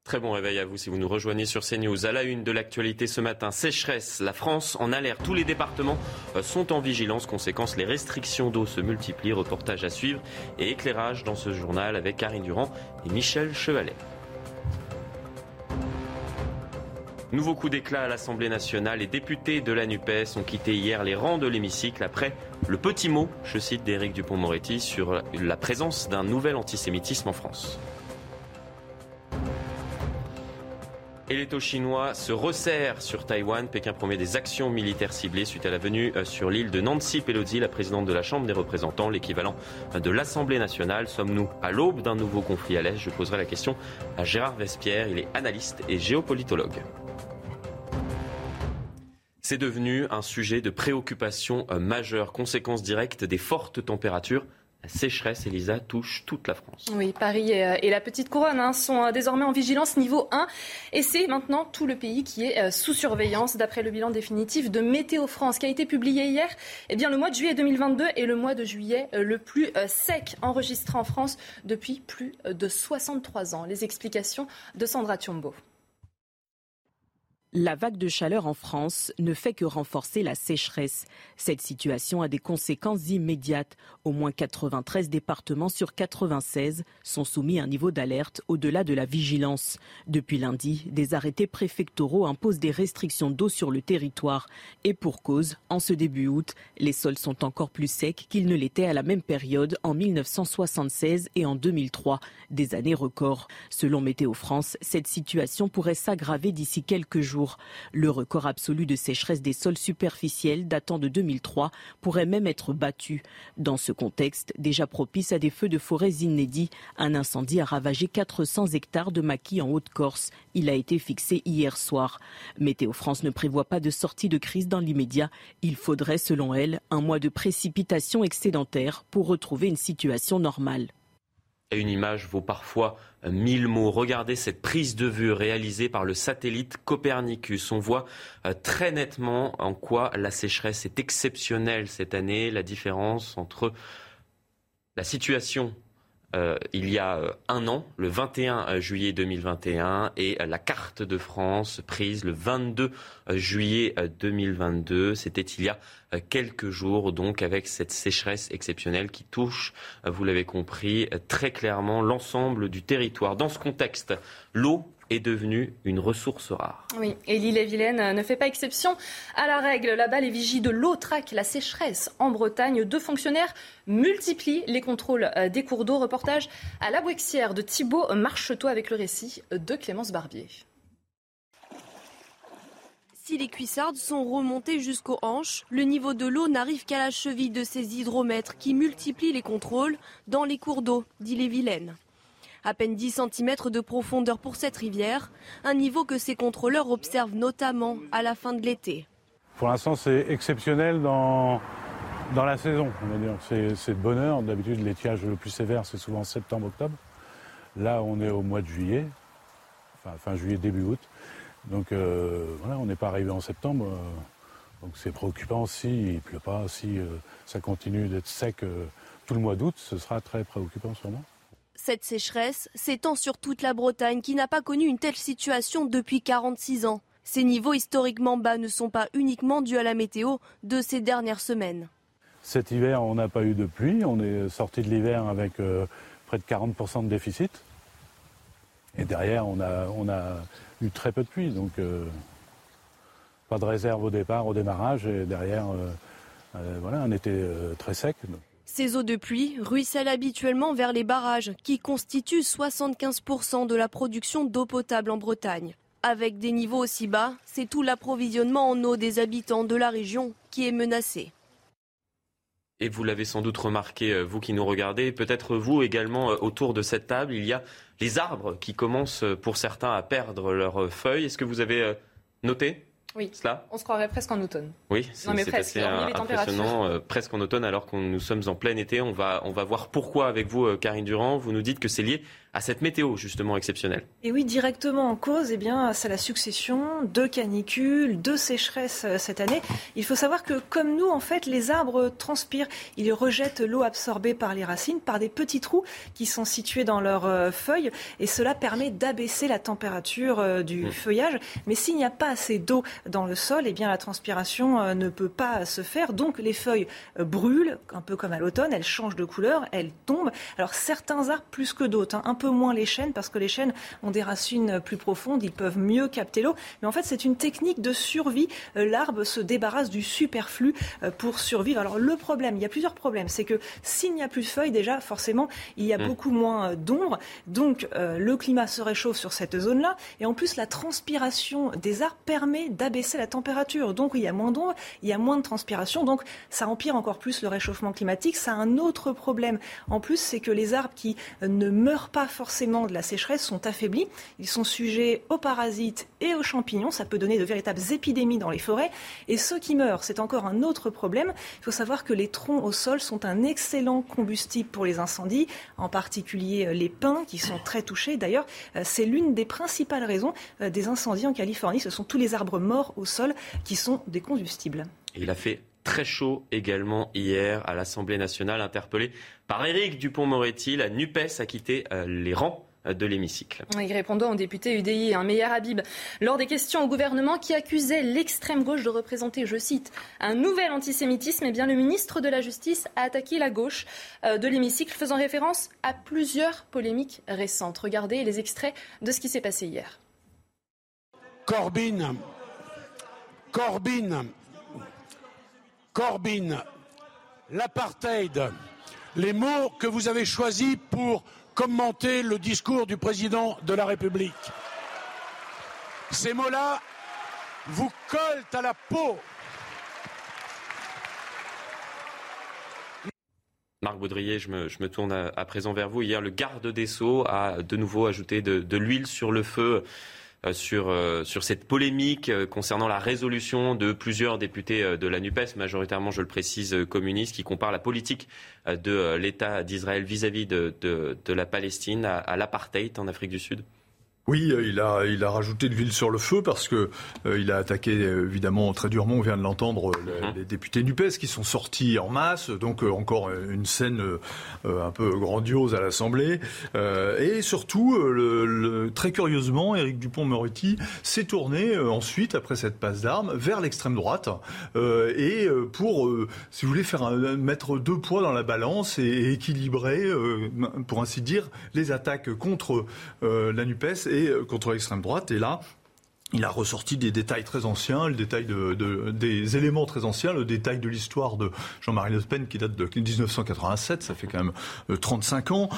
Très bon réveil à vous si vous nous rejoignez sur CNews. À la une de l'actualité ce matin, sécheresse. La France en alerte. Tous les départements sont en vigilance. Conséquence, les restrictions d'eau se multiplient. Reportage à suivre et éclairage dans ce journal avec Karine Durand et Michel Chevalet. Nouveau coup d'éclat à l'Assemblée nationale. Les députés de la NUPES ont quitté hier les rangs de l'hémicycle après le petit mot, je cite, d'Éric Dupond-Moretti sur la présence d'un nouvel antisémitisme en France. Et les taux chinois se resserrent sur Taïwan. Pékin promet des actions militaires ciblées suite à la venue sur l'île de Nancy Pelosi, la présidente de la Chambre des représentants, l'équivalent de l'Assemblée nationale. Sommes-nous à l'aube d'un nouveau conflit à l'Est ? Je poserai la question à Gérard Vespierre. Il est analyste et géopolitologue. C'est devenu un sujet de préoccupation majeure. Conséquence directe des fortes températures. La sécheresse, Elisa, touche toute la France. Oui, Paris et la Petite Couronne sont désormais en vigilance niveau 1. Et c'est maintenant tout le pays qui est sous surveillance. D'après le bilan définitif de Météo France qui a été publié hier, le mois de juillet 2022 est le mois de juillet le plus sec enregistré en France depuis plus de 63 ans. Les explications de Sandra Thiombo. La vague de chaleur en France ne fait que renforcer la sécheresse. Cette situation a des conséquences immédiates. Au moins 93 départements sur 96 sont soumis à un niveau d'alerte au-delà de la vigilance. Depuis lundi, des arrêtés préfectoraux imposent des restrictions d'eau sur le territoire. Et pour cause, en ce début août, les sols sont encore plus secs qu'ils ne l'étaient à la même période en 1976 et en 2003, des années records. Selon Météo France, cette situation pourrait s'aggraver d'ici quelques jours. Le record absolu de sécheresse des sols superficiels datant de 2003 pourrait même être battu. Dans ce contexte, déjà propice à des feux de forêt inédits, un incendie a ravagé 400 hectares de maquis en Haute-Corse. Il a été fixé hier soir. Météo France ne prévoit pas de sortie de crise dans l'immédiat. Il faudrait, selon elle, un mois de précipitations excédentaires pour retrouver une situation normale. Et une image vaut parfois 1000 mots. Regardez cette prise de vue réalisée par le satellite Copernicus. On voit très nettement en quoi la sécheresse est exceptionnelle cette année. La différence entre la situation il y a un an, le 21 juillet 2021, et la carte de France prise le 22 juillet 2022. C'était il y a quelques jours, donc, avec cette sécheresse exceptionnelle qui touche, vous l'avez compris, très clairement l'ensemble du territoire. Dans ce contexte, l'eau est devenue une ressource rare. Oui, et l'Ille-et-Vilaine ne fait pas exception à la règle. Là-bas, les vigies de l'eau traquent la sécheresse. En Bretagne, 2 fonctionnaires multiplient les contrôles des cours d'eau. Reportage à la Bouexière de Thibaut Marcheteau avec le récit de Clémence Barbier. Si les cuissardes sont remontées jusqu'aux hanches, le niveau de l'eau n'arrive qu'à la cheville de ces hydromètres qui multiplient les contrôles dans les cours d'eau d'Ille-et-Vilaine. À peine 10 cm de profondeur pour cette rivière, un niveau que ces contrôleurs observent notamment à la fin de l'été. Pour l'instant, c'est exceptionnel dans la saison. On va dire. C'est de bonheur. D'habitude, l'étiage le plus sévère, c'est souvent septembre-octobre. Là, on est au mois de juillet, fin juillet, début août. Donc voilà, on n'est pas arrivé en septembre. Donc c'est préoccupant s'il ne pleut pas, si ça continue d'être sec tout le mois d'août, ce sera très préoccupant sûrement. Cette sécheresse s'étend sur toute la Bretagne qui n'a pas connu une telle situation depuis 46 ans. Ces niveaux historiquement bas ne sont pas uniquement dus à la météo de ces dernières semaines. Cet hiver, on n'a pas eu de pluie. On est sorti de l'hiver avec près de 40% de déficit. Et derrière, on a eu très peu de pluie. Donc pas de réserve au départ, au démarrage. Et derrière, voilà, un été très sec. Ces eaux de pluie ruissellent habituellement vers les barrages qui constituent 75% de la production d'eau potable en Bretagne. Avec des niveaux aussi bas, c'est tout l'approvisionnement en eau des habitants de la région qui est menacé. Et vous l'avez sans doute remarqué, vous qui nous regardez, peut-être vous également autour de cette table, il y a les arbres qui commencent pour certains à perdre leurs feuilles. Est-ce que vous avez noté ? Oui, cela, on se croirait presque en automne. Oui, c'est assez impressionnant, presque en automne alors que nous sommes en plein été. On va voir pourquoi avec vous, Karine Durand. Vous nous dites que c'est lié à cette météo justement exceptionnelle. Et oui, directement en cause, c'est la succession de canicules, de sécheresses cette année. Il faut savoir que comme nous, en fait, les arbres transpirent. Ils rejettent l'eau absorbée par les racines, par des petits trous qui sont situés dans leurs feuilles. Et cela permet d'abaisser la température du feuillage. Mais s'il n'y a pas assez d'eau dans le sol, la transpiration ne peut pas se faire. Donc les feuilles brûlent, un peu comme à l'automne, elles changent de couleur, elles tombent. Alors certains arbres plus que d'autres, un peu moins les chênes, parce que les chênes ont des racines plus profondes, ils peuvent mieux capter l'eau. Mais en fait, c'est une technique de survie. L'arbre se débarrasse du superflu pour survivre. Alors le problème, il y a plusieurs problèmes. C'est que s'il n'y a plus de feuilles, déjà, forcément, il y a beaucoup moins d'ombre. Donc le climat se réchauffe sur cette zone-là. Et en plus, la transpiration des arbres permet d'abaisser la température. Donc il y a moins d'ombre, il y a moins de transpiration. Donc ça empire encore plus le réchauffement climatique. Ça a un autre problème. En plus, c'est que les arbres qui ne meurent pas forcément de la sécheresse sont affaiblis. Ils sont sujets aux parasites et aux champignons. Ça peut donner de véritables épidémies dans les forêts. Et ceux qui meurent, c'est encore un autre problème. Il faut savoir que les troncs au sol sont un excellent combustible pour les incendies, en particulier les pins qui sont très touchés. D'ailleurs, c'est l'une des principales raisons des incendies en Californie. Ce sont tous les arbres morts au sol qui sont des combustibles. Et il a fait très chaud également hier à l'Assemblée nationale, interpellé par Éric Dupond-Moretti. La NUPES a quitté les rangs de l'hémicycle. Oui, répondant au député UDI, Meyer Habib, lors des questions au gouvernement qui accusait l'extrême gauche de représenter, je cite, un nouvel antisémitisme, le ministre de la Justice a attaqué la gauche de l'hémicycle, faisant référence à plusieurs polémiques récentes. Regardez les extraits de ce qui s'est passé hier. Corbyn, l'apartheid, les mots que vous avez choisis pour commenter le discours du président de la République. Ces mots-là vous collent à la peau. Marc Baudrier, je me tourne à présent vers vous. Hier, le garde des Sceaux a de nouveau ajouté de l'huile sur le feu sur cette polémique concernant la résolution de plusieurs députés de la NUPES, majoritairement, je le précise, communistes, qui comparent la politique de l'État d'Israël vis-à-vis de la Palestine à l'apartheid en Afrique du Sud. Oui, il a rajouté de l'huile sur le feu parce que il a attaqué évidemment très durement, on vient de l'entendre, les députés NUPES qui sont sortis en masse, donc encore une scène un peu grandiose à l'Assemblée. Et surtout, très curieusement, Éric Dupond-Moretti s'est tourné ensuite, après cette passe d'armes, vers l'extrême droite pour, si vous voulez, mettre deux poids dans la balance et équilibrer, pour ainsi dire, les attaques contre la NUPES et contre l'extrême droite. Et là, il a ressorti des détails très anciens, le détail des éléments très anciens, le détail de l'histoire de Jean-Marie Le Pen qui date de 1987, ça fait quand même 35 ans,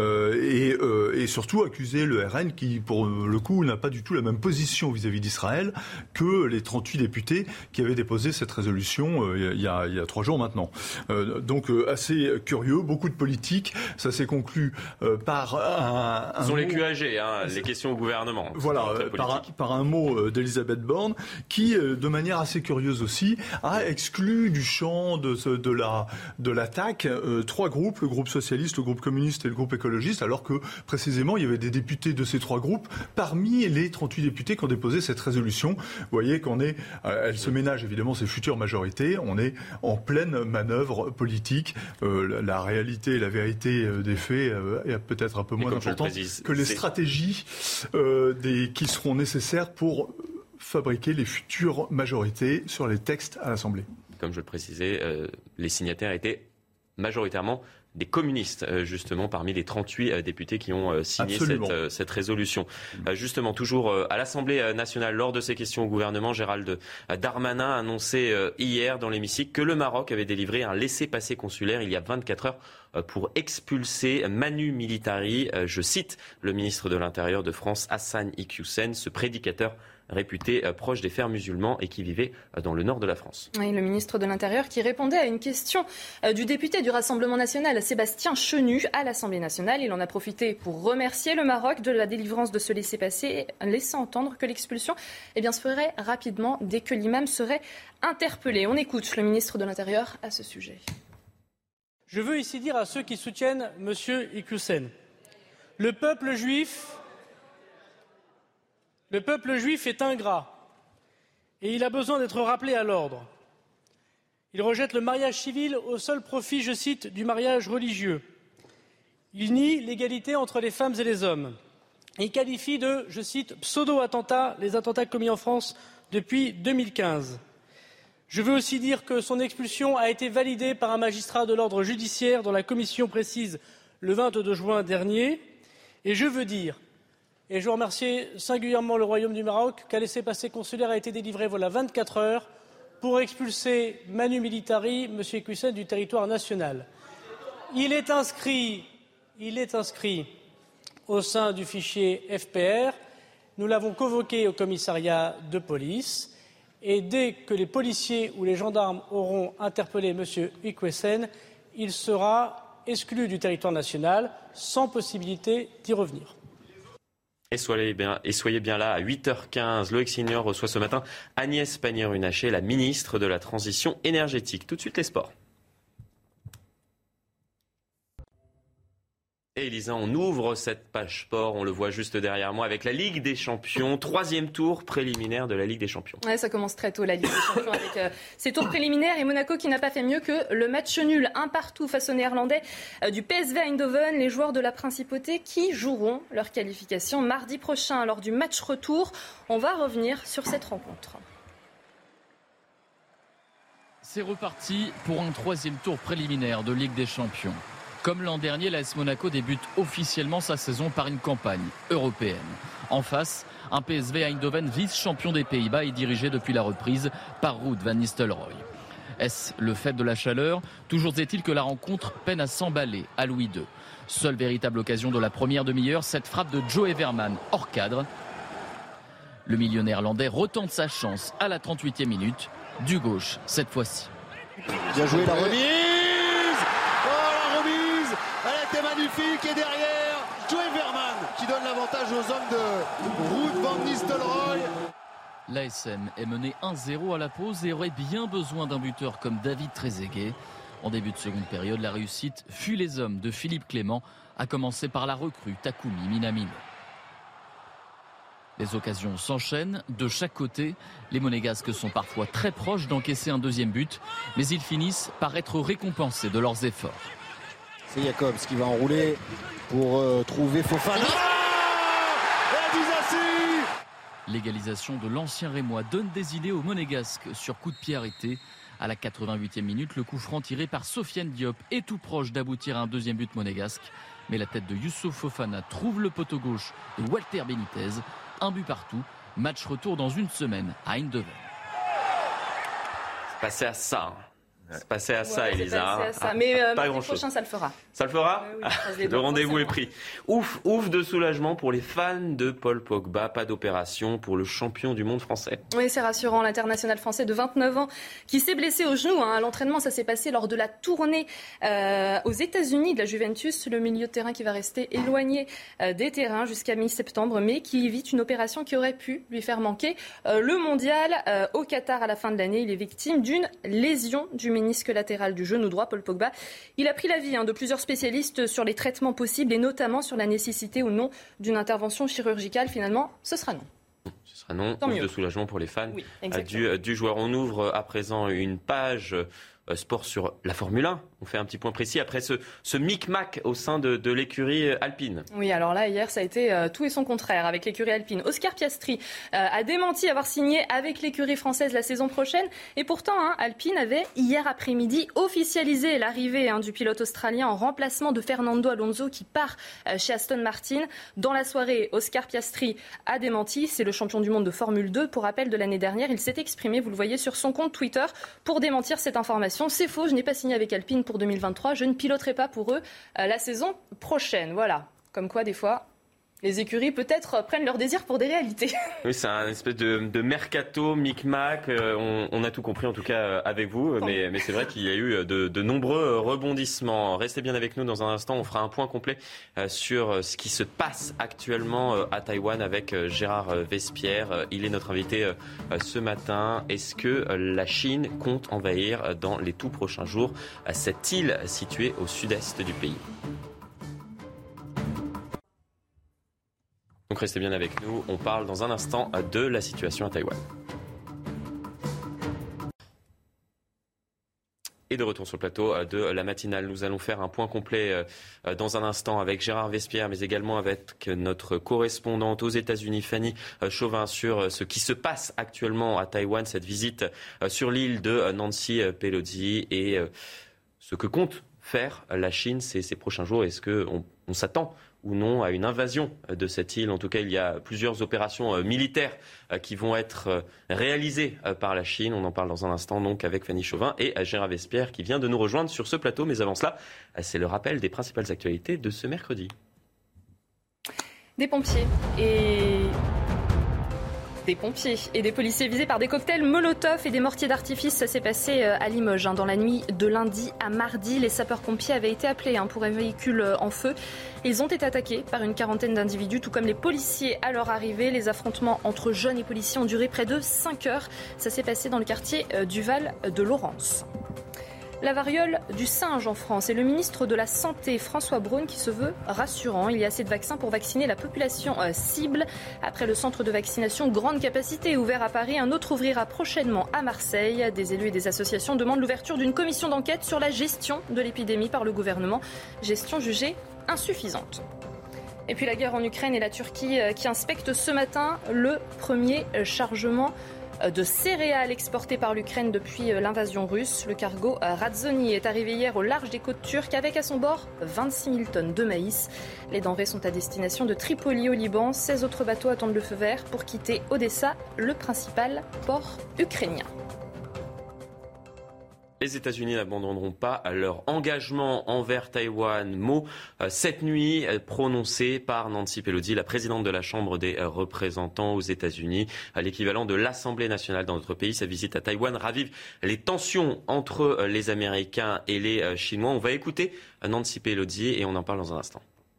et surtout accuser le RN qui, pour le coup, n'a pas du tout la même position vis-à-vis d'Israël que les 38 députés qui avaient déposé cette résolution il y a 3 jours maintenant. Donc assez curieux, beaucoup de politique, ça s'est conclu par un sont les QAG, les questions au gouvernement. Voilà, par un mot d'Elisabeth Borne, qui, de manière assez curieuse aussi, a exclu du champ de l'attaque 3 groupes, le groupe socialiste, le groupe communiste et le groupe écologiste, alors que, précisément, il y avait des députés de ces 3 groupes parmi les 38 députés qui ont déposé cette résolution. Vous voyez elle se ménage évidemment ses futures majorités, on est en pleine manœuvre politique. La réalité et la vérité des faits est peut-être un peu moins importante que les stratégies qui seront nécessaires pour fabriquer les futures majorités sur les textes à l'Assemblée. Comme je le précisais, les signataires étaient majoritairement des communistes, justement, parmi les 38 députés qui ont signé cette résolution. Justement, toujours à l'Assemblée nationale, lors de ces questions au gouvernement, Gérald Darmanin a annoncé hier dans l'hémicycle que le Maroc avait délivré un laissez-passer consulaire il y a 24 heures pour expulser Manu Militari. Je cite le ministre de l'Intérieur de France, Hassan Iqiyoussen, ce prédicateur réputé proche des frères musulmans et qui vivait dans le nord de la France. Oui, le ministre de l'Intérieur qui répondait à une question du député du Rassemblement national, Sébastien Chenu, à l'Assemblée nationale. Il en a profité pour remercier le Maroc de la délivrance de ce laissez-passer, laissant entendre que l'expulsion se ferait rapidement dès que l'imam serait interpellé. On écoute le ministre de l'Intérieur à ce sujet. Je veux ici dire à ceux qui soutiennent M. Iqiyoussen Le peuple juif est ingrat et il a besoin d'être rappelé à l'ordre. Il rejette le mariage civil au seul profit, je cite, du mariage religieux. Il nie l'égalité entre les femmes et les hommes. Il qualifie de, je cite, pseudo-attentats les attentats commis en France depuis 2015. Je veux aussi dire que son expulsion a été validée par un magistrat de l'ordre judiciaire dont la commission précise le 22 juin dernier. Et je veux dire, et je veux remercier singulièrement le Royaume du Maroc, qu'un laissez-passer consulaire a été délivré voilà 24 heures pour expulser Manu Militari, M. Iquioussen, du territoire national. Il est inscrit au sein du fichier FPR. Nous l'avons convoqué au commissariat de police et dès que les policiers ou les gendarmes auront interpellé M. Iquioussen, il sera exclu du territoire national sans possibilité d'y revenir. Et soyez bien là à 8h15. Loïc Signor reçoit ce matin Agnès Pannier-Runacher, la ministre de la Transition énergétique. Tout de suite les sports. Et Elisa, on ouvre cette page sport, on le voit juste derrière moi, avec la Ligue des Champions, 3e tour préliminaire de la Ligue des Champions. Ouais, ça commence très tôt la Ligue des Champions avec ces tours préliminaires et Monaco qui n'a pas fait mieux que le match nul 1-1 face aux Néerlandais du PSV Eindhoven. Les joueurs de la Principauté qui joueront leur qualification mardi prochain lors du match retour. On va revenir sur cette rencontre. C'est reparti pour un 3e tour préliminaire de Ligue des Champions. Comme l'an dernier, l'AS Monaco débute officiellement sa saison par une campagne européenne. En face, un PSV Eindhoven vice-champion des Pays-Bas et dirigé depuis la reprise par Ruud van Nistelrooy. Est-ce le fait de la chaleur ? Toujours est-il que la rencontre peine à s'emballer à Louis II. Seule véritable occasion de la première demi-heure, cette frappe de Joe Everman hors cadre. Le milieu néerlandais retente sa chance à la 38e minute, du gauche cette fois-ci. Bien joué la remise. Elle était magnifique et derrière, Joe Everman qui donne l'avantage aux hommes de Ruud van Nistelrooy. L'ASM est mené 1-0 à la pause et aurait bien besoin d'un buteur comme David Trezeguet. En début de seconde période, la réussite fut les hommes de Philippe Clément, à commencer par la recrue Takumi Minamino. Les occasions s'enchaînent de chaque côté. Les Monégasques sont parfois très proches d'encaisser un deuxième but, mais ils finissent par être récompensés de leurs efforts. C'est Jacobs qui va enrouler pour trouver Fofana. L'égalisation de l'ancien Rémois donne des idées aux Monégasques sur coup de pied arrêté. À la 88e minute, le coup franc tiré par Sofiane Diop est tout proche d'aboutir à un deuxième but monégasque. Mais la tête de Youssouf Fofana trouve le poteau gauche de Walter Benitez. Un but partout. Match retour dans une semaine à Eindhoven. C'est passé à ça. C'est passé à ça, Elisa. C'est passé à ça. Mais mardi prochain, ça le fera. Ça le fera ? Oui, le rendez-vous est pris. Ouf de soulagement pour les fans de Paul Pogba. Pas d'opération pour le champion du monde français. Oui, c'est rassurant. L'international français de 29 ans qui s'est blessé au genou à l'entraînement. Ça s'est passé lors de la tournée aux États-Unis de la Juventus. Le milieu de terrain qui va rester éloigné des terrains jusqu'à mi-septembre, mais qui évite une opération qui aurait pu lui faire manquer le mondial au Qatar à la fin de l'année. Il est victime d'une lésion du ménisque latéral du genou droit. Paul Pogba, il a pris l'avis de plusieurs spécialistes sur les traitements possibles et notamment sur la nécessité ou non d'une intervention chirurgicale. Finalement, ce sera non. Ce sera non. Ouf de soulagement pour les fans du joueur. On ouvre à présent une page sport sur la Formule 1. On fait un petit point précis après ce micmac au sein de l'écurie alpine. Oui, alors là, hier, ça a été tout et son contraire avec l'écurie alpine. Oscar Piastri a démenti avoir signé avec l'écurie française la saison prochaine. Et pourtant, Alpine avait, hier après-midi, officialisé l'arrivée du pilote australien en remplacement de Fernando Alonso qui part chez Aston Martin. Dans la soirée, Oscar Piastri a démenti. C'est le champion du monde de Formule 2. Pour rappel de l'année dernière, il s'est exprimé, vous le voyez, sur son compte Twitter pour démentir cette information. C'est faux, je n'ai pas signé avec Alpine pour 2023, je ne piloterai pas pour eux la saison prochaine. Voilà, comme quoi des fois, les écuries peut-être prennent leur désir pour des réalités. Oui, c'est un espèce de mercato, micmac, on a tout compris en tout cas avec vous, mais c'est vrai qu'il y a eu de nombreux rebondissements. Restez bien avec nous dans un instant, on fera un point complet sur ce qui se passe actuellement à Taïwan avec Gérard Vespierre. Il est notre invité ce matin. Est-ce que la Chine compte envahir dans les tout prochains jours cette île située au sud-est du pays ? Donc restez bien avec nous, on parle dans un instant de la situation à Taïwan. Et de retour sur le plateau de la matinale. Nous allons faire un point complet dans un instant avec Gérard Vespierre, mais également avec notre correspondante aux États-Unis, Fanny Chauvin, sur ce qui se passe actuellement à Taïwan, cette visite sur l'île de Nancy Pelosi et ce que compte faire la Chine ces prochains jours. Est-ce qu'on s'attend ou non à une invasion de cette île? En tout cas, il y a plusieurs opérations militaires qui vont être réalisées par la Chine. On en parle dans un instant donc avec Fanny Chauvin et Gérard Vespierre qui vient de nous rejoindre sur ce plateau. Mais avant cela, c'est le rappel des principales actualités de ce mercredi. Des pompiers et des policiers visés par des cocktails Molotov et des mortiers d'artifice. Ça s'est passé à Limoges. Dans la nuit de lundi à mardi, les sapeurs-pompiers avaient été appelés pour un véhicule en feu. Ils ont été attaqués par une quarantaine d'individus, tout comme les policiers à leur arrivée. Les affrontements entre jeunes et policiers ont duré près de 5 heures. Ça s'est passé dans le quartier du Val de Laurence. La variole du singe en France et le ministre de la Santé, François Braun, qui se veut rassurant. Il y a assez de vaccins pour vacciner la population cible. Après le centre de vaccination grande capacité ouvert à Paris, un autre ouvrira prochainement à Marseille. Des élus et des associations demandent l'ouverture d'une commission d'enquête sur la gestion de l'épidémie par le gouvernement. Gestion jugée insuffisante. Et puis la guerre en Ukraine et la Turquie qui inspectent ce matin le premier chargement de céréales exportées par l'Ukraine depuis l'invasion russe. Le cargo Razoni est arrivé hier au large des côtes turques avec à son bord 26 000 tonnes de maïs. Les denrées sont à destination de Tripoli au Liban. 16 autres bateaux attendent le feu vert pour quitter Odessa, le principal port ukrainien. Les États-Unis n'abandonneront pas leur engagement envers Taïwan. Mot cette nuit prononcé par Nancy Pelosi, la présidente de la Chambre des représentants aux États-Unis, à l'équivalent de l'Assemblée nationale dans notre pays. Sa visite à Taïwan ravive les tensions entre les Américains et les Chinois. On va écouter Nancy Pelosi et on en parle dans un instant.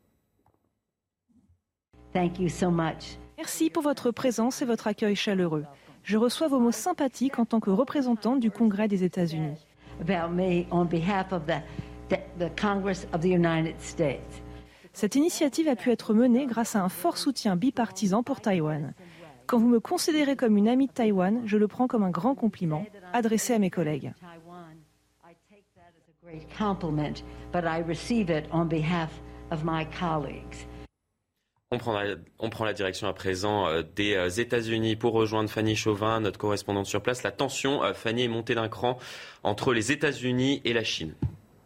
Thank you so much. Merci pour votre présence et votre accueil chaleureux. Je reçois vos mots sympathiques en tant que représentante du Congrès des États-Unis. About me on behalf of the Congress of the United States. Cette initiative a pu être menée grâce à un fort soutien bipartisan pour Taïwan. Quand vous me considérez comme une amie de Taïwan, je le prends comme un grand compliment adressé à mes collègues. I take that as a great compliment, but I receive it on behalf of my colleagues. On prend la direction à présent des États-Unis pour rejoindre Fanny Chauvin, notre correspondante sur place. La tension, Fanny, est montée d'un cran entre les États-Unis et la Chine.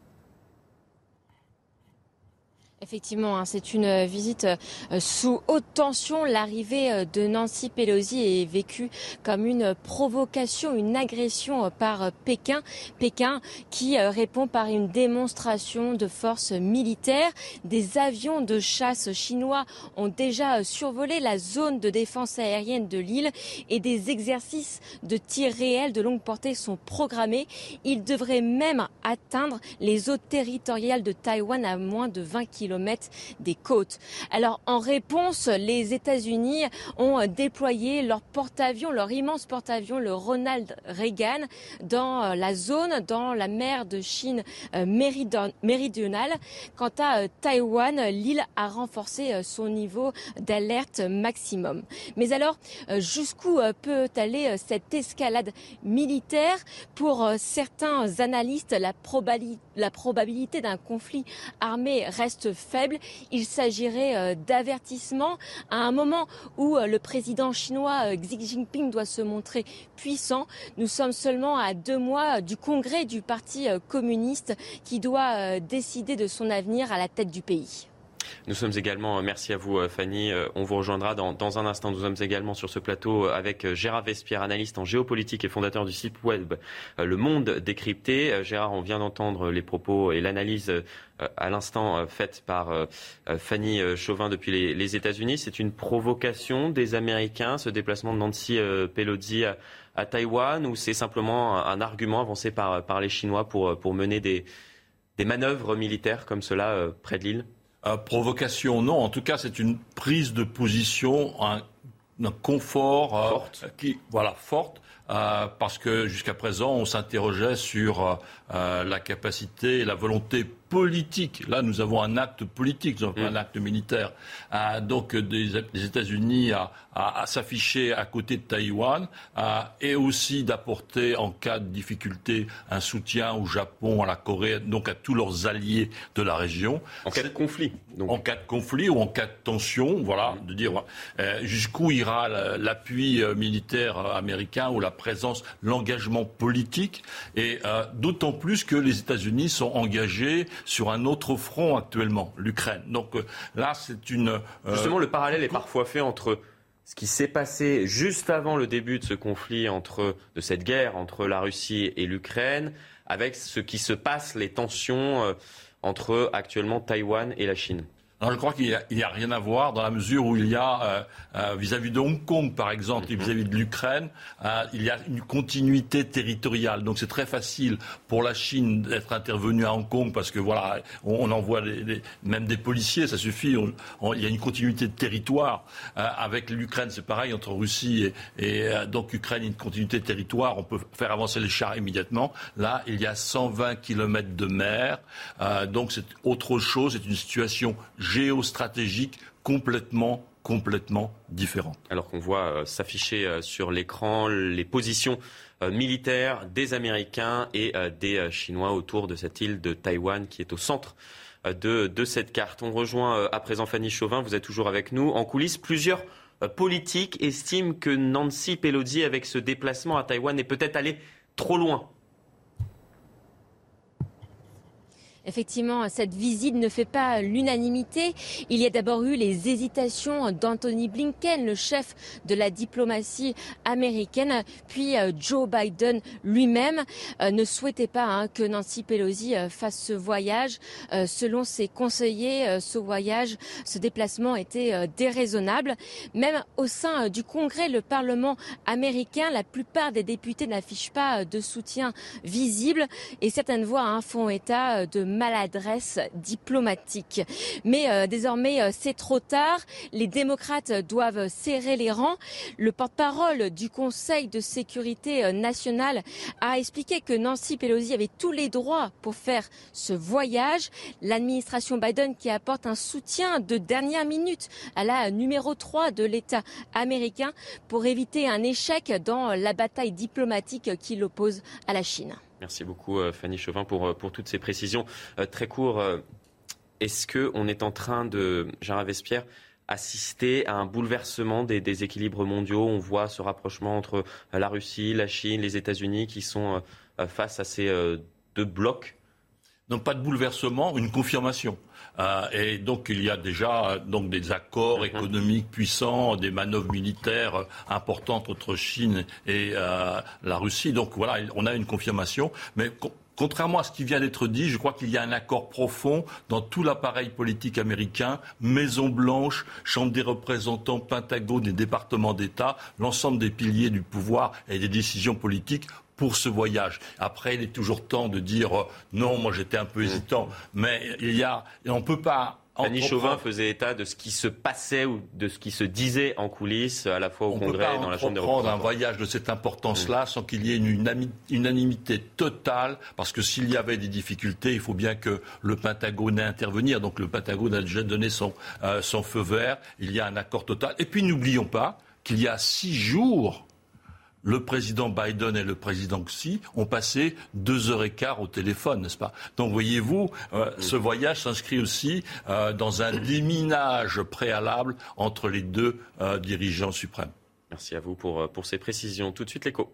Effectivement, c'est une visite sous haute tension. L'arrivée de Nancy Pelosi est vécue comme une provocation, une agression par Pékin. Pékin qui répond par une démonstration de force militaire. Des avions de chasse chinois ont déjà survolé la zone de défense aérienne de l'île et des exercices de tir réel de longue portée sont programmés. Ils devraient même atteindre les eaux territoriales de Taïwan à moins de 20 km des côtes. Alors en réponse, les États-Unis ont déployé leur porte-avions, leur immense porte-avions, le Ronald Reagan, dans la zone, dans la mer de Chine méridionale. Quant à Taïwan, l'île a renforcé son niveau d'alerte maximum. Mais alors, jusqu'où peut aller cette escalade militaire? Pour certains analystes, la probabilité d'un conflit armé reste faible. Il s'agirait d'avertissement à un moment où le président chinois Xi Jinping doit se montrer puissant. Nous sommes seulement à 2 mois du congrès du Parti communiste qui doit décider de son avenir à la tête du pays. Nous sommes également, merci à vous Fanny, on vous rejoindra dans un instant. Nous sommes également sur ce plateau avec Gérard Vespierre, analyste en géopolitique et fondateur du site web Le Monde Décrypté. Gérard, on vient d'entendre les propos et l'analyse à l'instant faite par Fanny Chauvin depuis les États-Unis. C'est une provocation des Américains, ce déplacement de Nancy Pelosi à Taïwan, ou c'est simplement un argument avancé par les Chinois pour mener des manœuvres militaires comme cela près de l'île? Provocation, non. En tout cas, c'est une prise de position, un confort forte, parce que jusqu'à présent, on s'interrogeait sur la capacité et la volonté politique. Là, nous avons un acte politique, un acte militaire. Donc, des États-Unis à s'afficher à côté de Taïwan et aussi d'apporter, en cas de difficulté, un soutien au Japon, à la Corée, donc à tous leurs alliés de la région. En cas de conflit. Donc. En cas de conflit ou en cas de tension, voilà, de dire jusqu'où ira l'appui militaire américain ou la présence, l'engagement politique. Et d'autant plus que les États-Unis sont engagés sur un autre front actuellement, l'Ukraine. Donc là, c'est une... Justement, le parallèle est parfois fait entre ce qui s'est passé juste avant le début de ce conflit, de cette guerre entre la Russie et l'Ukraine, avec ce qui se passe, les tensions entre actuellement Taïwan et la Chine. Alors, je crois qu'il n'y a rien à voir dans la mesure où il y a, vis-à-vis de Hong Kong, par exemple, et vis-à-vis de l'Ukraine, il y a une continuité territoriale. Donc, c'est très facile pour la Chine d'être intervenue à Hong Kong parce que, voilà, on envoie même des policiers, ça suffit. Il y a une continuité de territoire. Avec l'Ukraine, c'est pareil, entre Russie et donc Ukraine, une continuité de territoire. On peut faire avancer les chars immédiatement. Là, il y a 120 kilomètres de mer. Donc, c'est autre chose. C'est une situation géostratégique complètement différente. Alors qu'on voit s'afficher sur l'écran les positions militaires des Américains et des Chinois autour de cette île de Taïwan qui est au centre de cette carte. On rejoint à présent Fanny Chauvin, vous êtes toujours avec nous. En coulisses, plusieurs politiques estiment que Nancy Pelosi, avec ce déplacement à Taïwan, est peut-être allée trop loin. Effectivement, cette visite ne fait pas l'unanimité. Il y a d'abord eu les hésitations d'Anthony Blinken, le chef de la diplomatie américaine, puis Joe Biden lui-même ne souhaitait pas que Nancy Pelosi fasse ce voyage. Selon ses conseillers, ce déplacement était déraisonnable. Même au sein du Congrès, le Parlement américain, la plupart des députés n'affichent pas de soutien visible et certaines voix font état de maladresse diplomatique. Mais désormais, c'est trop tard. Les démocrates doivent serrer les rangs. Le porte-parole du Conseil de sécurité nationale a expliqué que Nancy Pelosi avait tous les droits pour faire ce voyage. L'administration Biden qui apporte un soutien de dernière minute à la numéro 3 de l'État américain pour éviter un échec dans la bataille diplomatique qui l'oppose à la Chine. Merci beaucoup Fanny Chauvin pour toutes ces précisions. Très court, est-ce qu'on est en train de, Gérard Vespierre, assister à un bouleversement des équilibres mondiaux? On voit ce rapprochement entre la Russie, la Chine, les États-Unis qui sont face à ces deux blocs. Non, pas de bouleversement, une confirmation. Et donc il y a déjà des accords économiques puissants, des manœuvres militaires importantes entre Chine et la Russie. Donc voilà, on a une confirmation. Mais contrairement à ce qui vient d'être dit, je crois qu'il y a un accord profond dans tout l'appareil politique américain, Maison-Blanche, Chambre des représentants, Pentagone et département d'État, l'ensemble des piliers du pouvoir et des décisions politiques pour ce voyage. Après, il est toujours temps de dire non, moi j'étais un peu hésitant, mais on peut pas. Fanny Chauvin faisait état de ce qui se passait ou de ce qui se disait en coulisses, à la fois au Congrès et dans la Chambre des représentants. On peut pas un voyage de cette importance-là sans qu'il y ait une unanimité totale, parce que s'il y avait des difficultés, il faut bien que le Pentagone ait à intervenir. Donc le Pentagone a déjà donné son feu vert. Il y a un accord total. Et puis n'oublions pas qu'il y a 6 jours. Le président Biden et le président Xi ont passé 2h15 au téléphone, n'est-ce pas? Donc, voyez-vous, ce voyage s'inscrit aussi dans un déminage préalable entre les deux dirigeants suprêmes. Merci à vous pour ces précisions. Tout de suite, l'écho.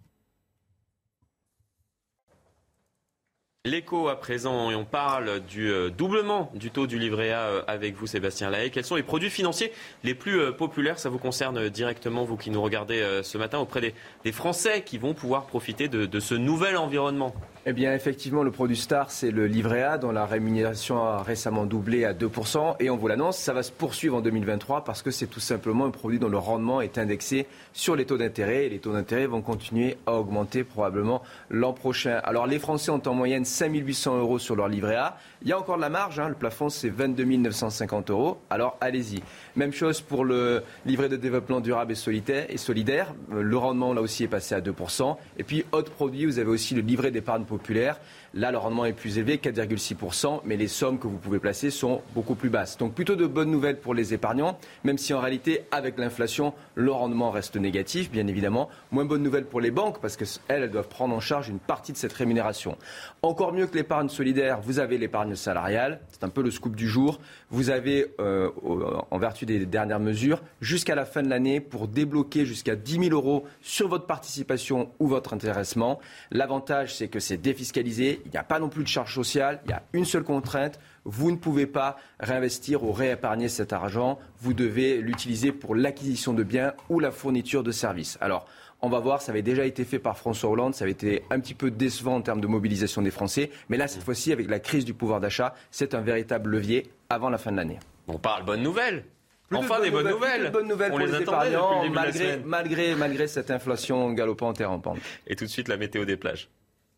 L'écho à présent, et on parle du doublement du taux du livret A avec vous, Sébastien Lahaye. Quels sont les produits financiers les plus populaires? Ça vous concerne directement, vous qui nous regardez ce matin, auprès des Français qui vont pouvoir profiter de ce nouvel environnement. Eh bien, effectivement, le produit star, c'est le livret A, dont la rémunération a récemment doublé à 2%. Et on vous l'annonce, ça va se poursuivre en 2023 parce que c'est tout simplement un produit dont le rendement est indexé sur les taux d'intérêt. Et les taux d'intérêt vont continuer à augmenter probablement l'an prochain. Alors, les Français ont en moyenne 5 800 € sur leur livret A. Il y a encore de la marge, le plafond, c'est 22 950 €. Alors, allez-y. Même chose pour le livret de développement durable et solidaire. Le rendement, là aussi, est passé à 2%. Et puis, autre produit, vous avez aussi le livret d'épargne populaire. Là, le rendement est plus élevé, 4,6%, mais les sommes que vous pouvez placer sont beaucoup plus basses. Donc plutôt de bonnes nouvelles pour les épargnants, même si en réalité, avec l'inflation, le rendement reste négatif, bien évidemment. Moins bonne nouvelle pour les banques, parce qu'elles doivent prendre en charge une partie de cette rémunération. Encore mieux que l'épargne solidaire, vous avez l'épargne salariale. C'est un peu le scoop du jour. Vous avez, en vertu des dernières mesures, jusqu'à la fin de l'année pour débloquer jusqu'à 10 000 € sur votre participation ou votre intéressement. L'avantage, c'est que c'est défiscalisé. Il n'y a pas non plus de charge sociale. Il y a une seule contrainte. Vous ne pouvez pas réinvestir ou réépargner cet argent. Vous devez l'utiliser pour l'acquisition de biens ou la fourniture de services. Alors, on va voir, ça avait déjà été fait par François Hollande, ça avait été un petit peu décevant en termes de mobilisation des Français. Mais là, cette fois-ci, avec la crise du pouvoir d'achat, c'est un véritable levier avant la fin de l'année. On parle bonne nouvelle. Enfin, des bonnes nouvelles. De bonnes nouvelles pour les épargnants, malgré cette inflation galopante et rampante. Et tout de suite, la météo des plages.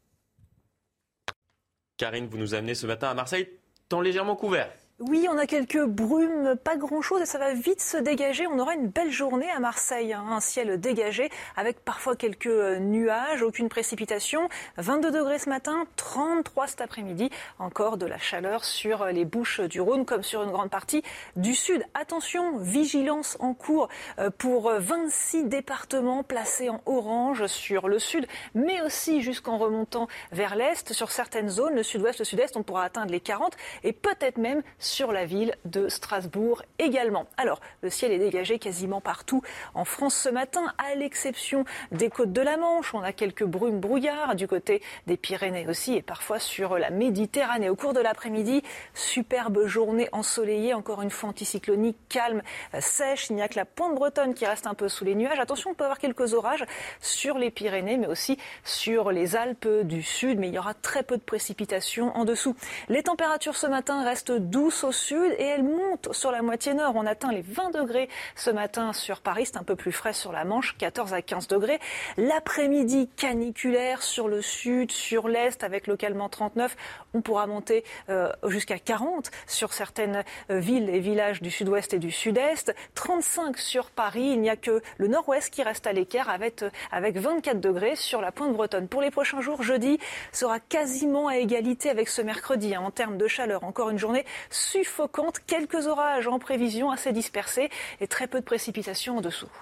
Karine, vous nous amenez ce matin à Marseille, temps légèrement couvert. Oui, on a quelques brumes, pas grand-chose et ça va vite se dégager. On aura une belle journée à Marseille, un ciel dégagé avec parfois quelques nuages, aucune précipitation. 22 degrés ce matin, 33 cet après-midi. Encore de la chaleur sur les Bouches du Rhône comme sur une grande partie du sud. Attention, vigilance en cours pour 26 départements placés en orange sur le sud, mais aussi jusqu'en remontant vers l'est. Sur certaines zones, le sud-ouest, le sud-est, on pourra atteindre les 40 et peut-être même sur la ville de Strasbourg également. Alors, le ciel est dégagé quasiment partout en France ce matin, à l'exception des côtes de la Manche. On a quelques brumes brouillards du côté des Pyrénées aussi et parfois sur la Méditerranée. Au cours de l'après-midi, superbe journée ensoleillée, encore une fois anticyclonique, calme, sèche. Il n'y a que la pointe bretonne qui reste un peu sous les nuages. Attention, on peut avoir quelques orages sur les Pyrénées, mais aussi sur les Alpes du Sud, mais il y aura très peu de précipitations en dessous. Les températures ce matin restent douces au sud et elle monte sur la moitié nord. On atteint les 20 degrés ce matin sur Paris, c'est un peu plus frais sur la Manche, 14 à 15 degrés. L'après-midi caniculaire sur le sud, sur l'est avec localement 39. On pourra monter jusqu'à 40 sur certaines villes et villages du sud-ouest et du sud-est. 35 sur Paris, il n'y a que le nord-ouest qui reste à l'écart avec 24 degrés sur la pointe bretonne. Pour les prochains jours, jeudi sera quasiment à égalité avec ce mercredi en termes de chaleur. Encore une journée suffocante, quelques orages en prévision assez dispersés et très peu de précipitations en dessous.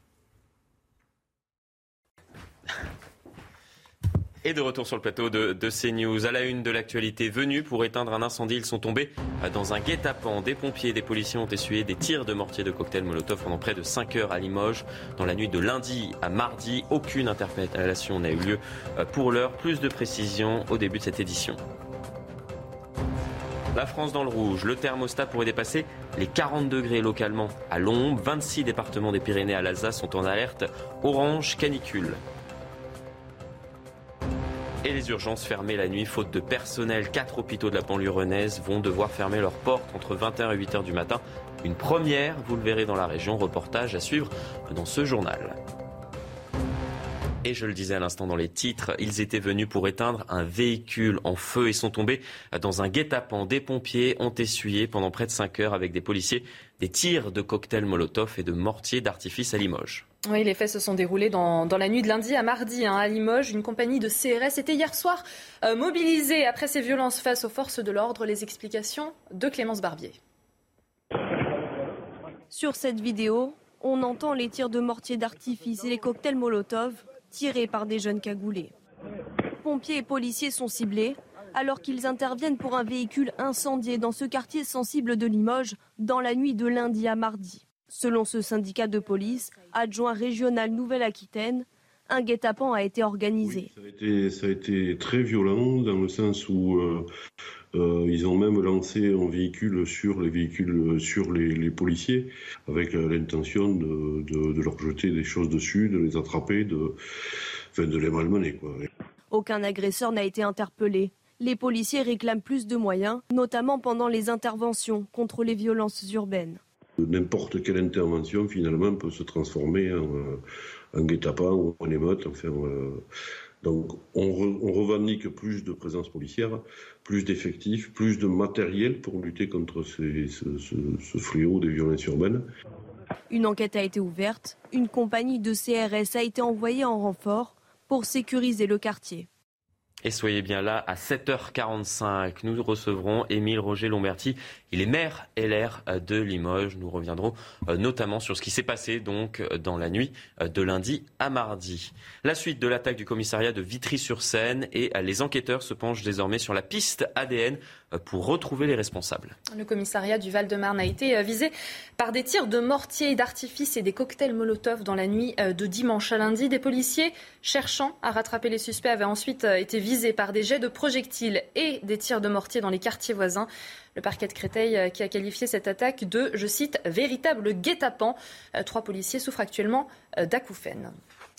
Et de retour sur le plateau de CNews. À la une de l'actualité, venus pour éteindre un incendie, ils sont tombés dans un guet-apens. Des pompiers et des policiers ont essuyé des tirs de mortier de cocktail Molotov pendant près de 5 heures à Limoges. Dans la nuit de lundi à mardi, aucune interpellation n'a eu lieu pour l'heure. Plus de précisions au début de cette édition. La France dans le rouge, le thermostat pourrait dépasser les 40 degrés localement à l'ombre. 26 départements des Pyrénées à l'Alsace sont en alerte orange canicule. Et les urgences fermées la nuit, faute de personnel. 4 hôpitaux de la banlieue rennaise vont devoir fermer leurs portes entre 20h et 8h du matin. Une première, vous le verrez dans la région. Reportage à suivre dans ce journal. Et je le disais à l'instant dans les titres, ils étaient venus pour éteindre un véhicule en feu et sont tombés dans un guet-apens. Des pompiers ont essuyé pendant près de 5 heures avec des policiers des tirs de cocktails Molotov et de mortiers d'artifice à Limoges. Oui, les faits se sont déroulés dans la nuit de lundi à mardi à Limoges. Une compagnie de CRS était hier soir mobilisée après ces violences face aux forces de l'ordre. Les explications de Clémence Barbier. Sur cette vidéo, on entend les tirs de mortiers d'artifice et les cocktails Molotov tirés par des jeunes cagoulés. Pompiers et policiers sont ciblés alors qu'ils interviennent pour un véhicule incendié dans ce quartier sensible de Limoges dans la nuit de lundi à mardi. Selon ce syndicat de police, adjoint régional Nouvelle-Aquitaine, un guet-apens a été organisé. Oui, ça a été très violent dans le sens où ils ont même lancé un véhicule sur les policiers avec l'intention de leur jeter des choses dessus, de les attraper, de les malmener, quoi. Aucun agresseur n'a été interpellé. Les policiers réclament plus de moyens, notamment pendant les interventions contre les violences urbaines. N'importe quelle intervention, finalement, peut se transformer en guet-apens ou en émeute. Donc, on revendique plus de présence policière, plus d'effectifs, plus de matériel pour lutter contre ce fléau des violences urbaines. Une enquête a été ouverte. Une compagnie de CRS a été envoyée en renfort pour sécuriser le quartier. Et soyez bien là, à 7h45, nous recevrons Émile Roger-Lomberti. Il est maire LR de Limoges. Nous reviendrons notamment sur ce qui s'est passé donc dans la nuit de lundi à mardi. La suite de l'attaque du commissariat de Vitry-sur-Seine et les enquêteurs se penchent désormais sur la piste ADN pour retrouver les responsables. Le commissariat du Val-de-Marne a été visé par des tirs de mortier d'artifice et des cocktails Molotov dans la nuit de dimanche à lundi. Des policiers cherchant à rattraper les suspects avaient ensuite été visés par des jets de projectiles et des tirs de mortier dans les quartiers voisins. Le parquet de Créteil qui a qualifié cette attaque de, je cite, véritable guet-apens. 3 policiers souffrent actuellement d'acouphènes.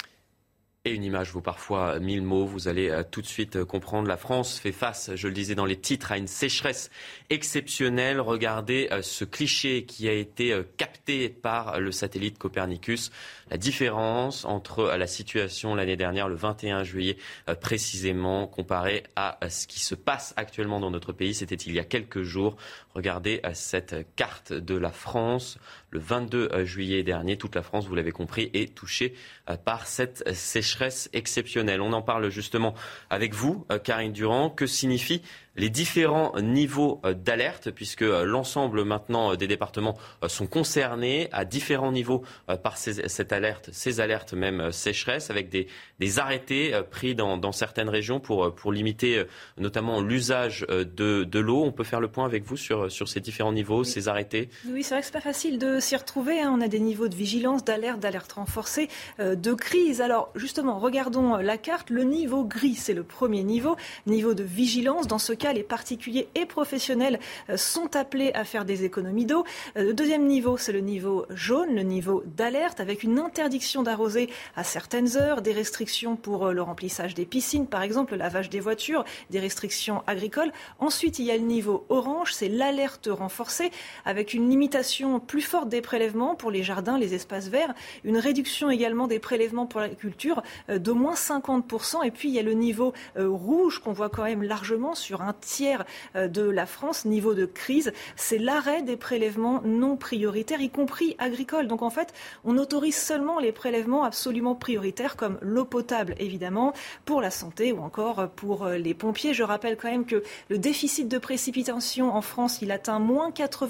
Et une image vaut parfois 1000 mots. Vous allez tout de suite comprendre. La France fait face, je le disais dans les titres, à une sécheresse exceptionnelle. Regardez ce cliché qui a été capté par le satellite Copernicus. La différence entre la situation l'année dernière, le 21 juillet précisément, comparée à ce qui se passe actuellement dans notre pays. C'était il y a quelques jours. Regardez cette carte de la France. Le 22 juillet dernier, toute la France, vous l'avez compris, est touchée par cette sécheresse exceptionnelle. On en parle justement avec vous, Karine Durand. Que signifient les différents niveaux d'alerte, puisque l'ensemble maintenant des départements sont concernés à différents niveaux par ces alertes même sécheresse, avec des arrêtés pris dans certaines régions pour limiter notamment l'usage de l'eau. On peut faire le point avec vous sur ces différents niveaux, oui. Ces arrêtés. Oui, c'est vrai que c'est pas facile de s'y retrouver. On a des niveaux de vigilance, d'alerte renforcée, de crise. Alors justement, regardons la carte. Le niveau gris, c'est le premier niveau de vigilance. Dans ce cas, les particuliers et professionnels sont appelés à faire des économies d'eau. Le deuxième niveau, c'est le niveau jaune, le niveau d'alerte, avec une interdiction d'arroser à certaines heures, des restrictions pour le remplissage des piscines, par exemple, le lavage des voitures, des restrictions agricoles. Ensuite, il y a le niveau orange, c'est l'alerte renforcée, avec une limitation plus forte des prélèvements pour les jardins, les espaces verts, une réduction également des prélèvements pour l'agriculture d'au moins 50%. Et puis, il y a le niveau rouge qu'on voit quand même largement sur un tiers de la France, niveau de crise, c'est l'arrêt des prélèvements non prioritaires, y compris agricoles. Donc en fait, on autorise seulement les prélèvements absolument prioritaires, comme l'eau potable, évidemment, pour la santé ou encore pour les pompiers. Je rappelle quand même que le déficit de précipitation en France, il atteint moins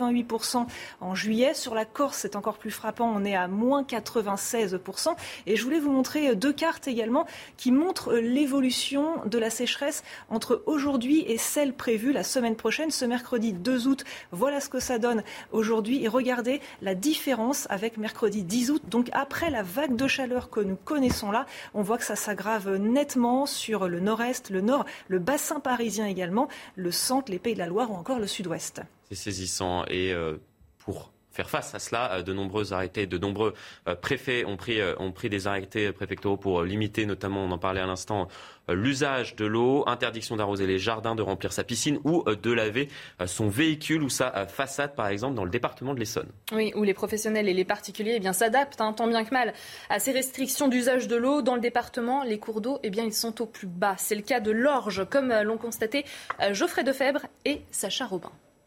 88% en juillet. Sur la Corse, c'est encore plus frappant, on est à moins 96%. Et je voulais vous montrer 2 cartes également qui montrent l'évolution de la sécheresse entre aujourd'hui et celle prévue la semaine prochaine, ce mercredi 2 août. Voilà ce que ça donne aujourd'hui. Et regardez la différence avec mercredi 10 août. Donc après la vague de chaleur que nous connaissons là, on voit que ça s'aggrave nettement sur le nord-est, le nord, le bassin parisien également, le centre, les Pays de la Loire ou encore le sud-ouest. C'est saisissant. Et pour faire face à cela, de nombreux arrêtés, de nombreux préfets ont pris des arrêtés préfectoraux pour limiter, notamment, on en parlait à l'instant, l'usage de l'eau, interdiction d'arroser les jardins, de remplir sa piscine ou de laver son véhicule ou sa façade, par exemple, dans le département de l'Essonne. Oui, où les professionnels et les particuliers s'adaptent, tant bien que mal, à ces restrictions d'usage de l'eau. Dans le département, les cours d'eau, ils sont au plus bas. C'est le cas de l'Orge, comme l'ont constaté Geoffrey Defebvre et Sacha Robin.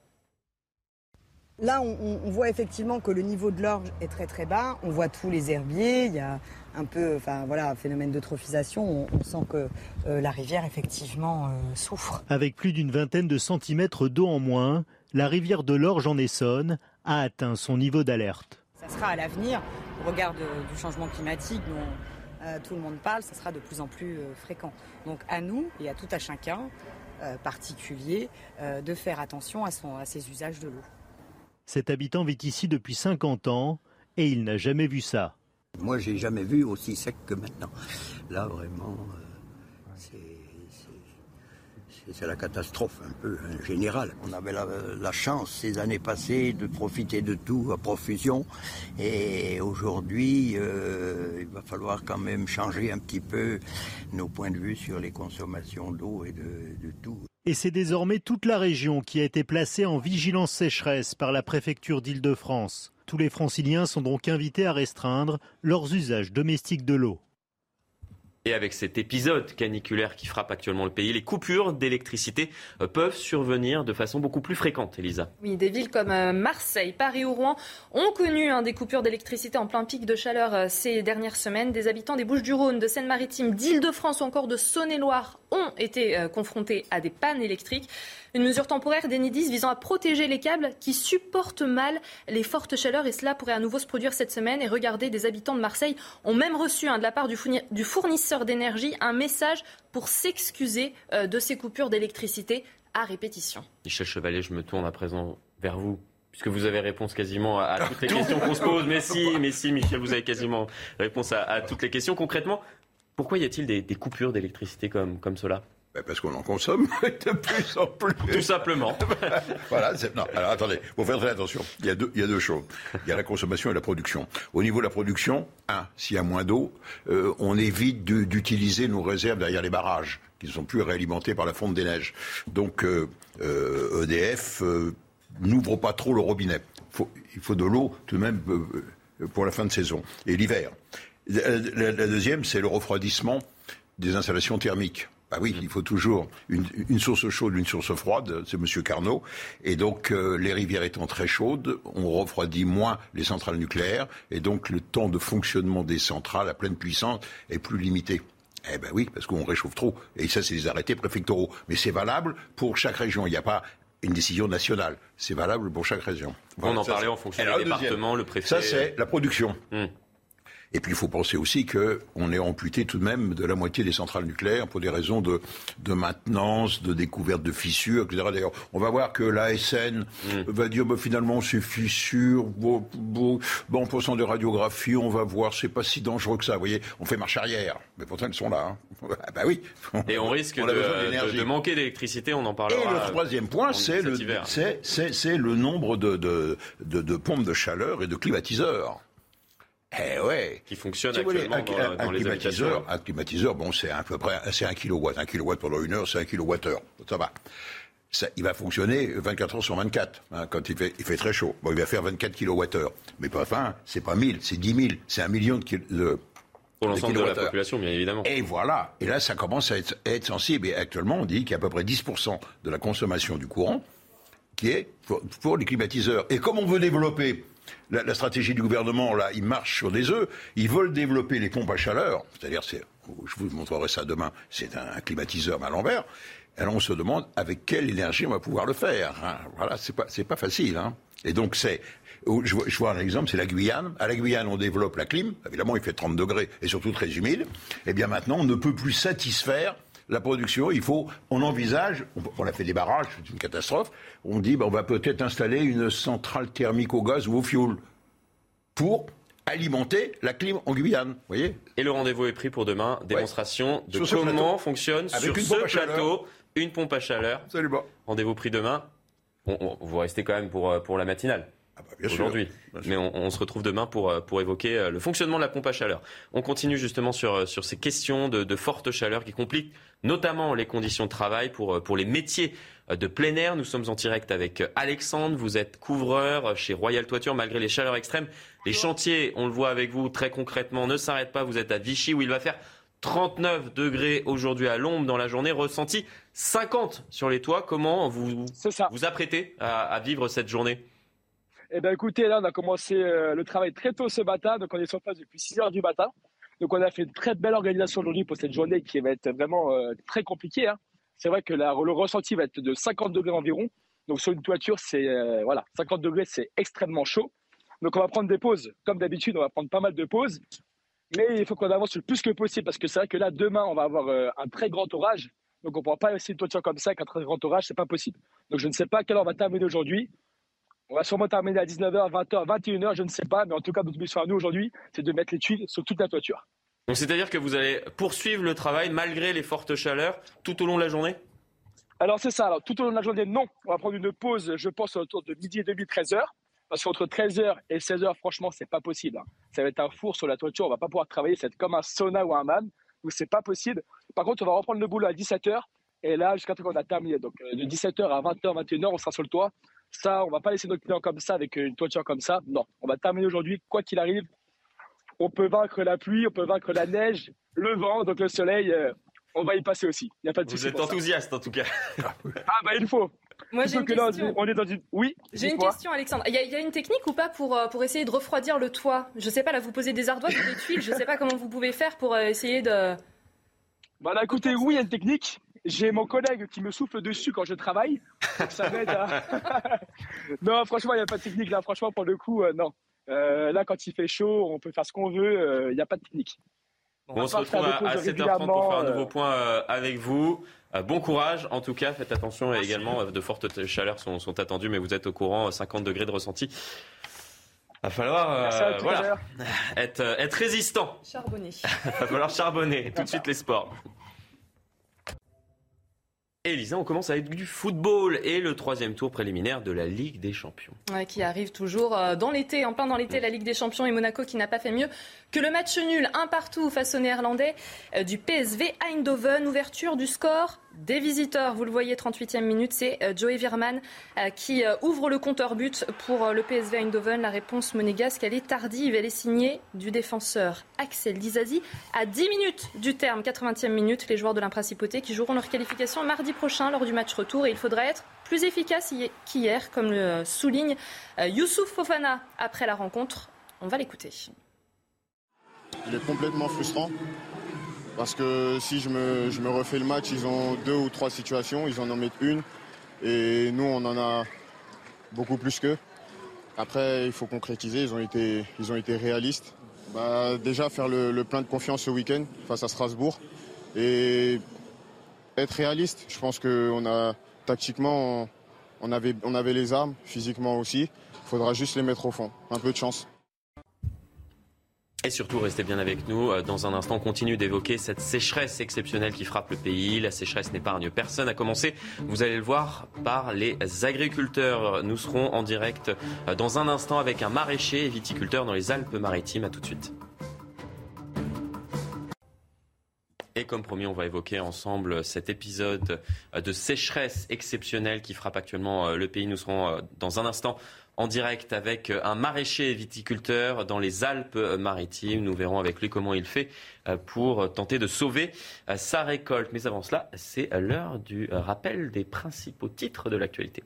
Là, on voit effectivement que le niveau de l'Orge est très très bas. On voit tous les herbiers. Il y a un peu, un phénomène d'eutrophisation. On sent que la rivière effectivement souffre. Avec plus d'une vingtaine de centimètres d'eau en moins, la rivière de l'Orge en Essonne a atteint son niveau d'alerte. Ça sera à l'avenir, au regard du changement climatique dont tout le monde parle, ça sera de plus en plus fréquent. Donc à nous et à tout à chacun, particulier, de faire attention à ses usages de l'eau. Cet habitant vit ici depuis 50 ans et il n'a jamais vu ça. Moi, j'ai jamais vu aussi sec que maintenant. Là, vraiment, c'est c'est la catastrophe un peu générale. On avait la chance ces années passées de profiter de tout à profusion et aujourd'hui il va falloir quand même changer un petit peu nos points de vue sur les consommations d'eau et de tout. Et c'est désormais toute la région qui a été placée en vigilance sécheresse par la préfecture d'Île-de-France. Tous les franciliens sont donc invités à restreindre leurs usages domestiques de l'eau. Et avec cet épisode caniculaire qui frappe actuellement le pays, les coupures d'électricité peuvent survenir de façon beaucoup plus fréquente, Elisa. Oui, des villes comme Marseille, Paris ou Rouen ont connu des coupures d'électricité en plein pic de chaleur ces dernières semaines. Des habitants des Bouches-du-Rhône, de Seine-Maritime, d'Île-de-France ou encore de Saône-et-Loire ont été confrontés à des pannes électriques. Une mesure temporaire d'Enedis visant à protéger les câbles qui supportent mal les fortes chaleurs et cela pourrait à nouveau se produire cette semaine. Et regardez, des habitants de Marseille ont même reçu de la part du fournisseur d'énergie un message pour s'excuser de ces coupures d'électricité à répétition. Michel Chevalier, je me tourne à présent vers vous. Puisque vous avez réponse quasiment à toutes les questions qu'on se pose. Mais si, Michel, vous avez quasiment réponse à toutes les questions. Concrètement, pourquoi y a-t-il des coupures d'électricité comme cela ? Parce qu'on en consomme de plus en plus. Tout simplement. Voilà. Non, alors attendez, il faut faire très attention. Il y a deux choses. Il y a la consommation et la production. Au niveau de la production, s'il y a moins d'eau, on évite d'utiliser nos réserves derrière les barrages, qui ne sont plus réalimentés par la fonte des neiges. Donc EDF n'ouvre pas trop le robinet. Il faut de l'eau tout de même pour la fin de saison et l'hiver. La deuxième, c'est le refroidissement des installations thermiques. Ah oui, il faut toujours une source chaude, une source froide, c'est M. Carnot. Et donc, les rivières étant très chaudes, on refroidit moins les centrales nucléaires. Et donc, le temps de fonctionnement des centrales à pleine puissance est plus limité. Eh ben oui, parce qu'on réchauffe trop. Et ça, c'est des arrêtés préfectoraux. Mais c'est valable pour chaque région. Il n'y a pas une décision nationale. C'est valable pour chaque région. Voilà, on en parlait en fonction des départements, le préfet. Ça, c'est la production. Et puis il faut penser aussi qu'on est amputé tout de même de la moitié des centrales nucléaires pour des raisons de maintenance, de découverte de fissures, etc. D'ailleurs, on va voir que l'ASN va dire finalement ces fissures, en passant des radiographies, on va voir, c'est pas si dangereux que ça. Vous voyez, on fait marche arrière, mais pourtant elles sont là. Bah oui. Et on risque de manquer d'électricité, on en parlera. Et le troisième point, c'est le nombre de pompes de chaleur et de climatiseurs. Eh ouais. Qui fonctionne actuellement dans les habitations. Un climatiseur, c'est à peu près 1 kilowatt. 1 kilowatt pendant 1 heure, c'est 1 kilowattheure. Ça va. Il va fonctionner 24 heures sur 24, quand il fait très chaud. Bon, il va faire 24 kilowattheures. Mais pas 20, c'est pas 1000, c'est 10 000, c'est 1 million de pour l'ensemble de la population, bien évidemment. Et voilà. Et là, ça commence à être sensible. Et actuellement, on dit qu'il y a à peu près 10% de la consommation du courant qui est pour les climatiseurs. Et comme on veut développer la stratégie du gouvernement, là, il marche sur des œufs. Ils veulent développer les pompes à chaleur. C'est-à-dire, je vous montrerai ça demain, c'est un climatiseur à l'envers. Alors on se demande avec quelle énergie on va pouvoir le faire. Voilà, c'est pas facile. Et donc je vois un exemple, c'est la Guyane. À la Guyane, on développe la clim. Évidemment, il fait 30 degrés et surtout très humide. Et bien maintenant, on ne peut plus satisfaire la production. On envisage, on a fait des barrages, c'est une catastrophe. On dit, on va peut-être installer une centrale thermique au gaz ou au fioul pour alimenter la clim en Guyane. Voyez. Et le rendez-vous est pris pour demain. Démonstration de comment fonctionne sur ce plateau une pompe à chaleur. Absolument. Rendez-vous pris demain. Vous restez quand même pour la matinale. Aujourd'hui. Mais on se retrouve demain pour évoquer le fonctionnement de la pompe à chaleur. On continue justement sur ces questions de forte chaleur qui compliquent notamment les conditions de travail pour les métiers de plein air. Nous sommes en direct avec Alexandre. Vous êtes couvreur chez Royal Toiture. Malgré les chaleurs extrêmes, les chantiers, on le voit avec vous très concrètement, ne s'arrêtent pas. Vous êtes à Vichy où il va faire 39 degrés aujourd'hui à l'ombre dans la journée, ressenti 50 sur les toits. Comment vous apprêtez à vivre cette journée ? Eh bien, écoutez, là, on a commencé le travail très tôt ce matin. Donc, on est sur place depuis 6 heures du matin. Donc, on a fait une très belle organisation aujourd'hui pour cette journée qui va être vraiment très compliquée. C'est vrai que le ressenti va être de 50 degrés environ. Donc, sur une toiture, 50 degrés, c'est extrêmement chaud. Donc, on va prendre des pauses. Comme d'habitude, on va prendre pas mal de pauses. Mais il faut qu'on avance le plus que possible parce que c'est vrai que là, demain, on va avoir un très grand orage. Donc, on ne pourra pas laisser une toiture comme ça avec un très grand orage. Ce n'est pas possible. Donc, je ne sais pas à quelle heure on va terminer aujourd'hui. On va sûrement terminer à 19h, 20h, 21h, je ne sais pas. Mais en tout cas, notre mission à nous aujourd'hui, c'est de mettre les tuiles sur toute la toiture. Donc c'est-à-dire que vous allez poursuivre le travail malgré les fortes chaleurs tout au long de la journée ? Alors c'est ça, alors tout au long de la journée, non. On va prendre une pause, je pense, autour de midi et demi, 13h. Parce qu'entre 13h et 16h, franchement, c'est pas possible. Ça va être un four sur la toiture, on va pas pouvoir travailler, ça va être comme un sauna ou un hammam. Donc c'est pas possible. Par contre, on va reprendre le boulot à 17h. Et là, jusqu'à ce qu'on a terminé. Donc de 17h à 20h, 21h, on sera sur le toit. Ça, on va pas laisser nos clients comme ça, avec une toiture comme ça. Non, on va terminer aujourd'hui, quoi qu'il arrive. On peut vaincre la pluie, on peut vaincre la neige, le vent, donc le soleil, on va y passer aussi. Il y a pas de souci. Vous êtes enthousiaste en tout cas. Ah bah il faut. Moi j'ai une question. On est dans une... Oui. J'ai une question, Alexandre. Il y a une technique ou pas pour essayer de refroidir le toit? Je sais pas, là vous posez des ardoises ou des tuiles, je sais pas comment vous pouvez faire pour essayer de... Bah là, écoutez, oui, il y a une technique. J'ai mon collègue qui me souffle dessus quand je travaille. Donc ça m'aide à... Non, franchement, il n'y a pas de technique là. Franchement, pour le coup, non. Là, quand il fait chaud, on peut faire ce qu'on veut. Il n'y a pas de technique. On se retrouve à 7h30 pour faire un nouveau point avec vous. Bon courage. En tout cas, faites attention également. De fortes chaleurs sont attendues, mais vous êtes au courant. 50 degrés de ressenti. Va falloir être résistant. Charbonner. Va falloir charbonner. Tout de suite les sports. Elisa, on commence avec du football et le 3e tour préliminaire de la Ligue des Champions. Ouais, qui arrive toujours dans l'été, en plein dans l'été, la Ligue des Champions, et Monaco qui n'a pas fait mieux que le match nul 1-1 face aux Néerlandais du PSV Eindhoven. Ouverture du score des visiteurs, vous le voyez, 38e minute, c'est Joey Veerman qui ouvre le compteur but pour le PSV Eindhoven. La réponse monégasque, elle est tardive, elle est signée du défenseur Axel Disasi. À 10 minutes du terme, 80e minute, les joueurs de l'Imprincipauté qui joueront leur qualification mardi prochain lors du match retour, et il faudra être plus efficace qu'hier, comme le souligne Youssouf Fofana après la rencontre. On va l'écouter. Il est complètement frustrant. Parce que si je me refais le match, ils ont 2 ou 3 situations, ils en mettent une. Et nous, on en a beaucoup plus qu'eux. Après, il faut concrétiser, ils ont été réalistes. Déjà, faire le plein de confiance ce week-end face à Strasbourg. Et être réaliste, je pense qu'on a tactiquement, on avait les armes, physiquement aussi. Il faudra juste les mettre au fond. Un peu de chance. Et surtout, restez bien avec nous. Dans un instant, on continue d'évoquer cette sécheresse exceptionnelle qui frappe le pays. La sécheresse n'épargne personne, à commencer, vous allez le voir, par les agriculteurs. Nous serons en direct dans un instant avec un maraîcher et viticulteur dans les Alpes-Maritimes. À tout de suite. Et comme promis, on va évoquer ensemble cet épisode de sécheresse exceptionnelle qui frappe actuellement le pays. Nous serons dans un instant en direct avec un maraîcher et viticulteur dans les Alpes-Maritimes. Nous verrons avec lui comment il fait pour tenter de sauver sa récolte. Mais avant cela, c'est l'heure du rappel des principaux titres de l'actualité.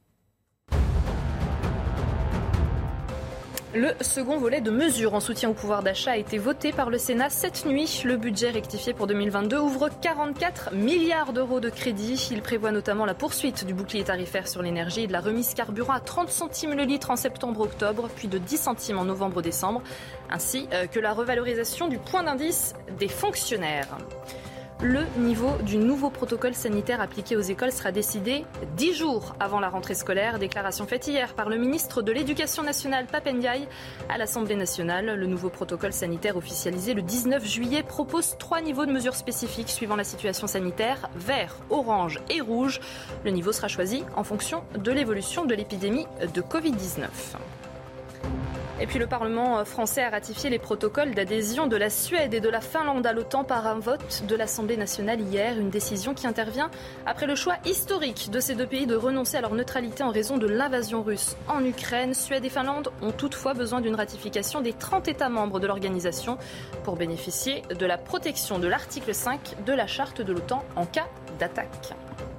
Le second volet de mesures en soutien au pouvoir d'achat a été voté par le Sénat cette nuit. Le budget rectifié pour 2022 ouvre 44 milliards d'euros de crédits. Il prévoit notamment la poursuite du bouclier tarifaire sur l'énergie et de la remise carburant à 30 centimes le litre en septembre-octobre, puis de 10 centimes en novembre-décembre, ainsi que la revalorisation du point d'indice des fonctionnaires. Le niveau du nouveau protocole sanitaire appliqué aux écoles sera décidé 10 jours avant la rentrée scolaire. Déclaration faite hier par le ministre de l'Éducation nationale, Pape Ndiaye, à l'Assemblée nationale. Le nouveau protocole sanitaire officialisé le 19 juillet propose 3 niveaux de mesures spécifiques suivant la situation sanitaire, vert, orange et rouge. Le niveau sera choisi en fonction de l'évolution de l'épidémie de Covid-19. Et puis le Parlement français a ratifié les protocoles d'adhésion de la Suède et de la Finlande à l'OTAN par un vote de l'Assemblée nationale hier. Une décision qui intervient après le choix historique de ces deux pays de renoncer à leur neutralité en raison de l'invasion russe en Ukraine. Suède et Finlande ont toutefois besoin d'une ratification des 30 États membres de l'organisation pour bénéficier de la protection de l'article 5 de la charte de l'OTAN en cas d'attaque.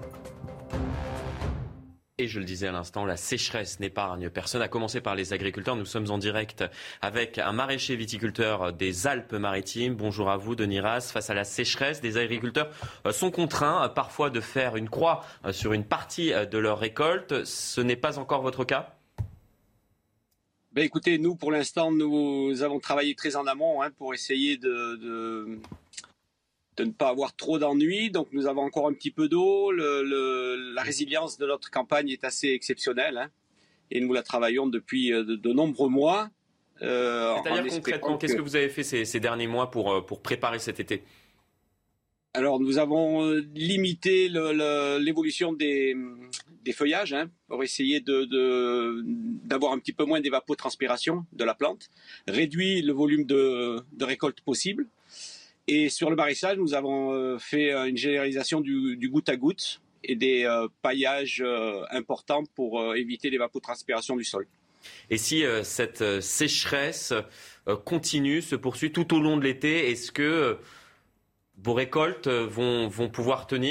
Et je le disais à l'instant, la sécheresse n'épargne personne, à commencer par les agriculteurs. Nous sommes en direct avec un maraîcher viticulteur des Alpes-Maritimes. Bonjour à vous, Denis Ras. Face à la sécheresse, des agriculteurs sont contraints parfois de faire une croix sur une partie de leur récolte. Ce n'est pas encore votre cas ? Écoutez, nous, pour l'instant, nous avons travaillé très en amont pour essayer de ne pas avoir trop d'ennuis. Donc nous avons encore un petit peu d'eau. La résilience de notre campagne est assez exceptionnelle et nous la travaillons depuis de nombreux mois. C'est-à-dire concrètement, qu'est-ce que vous avez fait ces derniers mois pour préparer cet été ? Alors, nous avons limité l'évolution des feuillages pour essayer d'avoir un petit peu moins d'évapotranspiration de la plante, réduit le volume de récolte possible. Et sur le maraîchage, nous avons fait une généralisation du goutte à goutte et des paillages importants pour éviter l'évapotranspiration du sol. Et si cette sécheresse continue, se poursuit tout au long de l'été, est-ce que vos récoltes vont pouvoir tenir ?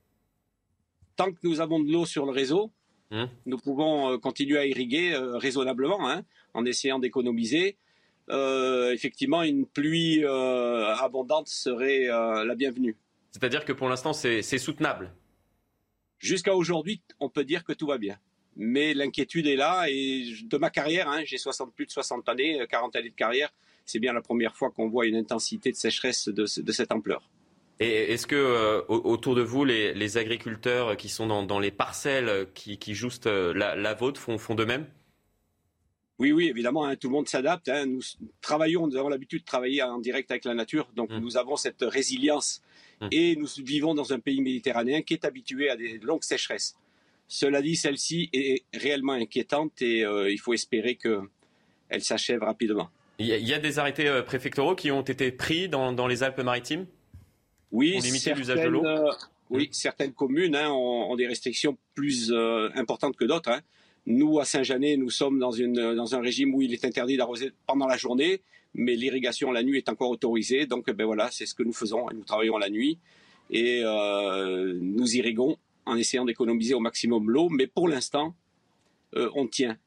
Tant que nous avons de l'eau sur le réseau, nous pouvons continuer à irriguer raisonnablement, en essayant d'économiser. Effectivement, une pluie abondante serait la bienvenue. C'est-à-dire que pour l'instant, c'est soutenable ? Jusqu'à aujourd'hui, on peut dire que tout va bien. Mais l'inquiétude est là et de ma carrière, j'ai plus de 60 années, 40 années de carrière, c'est bien la première fois qu'on voit une intensité de sécheresse de cette ampleur. Et est-ce que autour de vous, les agriculteurs qui sont dans les parcelles qui jouxtent la vôtre font de même ? Oui, évidemment, tout le monde s'adapte. Nous avons l'habitude de travailler en direct avec la nature, donc nous avons cette résilience. Et nous vivons dans un pays méditerranéen qui est habitué à des longues sécheresses. Cela dit, celle-ci est réellement inquiétante et il faut espérer qu'elle s'achève rapidement. Il y a des arrêtés préfectoraux qui ont été pris dans les Alpes-Maritimes ? Oui, pour limiter l'usage de l'eau ? Oui, certaines communes ont des restrictions plus importantes que d'autres. Nous, à Saint-Jeannet, nous sommes dans un régime où il est interdit d'arroser pendant la journée, mais l'irrigation la nuit est encore autorisée. Donc, voilà, c'est ce que nous faisons. Nous travaillons la nuit et nous irriguons en essayant d'économiser au maximum l'eau. Mais pour l'instant, on tient.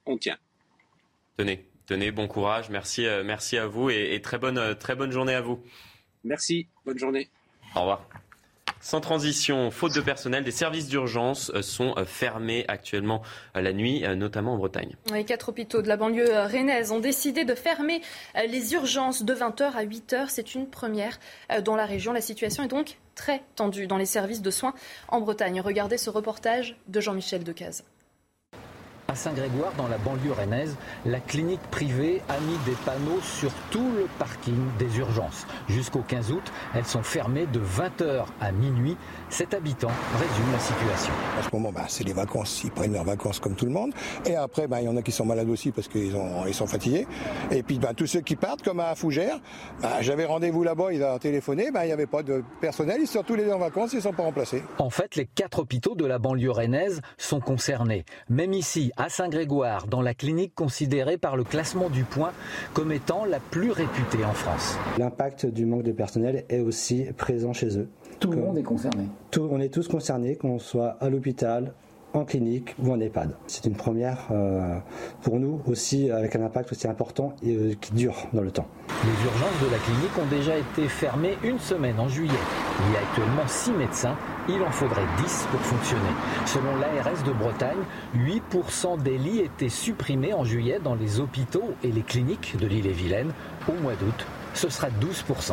Tenez, bon courage. Merci à vous et très bonne journée à vous. Merci, bonne journée. Au revoir. Sans transition, faute de personnel, des services d'urgence sont fermés actuellement la nuit, notamment en Bretagne. Les 4 hôpitaux de la banlieue rennaise ont décidé de fermer les urgences de 20h à 8h. C'est une première dans la région. La situation est donc très tendue dans les services de soins en Bretagne. Regardez ce reportage de Jean-Michel Decaze. À Saint-Grégoire, dans la banlieue rennaise, la clinique privée a mis des panneaux sur tout le parking des urgences. Jusqu'au 15 août, elles sont fermées de 20h à minuit. Cet habitant résume la situation. En ce moment, c'est les vacances. Ils prennent leurs vacances comme tout le monde. Et après, il y en a qui sont malades aussi parce qu'ils sont fatigués. Et puis, tous ceux qui partent, comme à Fougères, j'avais rendez-vous là-bas, ils ont téléphoné. Il n'y avait pas de personnel. Ils sont tous les deux en vacances, ils ne sont pas remplacés. En fait, les 4 hôpitaux de la banlieue rennaise sont concernés. Même ici, à Saint-Grégoire, dans la clinique considérée par le classement du Point comme étant la plus réputée en France. L'impact du manque de personnel est aussi présent chez eux. Tout le monde est concerné. On est tous concernés, qu'on soit à l'hôpital, en clinique ou en EHPAD. C'est une première pour nous aussi, avec un impact aussi important et qui dure dans le temps. Les urgences de la clinique ont déjà été fermées une semaine en juillet. Il y a actuellement 6 médecins, il en faudrait 10 pour fonctionner. Selon l'ARS de Bretagne, 8% des lits étaient supprimés en juillet dans les hôpitaux et les cliniques de l'Ille-et-Vilaine. Au mois d'août, ce sera 12%.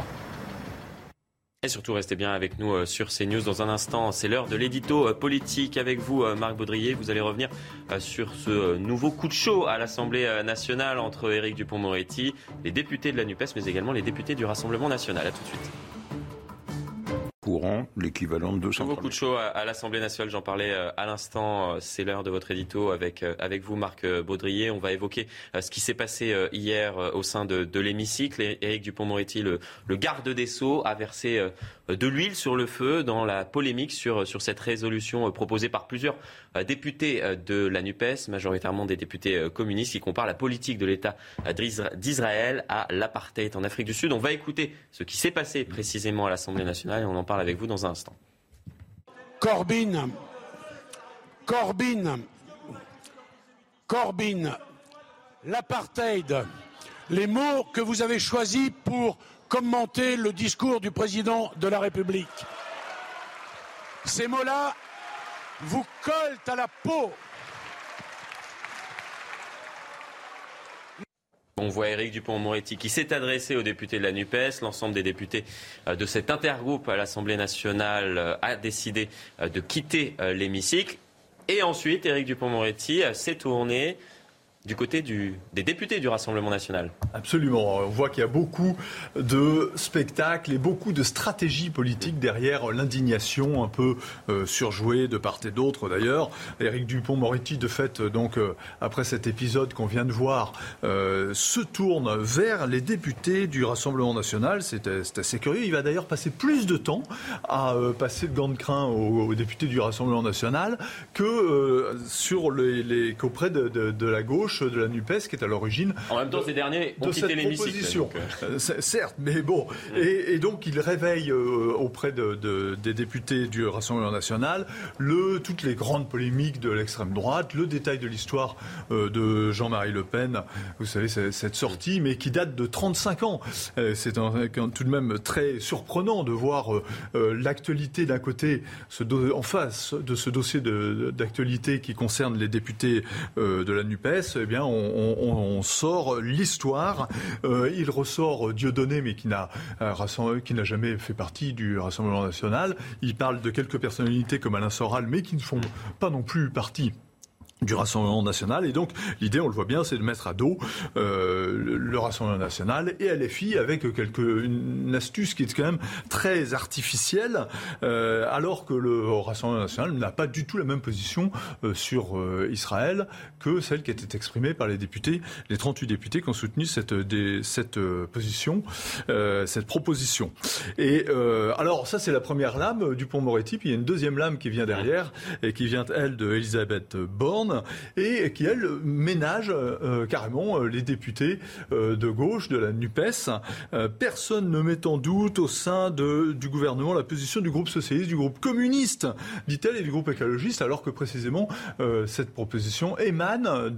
Et surtout, restez bien avec nous sur CNews. Dans un instant, c'est l'heure de l'édito politique avec vous, Marc Baudrier. Vous allez revenir sur ce nouveau coup de chaud à l'Assemblée nationale entre Éric Dupond-Moretti, les députés de la NUPES, mais également les députés du Rassemblement national. A tout de suite. Courant, l'équivalent de 200. Nouveau coup de chaud à l'Assemblée nationale, j'en parlais à l'instant, c'est l'heure de votre édito avec vous Marc Baudrier. On va évoquer ce qui s'est passé hier au sein de l'hémicycle. Éric Dupond-Moretti, le garde des Sceaux, a versé de l'huile sur le feu dans la polémique sur cette résolution proposée par plusieurs députés de la NUPES, majoritairement des députés communistes, qui comparent la politique de l'État d'Israël à l'apartheid en Afrique du Sud. On va écouter ce qui s'est passé précisément à l'Assemblée nationale et on en parle avec vous dans un instant. Corbyn, l'apartheid, les mots que vous avez choisis pour commenter le discours du président de la République. Ces mots-là vous collent à la peau. On voit Éric Dupond-Moretti qui s'est adressé aux députés de la NUPES. L'ensemble des députés de cet intergroupe à l'Assemblée nationale a décidé de quitter l'hémicycle. Et ensuite, Éric Dupond-Moretti s'est tourné du côté des députés du Rassemblement national. Absolument. On voit qu'il y a beaucoup de spectacles et beaucoup de stratégies politiques derrière l'indignation un peu surjouée de part et d'autre d'ailleurs. Éric Dupond-Moretti, de fait, donc après cet épisode qu'on vient de voir, se tourne vers les députés du Rassemblement national. C'est assez curieux. Il va d'ailleurs passer plus de temps à passer de gants de crin aux députés du Rassemblement national que qu'auprès de la gauche, de la NUPES, qui est à l'origine. En même temps, ces derniers ont quitté l'hémicycle. Certes, mais bon. Et donc, il réveille auprès des députés du Rassemblement national toutes les grandes polémiques de l'extrême droite, le détail de l'histoire de Jean-Marie Le Pen. Vous savez, cette sortie, mais qui date de 35 ans. C'est tout de même très surprenant de voir l'actualité d'un côté, en face de ce dossier d'actualité qui concerne les députés de la NUPES. Eh bien, on sort l'histoire. Il ressort Dieudonné, mais qui n'a jamais fait partie du Rassemblement national. Il parle de quelques personnalités comme Alain Soral, mais qui ne font pas non plus partie du Rassemblement national. Et donc, l'idée, on le voit bien, c'est de mettre à dos le Rassemblement national et LFI avec une astuce qui est quand même très artificielle, alors que le Rassemblement national n'a pas du tout la même position sur Israël que celle qui était exprimée par les 38 députés qui ont soutenu cette position, cette proposition. Et alors, ça, c'est la première lame, Dupond-Moretti, puis il y a une deuxième lame qui vient derrière, et qui vient, elle, de Elisabeth Borne, et qui, elle, ménage carrément les députés de gauche, de la NUPES. Personne ne met en doute au sein du gouvernement la position du groupe socialiste, du groupe communiste, dit-elle, et du groupe écologiste, alors que précisément cette proposition émane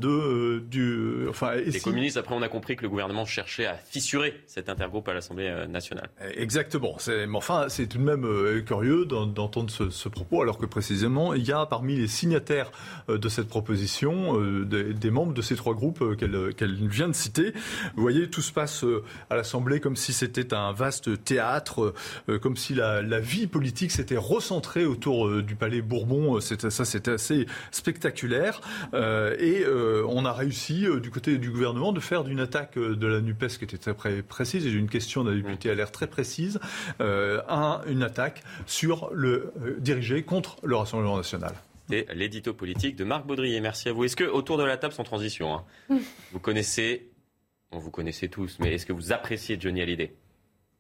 des communistes. Après, on a compris que le gouvernement cherchait à fissurer cet intergroupe à l'Assemblée nationale. Exactement. Mais enfin, c'est tout de même curieux d'entendre ce propos, alors que précisément, il y a parmi les signataires de cette proposition des membres de ces trois groupes qu'elle vient de citer. Vous voyez, tout se passe à l'Assemblée comme si c'était un vaste théâtre, comme si la vie politique s'était recentrée autour du Palais Bourbon. C'était assez spectaculaire. Et on a réussi, du côté du gouvernement, de faire d'une attaque de la NUPES qui était très précise et d'une question d'un député à l'air très précise, une attaque dirigée contre le Rassemblement national. Et l'édito politique de Marc Baudrier. Merci à vous. Est-ce que, autour de la table, sans transition, vous connaissez tous, mais est-ce que vous appréciez Johnny Hallyday ? Tous ?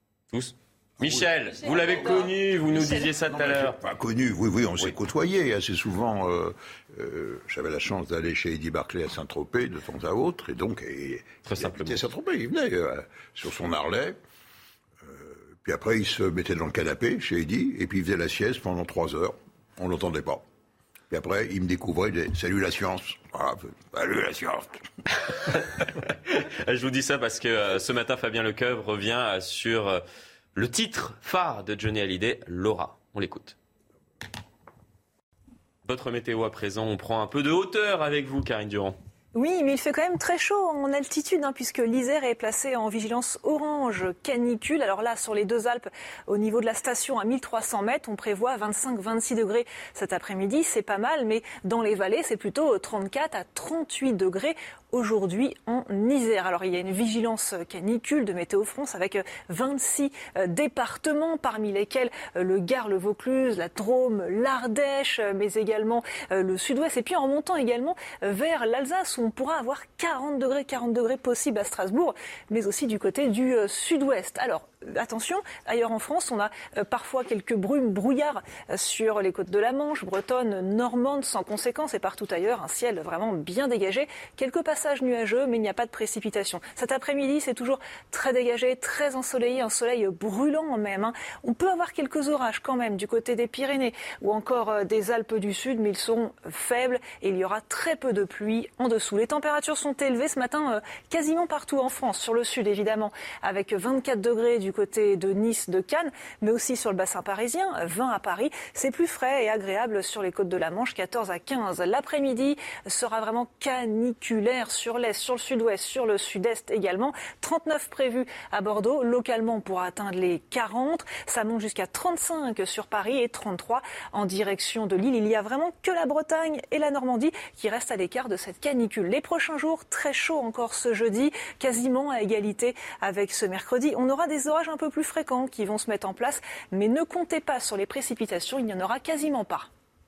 Michel, vous l'avez connu, vous nous disiez ça tout à l'heure. Pas connu, oui, on s'est côtoyés assez souvent. J'avais la chance d'aller chez Eddie Barclay à Saint-Tropez de temps à autre, et donc très simplement. À Saint-Tropez, il venait sur son Harley. Puis après, il se mettait dans le canapé chez Eddie, et puis il faisait la sieste pendant 3 heures. On l'entendait pas. Puis après, il me découvrait, il disait « Salut la science ». Ah, salut la science. Je vous dis ça parce que ce matin, Fabien Lecoeuvre revient sur le titre phare de Johnny Hallyday, Laura. On l'écoute. Votre météo à présent, on prend un peu de hauteur avec vous, Karine Durand. Oui, mais il fait quand même très chaud en altitude, puisque l'Isère est placée en vigilance orange canicule. Alors là, sur les deux Alpes, au niveau de la station à 1300 mètres, on prévoit 25-26 degrés cet après-midi. C'est pas mal, mais dans les vallées, c'est plutôt 34 à 38 degrés aujourd'hui en Isère. Alors il y a une vigilance canicule de Météo France avec 26 départements, parmi lesquels le Gard, le Vaucluse, la Drôme, l'Ardèche, mais également le Sud-Ouest. Et puis en montant également vers l'Alsace, où on pourra avoir 40 degrés possibles à Strasbourg, mais aussi du côté du Sud-Ouest. Alors attention, ailleurs en France, on a parfois quelques brumes, brouillards sur les côtes de la Manche, bretonne, normande, sans conséquence, et partout ailleurs, un ciel vraiment bien dégagé. Quelques passages nuageux, mais il n'y a pas de précipitation. Cet après-midi, c'est toujours très dégagé, très ensoleillé, un soleil brûlant même. On peut avoir quelques orages quand même du côté des Pyrénées ou encore des Alpes du Sud, mais ils seront faibles et il y aura très peu de pluie en dessous. Les températures sont élevées ce matin quasiment partout en France, sur le sud évidemment, avec 24 degrés du du côté de Nice, de Cannes, mais aussi sur le bassin parisien, 20 à Paris. C'est plus frais et agréable sur les côtes de la Manche, 14 à 15. L'après-midi sera vraiment caniculaire sur l'est, sur le sud-ouest, sur le sud-est également. 39 prévus à Bordeaux, localement pour atteindre les 40. Ça monte jusqu'à 35 sur Paris et 33 en direction de Lille. Il y a vraiment que la Bretagne et la Normandie qui restent à l'écart de cette canicule. Les prochains jours, très chaud encore ce jeudi, quasiment à égalité avec ce mercredi. On aura des orages un peu plus fréquents qui vont se mettre en place, mais ne comptez pas sur les précipitations, il n'y en aura quasiment pas.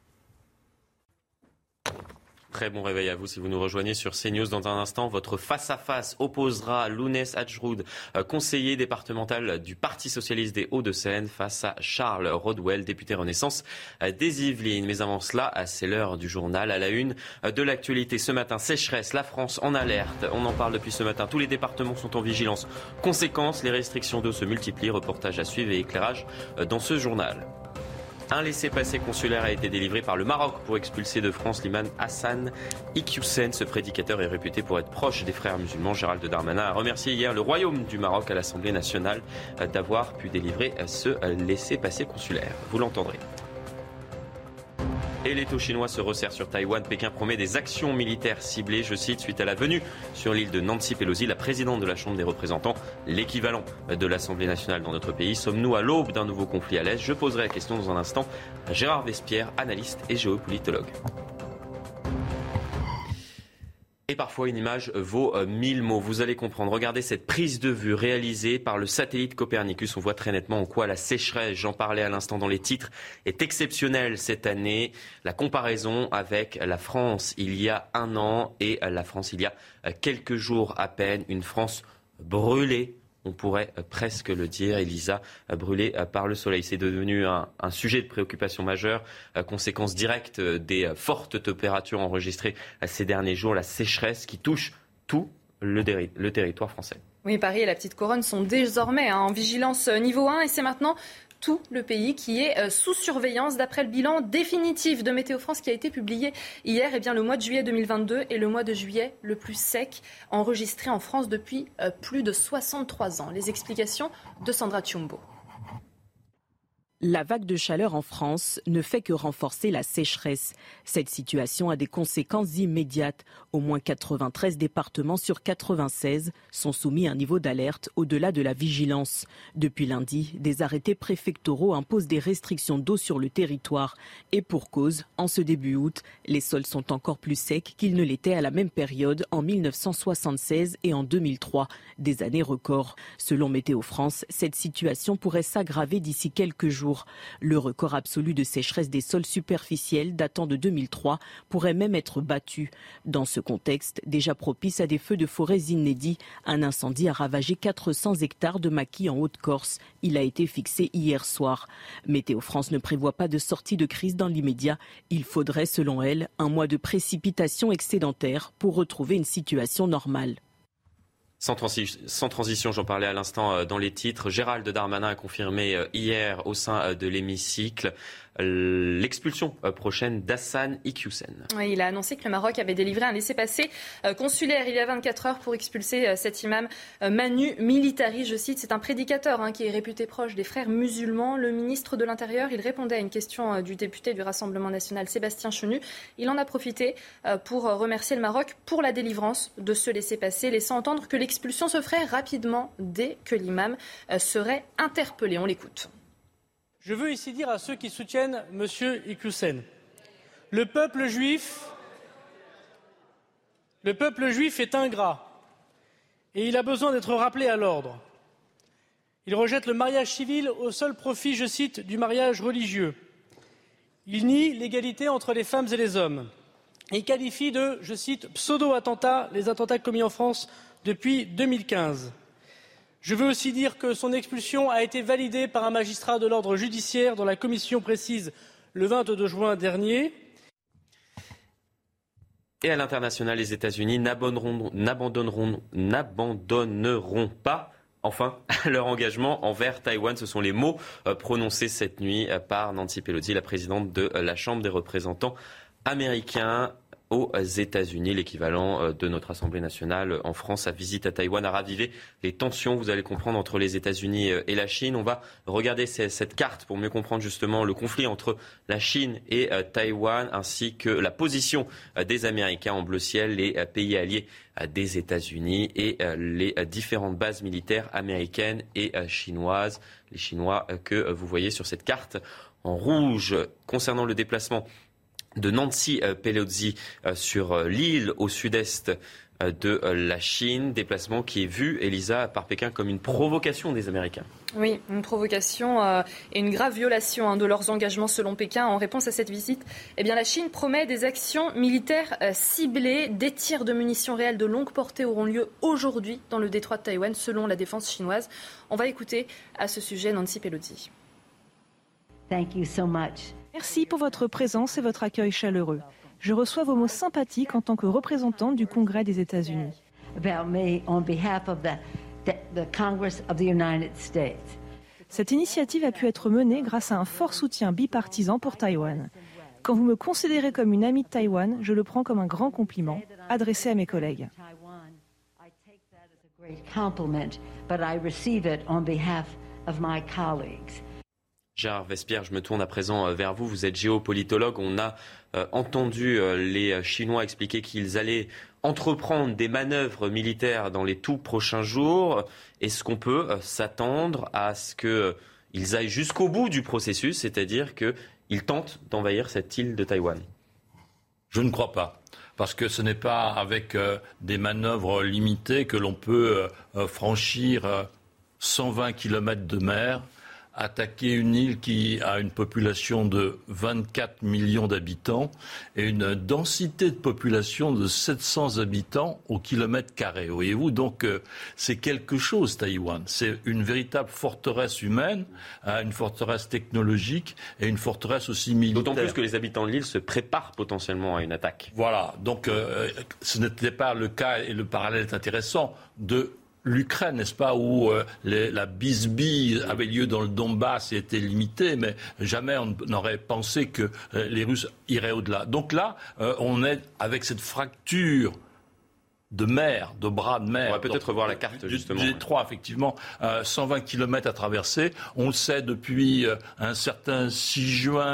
Très bon réveil à vous si vous nous rejoignez sur CNews. Dans un instant, votre face-à-face opposera Lounès Hadjroud, conseiller départemental du Parti socialiste des Hauts-de-Seine, face à Charles Rodwell, député Renaissance des Yvelines. Mais avant cela, c'est l'heure du journal. À la une de l'actualité ce matin, sécheresse, la France en alerte. On en parle depuis ce matin. Tous les départements sont en vigilance. Conséquence, les restrictions d'eau se multiplient. Reportage à suivre et éclairage dans ce journal. Un laissez-passer consulaire a été délivré par le Maroc pour expulser de France l'imam Hassan Iqiyoussen. Ce prédicateur est réputé pour être proche des frères musulmans. Gérald Darmanin a remercié hier le Royaume du Maroc à l'Assemblée nationale d'avoir pu délivrer ce laissez-passer consulaire. Vous l'entendrez. Et les taux chinois se resserrent sur Taïwan. Pékin promet des actions militaires ciblées, je cite, suite à la venue sur l'île de Nancy Pelosi, la présidente de la Chambre des représentants, l'équivalent de l'Assemblée nationale dans notre pays. Sommes-nous à l'aube d'un nouveau conflit à l'Est ? Je poserai la question dans un instant à Gérard Vespierre, analyste et géopolitologue. Et parfois, une image vaut 1000 mots. Vous allez comprendre. Regardez cette prise de vue réalisée par le satellite Copernicus. On voit très nettement en quoi la sécheresse, j'en parlais à l'instant dans les titres, est exceptionnelle cette année. La comparaison avec la France il y a un an et la France il y a quelques jours à peine. Une France brûlée. On pourrait presque le dire, Elisa, brûlée par le soleil. C'est devenu un sujet de préoccupation majeure, conséquence directe des fortes températures enregistrées ces derniers jours, la sécheresse qui touche tout le territoire français. Oui, Paris et la Petite Couronne sont désormais en vigilance niveau 1 et c'est maintenant tout le pays qui est sous surveillance. D'après le bilan définitif de Météo France qui a été publié hier, eh bien, le mois de juillet 2022 est le mois de juillet le plus sec enregistré en France depuis plus de 63 ans. Les explications de Sandra Tchumbo. La vague de chaleur en France ne fait que renforcer la sécheresse. Cette situation a des conséquences immédiates. Au moins 93 départements sur 96 sont soumis à un niveau d'alerte au-delà de la vigilance. Depuis lundi, des arrêtés préfectoraux imposent des restrictions d'eau sur le territoire. Et pour cause, en ce début août, les sols sont encore plus secs qu'ils ne l'étaient à la même période en 1976 et en 2003, des années records. Selon Météo France, cette situation pourrait s'aggraver d'ici quelques jours. Le record absolu de sécheresse des sols superficiels datant de 2003 pourrait même être battu. Dans ce contexte, déjà propice à des feux de forêt inédits, un incendie a ravagé 400 hectares de maquis en Haute-Corse. Il a été fixé hier soir. Météo France ne prévoit pas de sortie de crise dans l'immédiat. Il faudrait, selon elle, un mois de précipitations excédentaires pour retrouver une situation normale. Sans transition, j'en parlais à l'instant dans les titres. Gérald Darmanin a confirmé hier au sein de l'hémicycle l'expulsion prochaine d'Hassan Iqiyoussen. Oui, il a annoncé que le Maroc avait délivré un laissez-passer consulaire il y a 24 heures pour expulser cet imam Manu Militari. Je cite, c'est un prédicateur qui est réputé proche des frères musulmans. Le ministre de l'Intérieur, il répondait à une question du député du Rassemblement national Sébastien Chenu. Il en a profité pour remercier le Maroc pour la délivrance de ce laissez-passer, laissant entendre que l'expulsion se ferait rapidement dès que l'imam serait interpellé. On l'écoute. Je veux ici dire à ceux qui soutiennent M. Iqiyoussen, le peuple juif est ingrat et il a besoin d'être rappelé à l'ordre. Il rejette le mariage civil au seul profit, je cite, du mariage religieux. Il nie l'égalité entre les femmes et les hommes. Il qualifie de, je cite, pseudo-attentats les attentats commis en France depuis 2015. Je veux aussi dire que son expulsion a été validée par un magistrat de l'ordre judiciaire dont la commission précise le 22 juin dernier. Et à l'international, les États-Unis n'abandonneront pas leur engagement envers Taïwan. Ce sont les mots prononcés cette nuit par Nancy Pelosi, la présidente de la Chambre des représentants américains. aux États-Unis. L'équivalent de notre Assemblée nationale en France. Sa visite à Taïwan a ravivé les tensions, vous allez comprendre, entre les États-Unis et la Chine. On va regarder cette carte pour mieux comprendre justement le conflit entre la Chine et Taïwan, ainsi que la position des Américains en bleu ciel, les pays alliés des États-Unis et les différentes bases militaires américaines et chinoises. Les Chinois que vous voyez sur cette carte en rouge. Concernant le déplacement de Nancy Pelosi sur l'île au sud-est de la Chine, déplacement qui est vu, Elisa, par Pékin comme une provocation des Américains. Oui, une provocation et une grave violation de leurs engagements selon Pékin. En réponse à cette visite, la Chine promet des actions militaires ciblées. Des tirs de munitions réelles de longue portée auront lieu aujourd'hui dans le détroit de Taïwan, selon la défense chinoise. On va écouter à ce sujet Nancy Pelosi. Thank you so much. Merci pour votre présence et votre accueil chaleureux. Je reçois vos mots sympathiques en tant que représentante du Congrès des États-Unis. Cette initiative a pu être menée grâce à un fort soutien bipartisan pour Taïwan. Quand vous me considérez comme une amie de Taïwan, je le prends comme un grand compliment adressé à mes collègues. Gérard Vespierre, je me tourne à présent vers vous. Vous êtes géopolitologue. On a entendu les Chinois expliquer qu'ils allaient entreprendre des manœuvres militaires dans les tout prochains jours. Est-ce qu'on peut s'attendre à ce qu'ils aillent jusqu'au bout du processus, c'est-à-dire qu'ils tentent d'envahir cette île de Taïwan ? Je ne crois pas. Parce que ce n'est pas avec des manœuvres limitées que l'on peut franchir 120 km de mer, attaquer une île qui a une population de 24 millions d'habitants et une densité de population de 700 habitants au kilomètre carré. Voyez-vous, donc c'est quelque chose, Taïwan. C'est une véritable forteresse humaine, une forteresse technologique et une forteresse aussi militaire. D'autant plus que les habitants de l'île se préparent potentiellement à une attaque. Voilà, donc ce n'était pas le cas, et le parallèle est intéressant, de l'Ukraine, n'est-ce pas, où la bisbille avait lieu dans le Donbass et était limitée, mais jamais on n'aurait pensé que les Russes iraient au-delà. Donc là, on est avec cette fracture de mer, de bras de mer. On va peut-être revoir la carte, justement. Du détroit, effectivement, 120 km à traverser. On le sait depuis un certain 6 juin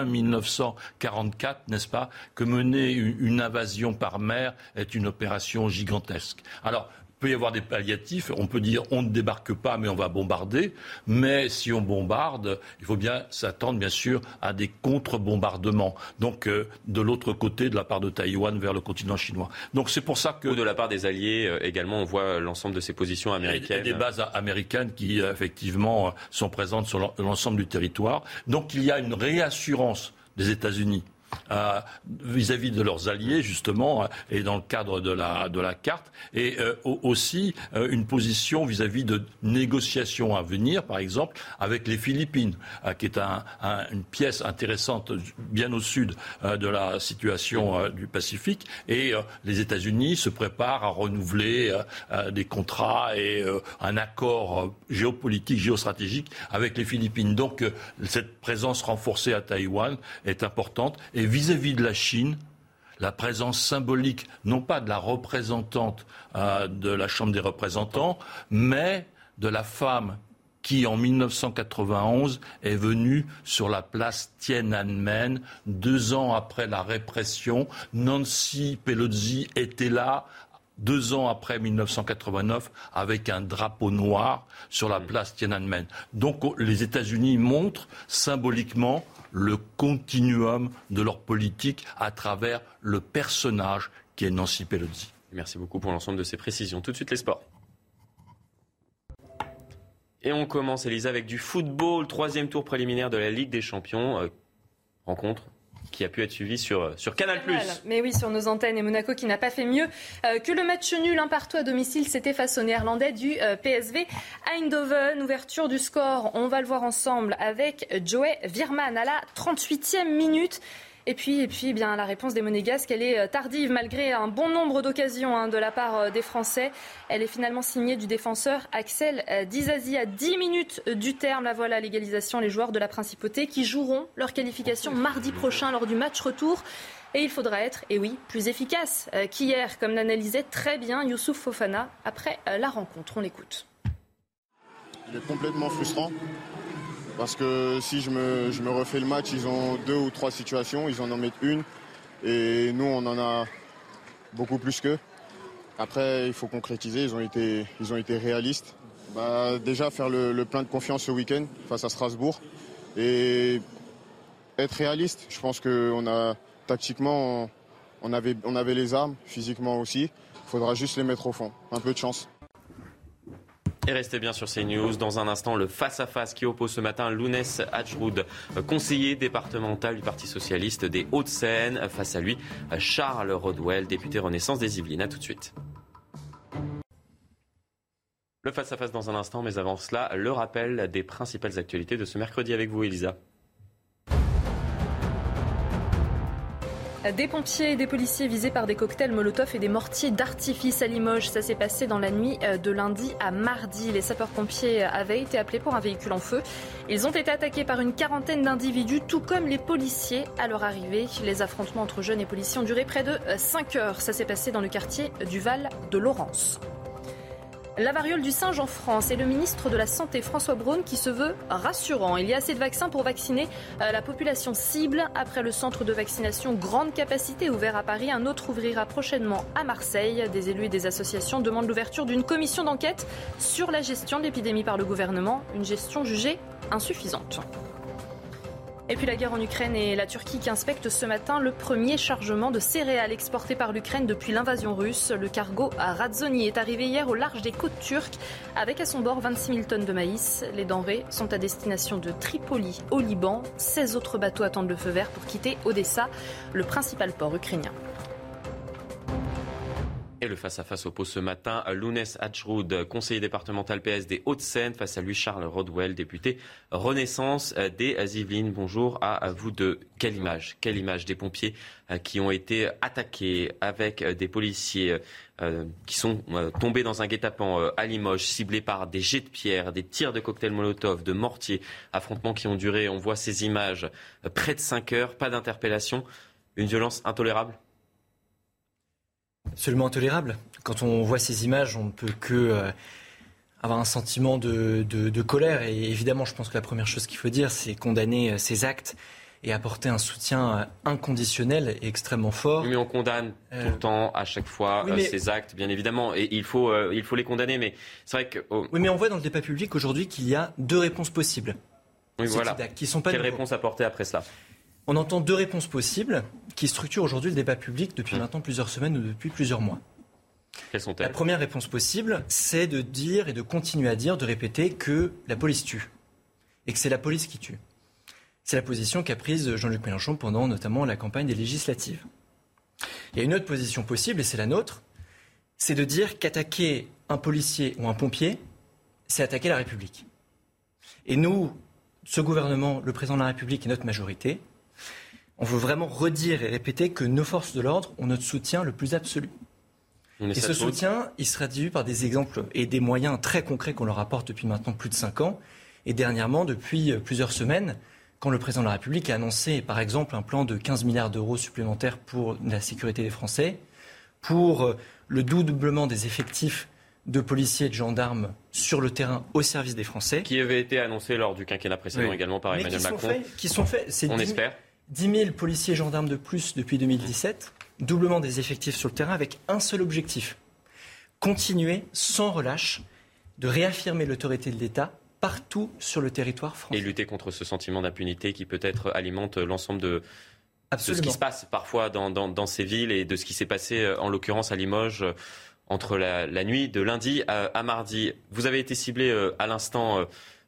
1944, n'est-ce pas, que mener une invasion par mer est une opération gigantesque. Alors, il peut y avoir des palliatifs, on peut dire on ne débarque pas mais on va bombarder, mais si on bombarde, il faut bien s'attendre bien sûr à des contre-bombardements, donc de l'autre côté, de la part de Taïwan vers le continent chinois. Donc c'est pour ça que... Ou de la part des alliés également, on voit l'ensemble de ces positions américaines. Il y a des bases américaines qui effectivement sont présentes sur l'ensemble du territoire, donc il y a une réassurance des États-Unis vis-à-vis de leurs alliés, justement, et dans le cadre de la carte, et aussi une position vis-à-vis de négociations à venir, par exemple, avec les Philippines, qui est une pièce intéressante bien au sud de la situation du Pacifique, et les États-Unis se préparent à renouveler des contrats et un accord géopolitique, géostratégique avec les Philippines. Donc, cette présence renforcée à Taïwan est importante. Et vis-à-vis de la Chine, la présence symbolique, non pas de la représentante de la Chambre des représentants, mais de la femme qui, en 1991, est venue sur la place Tiananmen, 2 ans après la répression. Nancy Pelosi était là 2 ans après 1989, avec un drapeau noir sur la place Tiananmen. Donc les États-Unis montrent symboliquement le continuum de leur politique à travers le personnage qui est Nancy Pelosi. Merci beaucoup pour l'ensemble de ces précisions. Tout de suite les sports. Et on commence, Elisa, avec du football. 3e tour préliminaire de la Ligue des Champions. Rencontre qui a pu être suivi sur Canal+. Mais oui, sur nos antennes. Et Monaco qui n'a pas fait mieux que le match nul 1-1 à domicile. C'était face aux Néerlandais du PSV Eindhoven. Ouverture du score, on va le voir ensemble avec Joey Veerman à la 38e minute. Et puis bien, la réponse des Monégasques, elle est tardive malgré un bon nombre d'occasions de la part des Français. Elle est finalement signée du défenseur Axel Disasi. À 10 minutes du terme, la voilà l'égalisation. Les joueurs de la Principauté qui joueront leur qualification mardi prochain lors du match retour. Et il faudra être, plus efficace qu'hier, comme l'analysait très bien Youssouf Fofana après la rencontre. On l'écoute. Il est complètement frustrant. Parce que si je me refais le match, ils ont 2 ou 3 situations, ils en mettent une. Et nous, on en a beaucoup plus qu'eux. Après, il faut concrétiser, ils ont été réalistes. Déjà, faire le plein de confiance ce week-end face à Strasbourg. Et être réaliste, je pense tactiquement, on avait les armes, physiquement aussi. Il faudra juste les mettre au fond. Un peu de chance. Et restez bien sur CNews. Dans un instant, le face-à-face qui oppose ce matin Lounès Hadjroud, conseiller départemental du Parti socialiste des Hauts-de-Seine. Face à lui, Charles Rodwell, député Renaissance des Yvelines. À tout de suite. Le face-à-face dans un instant, mais avant cela, le rappel des principales actualités de ce mercredi avec vous, Elisa. Des pompiers et des policiers visés par des cocktails Molotov et des mortiers d'artifice à Limoges. Ça s'est passé dans la nuit de lundi à mardi. Les sapeurs-pompiers avaient été appelés pour un véhicule en feu. Ils ont été attaqués par une quarantaine d'individus, tout comme les policiers à leur arrivée. Les affrontements entre jeunes et policiers ont duré près de 5 heures. Ça s'est passé dans le quartier du Val de Laurence. La variole du singe en France et le ministre de la Santé François Braun qui se veut rassurant. Il y a assez de vaccins pour vacciner la population cible. Après le centre de vaccination grande capacité ouvert à Paris, un autre ouvrira prochainement à Marseille. Des élus et des associations demandent l'ouverture d'une commission d'enquête sur la gestion de l'épidémie par le gouvernement. Une gestion jugée insuffisante. Et puis la guerre en Ukraine et la Turquie qui inspectent ce matin le premier chargement de céréales exporté par l'Ukraine depuis l'invasion russe. Le cargo à Razoni est arrivé hier au large des côtes turques avec à son bord 26 000 tonnes de maïs. Les denrées sont à destination de Tripoli au Liban. 16 autres bateaux attendent le feu vert pour quitter Odessa, le principal port ukrainien. Et le face-à-face oppose ce matin Lounès Hadjroud, conseiller départemental PS des Hauts-de-Seine. Face à lui, Charles Rodwell, député Renaissance des Yvelines. Bonjour à vous deux. Quelle image des pompiers qui ont été attaqués avec des policiers qui sont tombés dans un guet-apens à Limoges, ciblés par des jets de pierre, des tirs de cocktails Molotov, de mortiers. Affrontements qui ont duré, on voit ces images, près de 5 heures, pas d'interpellation. Une violence intolérable ? Absolument intolérable. Quand on voit ces images, on ne peut que avoir un sentiment de colère. Et évidemment, je pense que la première chose qu'il faut dire, c'est condamner ces actes et apporter un soutien inconditionnel et extrêmement fort. Mais on condamne tout le temps, à chaque fois, ces actes, bien évidemment. Et il faut les condamner. Mais c'est vrai que... Oui, mais on voit dans le débat public aujourd'hui qu'il y a 2 réponses possibles. Oui, voilà. Qui sont pas Quelle réponse apporter après cela ? On entend 2 réponses possibles qui structurent aujourd'hui le débat public depuis maintenant plusieurs semaines ou depuis plusieurs mois. Quelles sont-elles ? La première réponse possible, c'est de dire et de continuer à dire, de répéter que la police tue et que c'est la police qui tue. C'est la position qu'a prise Jean-Luc Mélenchon pendant notamment la campagne des législatives. Il y a une autre position possible, et c'est la nôtre, c'est de dire qu'attaquer un policier ou un pompier, c'est attaquer la République. Et nous, ce gouvernement, le président de la République et notre majorité, on veut vraiment redire et répéter que nos forces de l'ordre ont notre soutien le plus absolu. Et ce soutien, il sera traduit par des exemples et des moyens très concrets qu'on leur apporte depuis maintenant plus de 5 ans. Et dernièrement, depuis plusieurs semaines, quand le président de la République a annoncé, par exemple, un plan de 15 milliards d'euros supplémentaires pour la sécurité des Français, pour le doublement des effectifs de policiers et de gendarmes sur le terrain au service des Français. Qui avait été annoncé lors du quinquennat précédent également par Emmanuel Macron. Qui sont faits. On espère. 10 000 policiers et gendarmes de plus depuis 2017, doublement des effectifs sur le terrain avec un seul objectif. Continuer sans relâche de réaffirmer l'autorité de l'État partout sur le territoire français. Et lutter contre ce sentiment d'impunité qui peut-être alimente l'ensemble de ce qui se passe parfois dans ces villes et de ce qui s'est passé en l'occurrence à Limoges entre la nuit de lundi à mardi. Vous avez été ciblé à l'instant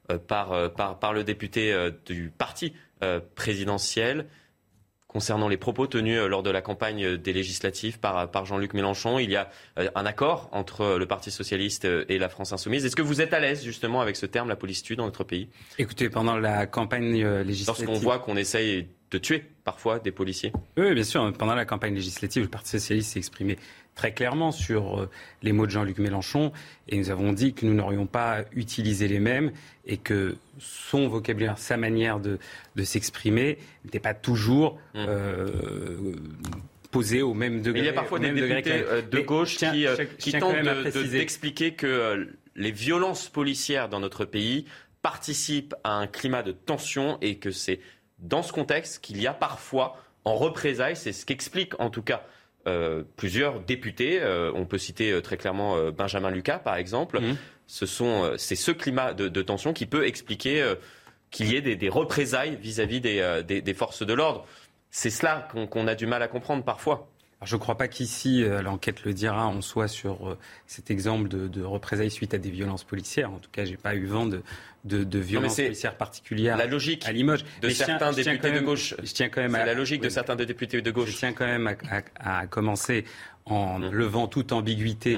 par le député du parti présidentiel concernant les propos tenus lors de la campagne des législatives par Jean-Luc Mélenchon. Il y a un accord entre le Parti socialiste et la France insoumise. Est-ce que vous êtes à l'aise justement avec ce terme, la police tue, dans notre pays ? Écoutez, pendant la campagne législative... Lorsqu'on voit qu'on essaye de tuer parfois des policiers. Oui, bien sûr. Pendant la campagne législative, le Parti socialiste s'est exprimé très clairement sur les mots de Jean-Luc Mélenchon et nous avons dit que nous n'aurions pas utilisé les mêmes et que son vocabulaire, sa manière de s'exprimer n'était pas toujours posé au même degré. Il y a parfois des députés de gauche qui tentent d'expliquer que les violences policières dans notre pays participent à un climat de tension et que c'est dans ce contexte qu'il y a parfois, en représailles, c'est ce qu'explique en tout cas plusieurs députés. On peut citer très clairement Benjamin Lucas, par exemple. C'est ce climat de tension qui peut expliquer qu'il y ait des représailles vis-à-vis des forces de l'ordre. C'est cela qu'on a du mal à comprendre parfois. Alors, je ne crois pas qu'ici, l'enquête le dira, on soit sur cet exemple de représailles suite à des violences policières. En tout cas, je n'ai pas eu vent de violences policières particulières la logique à Limoges. De certains députés de gauche. Je tiens quand même la logique de certains députés de gauche. Je tiens quand même à commencer en levant toute ambiguïté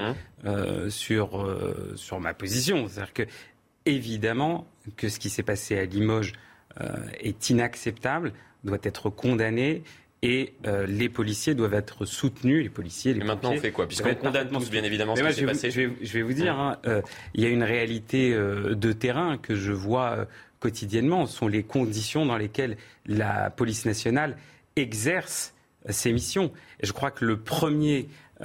sur ma position. C'est-à-dire que, évidemment, que ce qui s'est passé à Limoges est inacceptable, doit être condamné. Et les policiers doivent être soutenus, les policiers, les pompiers. Et maintenant, on fait quoi? Puisqu'on condamne tous, bien évidemment, ce qui s'est passé. Je vais vous dire, il y a une réalité de terrain que je vois quotidiennement. Ce sont les conditions dans lesquelles la police nationale exerce ses missions. Et je crois que le premier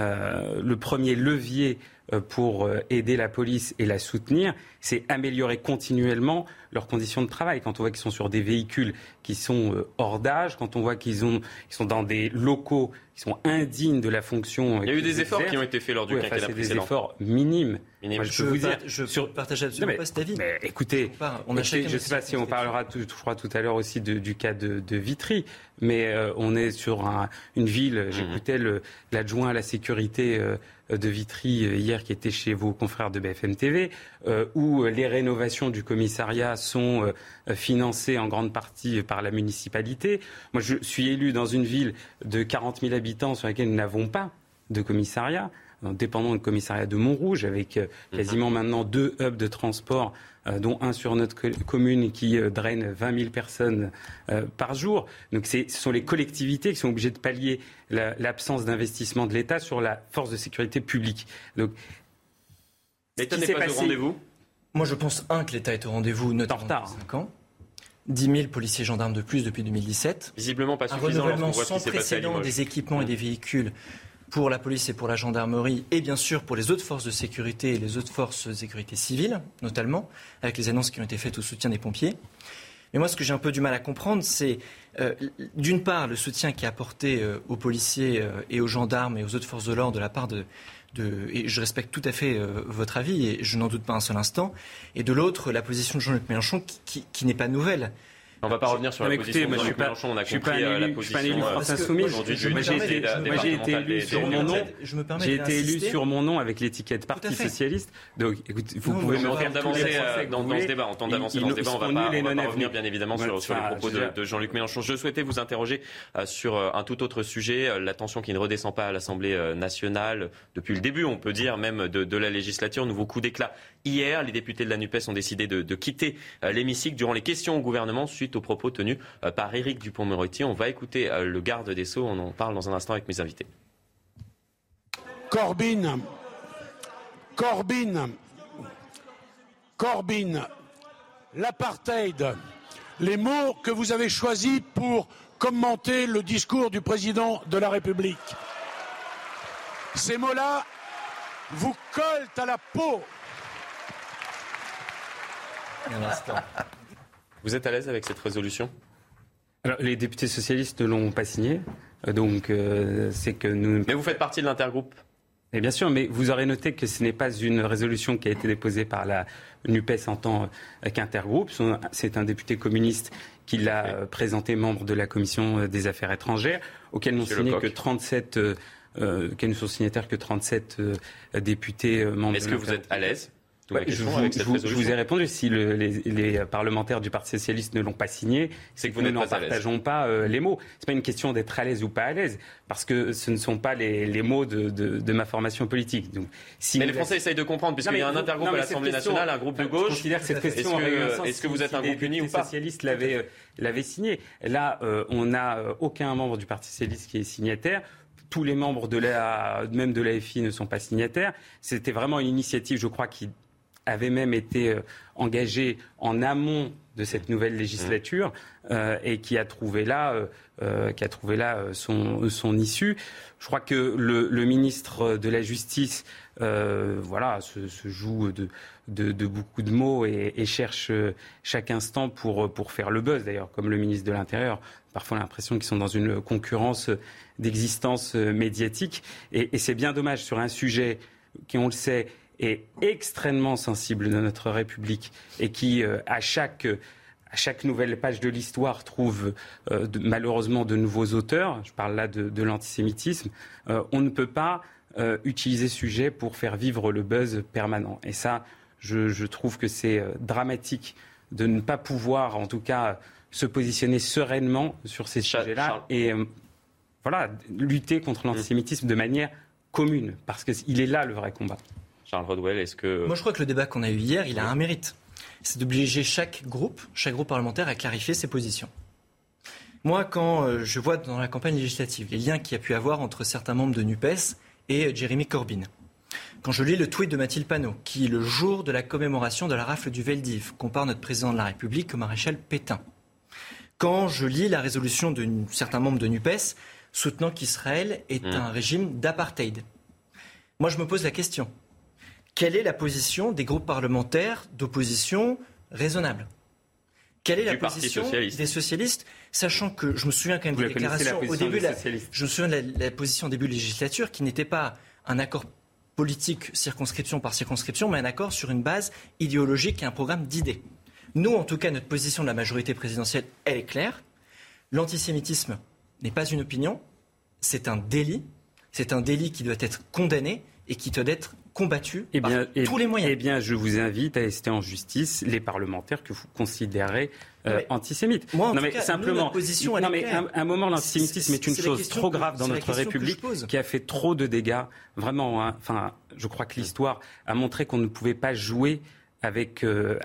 levier pour aider la police et la soutenir, c'est améliorer continuellement leurs conditions de travail. Quand on voit qu'ils sont sur des véhicules qui sont hors d'âge, quand on voit qu'ils sont dans des locaux qui sont indignes de la fonction. Il y a eu des efforts qui ont été faits lors du quinquennat précédent. C'est des efforts minimes. Moi, je partage absolument pas cet avis. Mais écoutez, je ne sais pas si on parlera, je crois, tout à l'heure aussi du cas de Vitry, mais on est sur une ville. J'écoutais l'adjoint à la sécurité de Vitry hier qui était chez vos confrères de BFM TV, où les rénovations du commissariat sont financées en grande partie par la municipalité. Moi, je suis élu dans une ville de 40 000 habitants sur laquelle nous n'avons pas de commissariat, dépendant du commissariat de Montrouge, avec quasiment maintenant 2 hubs de transport, dont un sur notre commune qui draine 20 000 personnes par jour. Donc ce sont les collectivités qui sont obligées de pallier l'absence d'investissement de l'État sur la force de sécurité publique. Donc, l'État n'est pas au rendez-vous. Moi, je pense, que l'État est au rendez-vous, notamment depuis 5 ans. 10 000 policiers et gendarmes de plus depuis 2017. Visiblement pas suffisant. Un renouvellement sans précédent des équipements et des véhicules pour la police et pour la gendarmerie, et bien sûr pour les autres forces de sécurité et les autres forces de sécurité civiles, notamment, avec les annonces qui ont été faites au soutien des pompiers. Mais moi, ce que j'ai un peu du mal à comprendre, c'est d'une part le soutien qui est apporté aux policiers et aux gendarmes et aux autres forces de l'ordre de la part et je respecte tout à fait votre avis et je n'en doute pas un seul instant, et de l'autre la position de Jean-Luc Mélenchon qui n'est pas nouvelle. On ne va pas revenir sur la position de Jean-Luc Mélenchon. On a compris la position. Je suis pas un élu France Insoumise. J'ai été élu sur mon nom. J'ai été élu sur mon nom avec l'étiquette Parti Socialiste. Donc, écoute, vous pouvez me faire d'avancer dans ce débat. On tente d'avancer dans ce débat. On va pas revenir, bien évidemment, sur les propos de Jean-Luc Mélenchon. Je souhaitais vous interroger sur un tout autre sujet, la tension qui ne redescend pas à l'Assemblée nationale depuis le début, on peut dire, même de la législature. Nouveau coup d'éclat. Hier, les députés de la NUPES ont décidé de quitter l'hémicycle durant les questions au gouvernement suite aux propos tenus par Éric Dupond-Moretti. On va écouter le garde des Sceaux. On en parle dans un instant avec mes invités. Corbyn, l'apartheid, les mots que vous avez choisis pour commenter le discours du président de la République. Ces mots-là vous collent à la peau. Vous êtes à l'aise avec cette résolution ? Alors, les députés socialistes ne l'ont pas signée, donc c'est que nous... Mais vous faites partie de l'intergroupe ? Et bien sûr, mais vous aurez noté que ce n'est pas une résolution qui a été déposée par la NUPES en tant qu'intergroupe. C'est un député communiste qui l'a présenté membre de la Commission des Affaires étrangères, auquel n'ont signé que 37... auxquels ne sont signataires que 37 députés membres. Est-ce que vous êtes à l'aise Je vous ai répondu. Si les parlementaires du Parti socialiste ne l'ont pas signé, c'est que vous n'en partageons pas les mots. C'est pas une question d'être à l'aise ou pas à l'aise, parce que ce ne sont pas les mots de ma formation politique. Donc, mais les Français essayent de comprendre, puisqu'il y a un intergroupe à l'Assemblée nationale, un groupe de gauche. Je considère que cette question est-ce que vous êtes un groupe uni ou pas? Les socialistes l'avaient signé. Là, on n'a aucun membre du Parti socialiste qui est signataire. Tous les membres même de l'AFI ne sont pas signataires. C'était vraiment une initiative, je crois, qui avait même été engagée en amont de cette nouvelle législature et qui a trouvé là son issue. Je crois que le ministre de la Justice se joue de beaucoup de mots et cherche chaque instant pour faire le buzz, d'ailleurs, comme le ministre de l'Intérieur. Parfois, on a l'impression qu'ils sont dans une concurrence d'existence médiatique. Et c'est bien dommage sur un sujet qui, on le sait, est extrêmement sensible de notre République et qui, à chaque nouvelle page de l'histoire, trouve malheureusement de nouveaux auteurs. Je parle là de l'antisémitisme. On ne peut pas utiliser ce sujet pour faire vivre le buzz permanent. Et ça, je trouve que c'est dramatique de ne pas pouvoir, en tout cas, se positionner sereinement sur ces sujets-là et lutter contre l'antisémitisme de manière commune, parce qu'il est là le vrai combat. Charles Rodwell, est-ce que... Moi, je crois que le débat qu'on a eu hier, il a un mérite. C'est d'obliger chaque groupe parlementaire à clarifier ses positions. Moi, quand je vois dans la campagne législative les liens qu'il y a pu avoir entre certains membres de NUPES et Jeremy Corbyn, quand je lis le tweet de Mathilde Panot, qui, le jour de la commémoration de la rafle du Veldiv, compare notre président de la République au maréchal Pétain, quand je lis la résolution de certains membres de NUPES soutenant qu'Israël est un régime d'apartheid, moi, je me pose la question. Quelle est la position des groupes parlementaires d'opposition raisonnable? Quelle est la position des socialistes, sachant que je me souviens quand même des déclarations au début je me souviens de la position au début de la législature qui n'était pas un accord politique circonscription par circonscription, mais un accord sur une base idéologique et un programme d'idées. Nous, en tout cas, notre position de la majorité présidentielle, elle est claire. L'antisémitisme n'est pas une opinion, c'est un délit. C'est un délit qui doit être condamné et qui doit être combattu par tous les moyens. Eh bien, je vous invite à ester en justice les parlementaires que vous considérez antisémites. Moi, simplement, un moment, l'antisémitisme est une chose trop grave dans notre République qui a fait trop de dégâts. Vraiment, je crois que l'histoire a montré qu'on ne pouvait pas jouer avec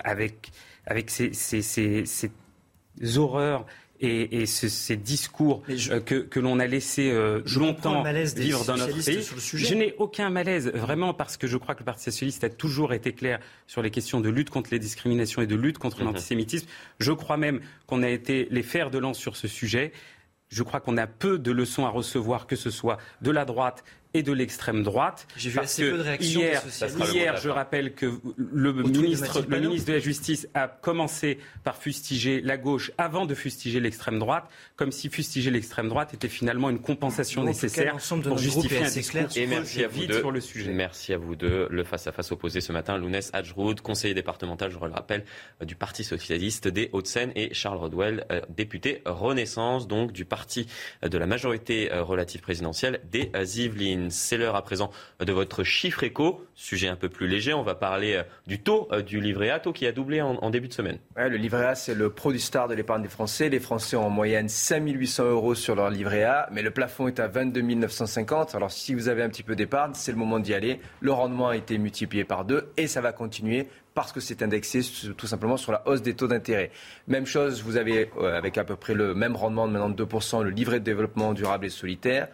ces horreurs et ces discours que l'on a laissé longtemps vivre dans notre pays. Je n'ai aucun malaise, vraiment, parce que je crois que le Parti socialiste a toujours été clair sur les questions de lutte contre les discriminations et de lutte contre l'antisémitisme. Je crois même qu'on a été les fers de lance sur ce sujet. Je crois qu'on a peu de leçons à recevoir, que ce soit de la droite et de l'extrême droite. J'ai vu assez peu de réactions des socialistes. Hier, je rappelle que le ministre de la Justice a commencé par fustiger la gauche avant de fustiger l'extrême droite, comme si fustiger l'extrême droite était finalement une compensation nécessaire pour justifier un discours sur le sujet. Merci à vous deux. Le face-à-face opposé ce matin, Lounès Hadjroud, conseiller départemental, je le rappelle, du Parti socialiste des Hauts-de-Seine, et Charles Rodwell, député Renaissance, donc du parti de la majorité relative présidentielle des Yvelines. C'est l'heure à présent de votre chiffre éco, sujet un peu plus léger. On va parler du taux du livret A, taux qui a doublé en début de semaine. Ouais, le livret A, c'est le produit star de l'épargne des Français. Les Français ont en moyenne 5 800 € sur leur livret A, mais le plafond est à 22 950. Alors si vous avez un petit peu d'épargne, c'est le moment d'y aller. Le rendement a été multiplié par 2 et ça va continuer parce que c'est indexé tout simplement sur la hausse des taux d'intérêt. Même chose, vous avez avec à peu près le même rendement de maintenant de 2%, le livret de développement durable et solidaire,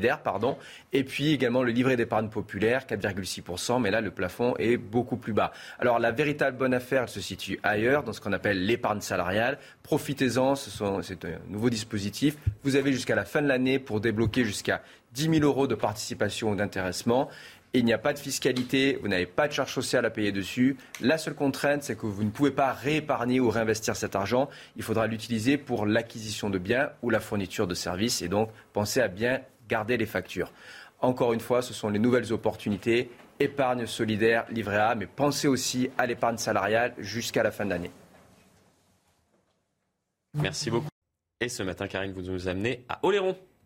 et puis également le livret d'épargne populaire, 4,6%, mais là le plafond est beaucoup plus bas. Alors la véritable bonne affaire, elle se situe ailleurs, dans ce qu'on appelle l'épargne salariale. Profitez-en, c'est un nouveau dispositif. Vous avez jusqu'à la fin de l'année pour débloquer jusqu'à 10 000 € de participation ou d'intéressement. Il n'y a pas de fiscalité, vous n'avez pas de charge sociale à payer dessus. La seule contrainte, c'est que vous ne pouvez pas réépargner ou réinvestir cet argent. Il faudra l'utiliser pour l'acquisition de biens ou la fourniture de services. Et donc, pensez à bien garder les factures. Encore une fois, ce sont les nouvelles opportunités. Épargne solidaire, livret A, mais pensez aussi à l'épargne salariale jusqu'à la fin de l'année. Merci beaucoup. Et ce matin, Karine, vous nous amenez à Oléron.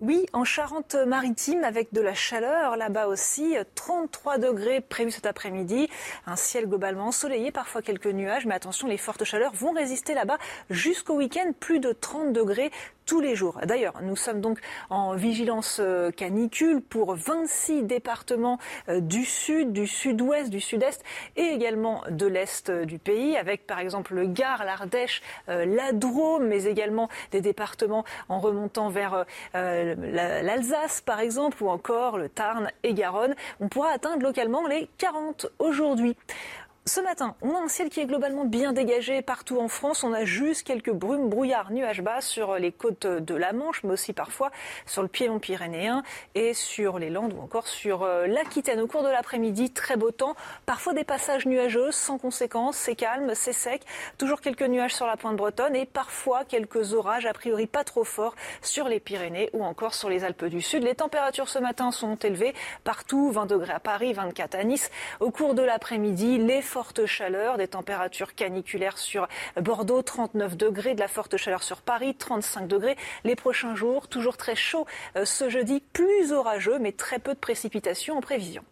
Oui, en Charente-Maritime, avec de la chaleur, là-bas aussi, 33 degrés prévus cet après-midi. Un ciel globalement ensoleillé, parfois quelques nuages, mais attention, les fortes chaleurs vont résister là-bas jusqu'au week-end, plus de 30 degrés tous les jours. D'ailleurs, nous sommes donc en vigilance canicule pour 26 départements du sud, du sud-ouest, du sud-est et également de l'est du pays, avec par exemple le Gard, l'Ardèche, la Drôme, mais également des départements en remontant vers l'Alsace par exemple, ou encore le Tarn et Garonne. On pourra atteindre localement les 40 aujourd'hui. Ce matin, on a un ciel qui est globalement bien dégagé partout en France. On a juste quelques brumes, brouillards, nuages bas sur les côtes de la Manche, mais aussi parfois sur le piémont pyrénéen et sur les Landes ou encore sur l'Aquitaine. Au cours de l'après-midi, très beau temps, parfois des passages nuageux sans conséquence, c'est calme, c'est sec. Toujours quelques nuages sur la pointe bretonne et parfois quelques orages, a priori pas trop forts, sur les Pyrénées ou encore sur les Alpes du Sud. Les températures ce matin sont élevées partout, 20 degrés à Paris, 24 à Nice. Au cours de l'après-midi, les forte chaleur, des températures caniculaires sur Bordeaux, 39 degrés, de la forte chaleur sur Paris, 35 degrés. Les prochains jours, toujours très chaud ce jeudi, plus orageux, mais très peu de précipitations en prévision.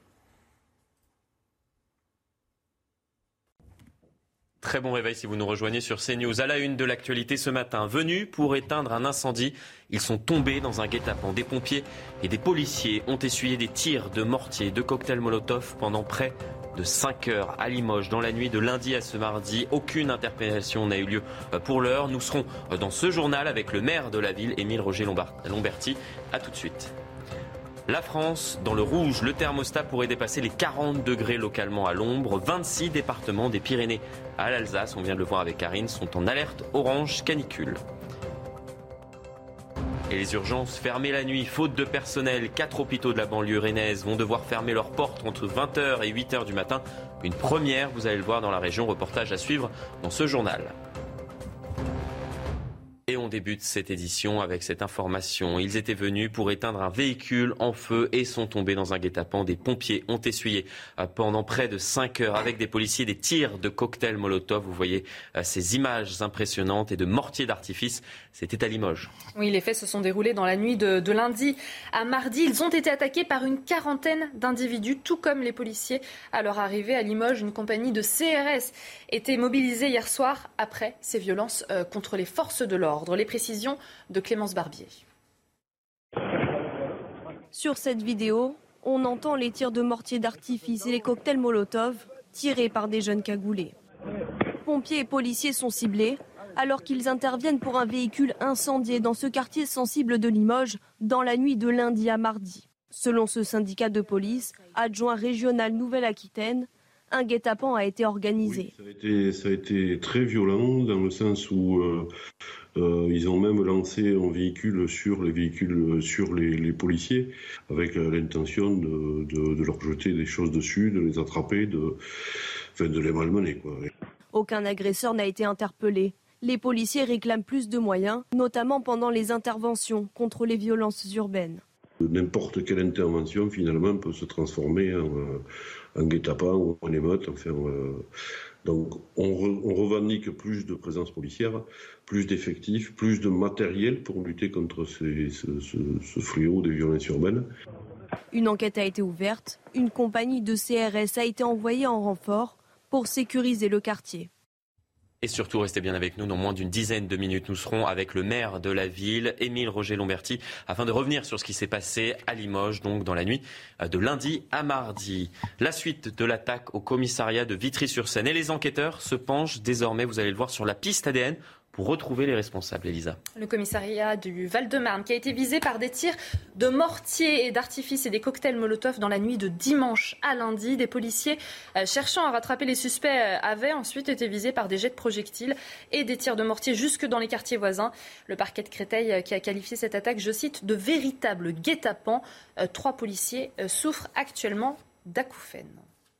Très bon réveil si vous nous rejoignez sur CNews. À la une de l'actualité ce matin, venus pour éteindre un incendie, ils sont tombés dans un guet-apens. Des pompiers et des policiers ont essuyé des tirs de mortier, de cocktails Molotov pendant près de 5 heures à Limoges dans la nuit de lundi à ce mardi. Aucune interpellation n'a eu lieu pour l'heure. Nous serons dans ce journal avec le maire de la ville, Émile Roger-Lomberti. A tout de suite. La France, dans le rouge, le thermostat pourrait dépasser les 40 degrés localement à l'ombre. 26 départements des Pyrénées à l'Alsace, on vient de le voir avec Karine, sont en alerte orange canicule. Et les urgences fermées la nuit, faute de personnel. 4 hôpitaux de la banlieue rennaise vont devoir fermer leurs portes entre 20h et 8h du matin. Une première, vous allez le voir dans la région, reportage à suivre dans ce journal. Et on débute cette édition avec cette information. Ils étaient venus pour éteindre un véhicule en feu et sont tombés dans un guet-apens. Des pompiers ont essuyé pendant près de 5 heures avec des policiers des tirs de cocktails Molotov. Vous voyez ces images impressionnantes et de mortiers d'artifice. C'était à Limoges. Oui, les faits se sont déroulés dans la nuit de lundi à mardi. Ils ont été attaqués par une quarantaine d'individus, tout comme les policiers. À leur arrivée à Limoges, une compagnie de CRS était mobilisée hier soir après ces violences contre les forces de l'ordre. Les précisions de Clémence Barbier. Sur cette vidéo, on entend les tirs de mortier d'artifice et les cocktails Molotov tirés par des jeunes cagoulés. Pompiers et policiers sont ciblés alors qu'ils interviennent pour un véhicule incendié dans ce quartier sensible de Limoges dans la nuit de lundi à mardi. Selon ce syndicat de police, adjoint régional Nouvelle-Aquitaine, un guet-apens a été organisé. Oui, ça a été très violent dans le sens où ils ont même lancé un véhicule sur les policiers avec l'intention de leur jeter des choses dessus, de les attraper, de les malmener, quoi. Aucun agresseur n'a été interpellé. Les policiers réclament plus de moyens, notamment pendant les interventions contre les violences urbaines. N'importe quelle intervention, finalement, peut se transformer en guet-apens ou en émeute. Enfin, donc, on revendique plus de présence policière, plus d'effectifs, plus de matériel pour lutter contre ce fléau des violences urbaines. Une enquête a été ouverte. Une compagnie de CRS a été envoyée en renfort pour sécuriser le quartier. Et surtout, restez bien avec nous. Dans moins d'une dizaine de minutes, nous serons avec le maire de la ville, Émile Roger-Lomberti, afin de revenir sur ce qui s'est passé à Limoges, donc dans la nuit de lundi à mardi. La suite de l'attaque au commissariat de Vitry-sur-Seine. Et les enquêteurs se penchent désormais, vous allez le voir, sur la piste ADN pour retrouver les responsables. Elisa. Le commissariat du Val-de-Marne qui a été visé par des tirs de mortier et d'artifice et des cocktails Molotov dans la nuit de dimanche à lundi. Des policiers cherchant à rattraper les suspects avaient ensuite été visés par des jets de projectiles et des tirs de mortier jusque dans les quartiers voisins. Le parquet de Créteil qui a qualifié cette attaque, je cite, de véritable guet-apens. 3 policiers souffrent actuellement d'acouphènes.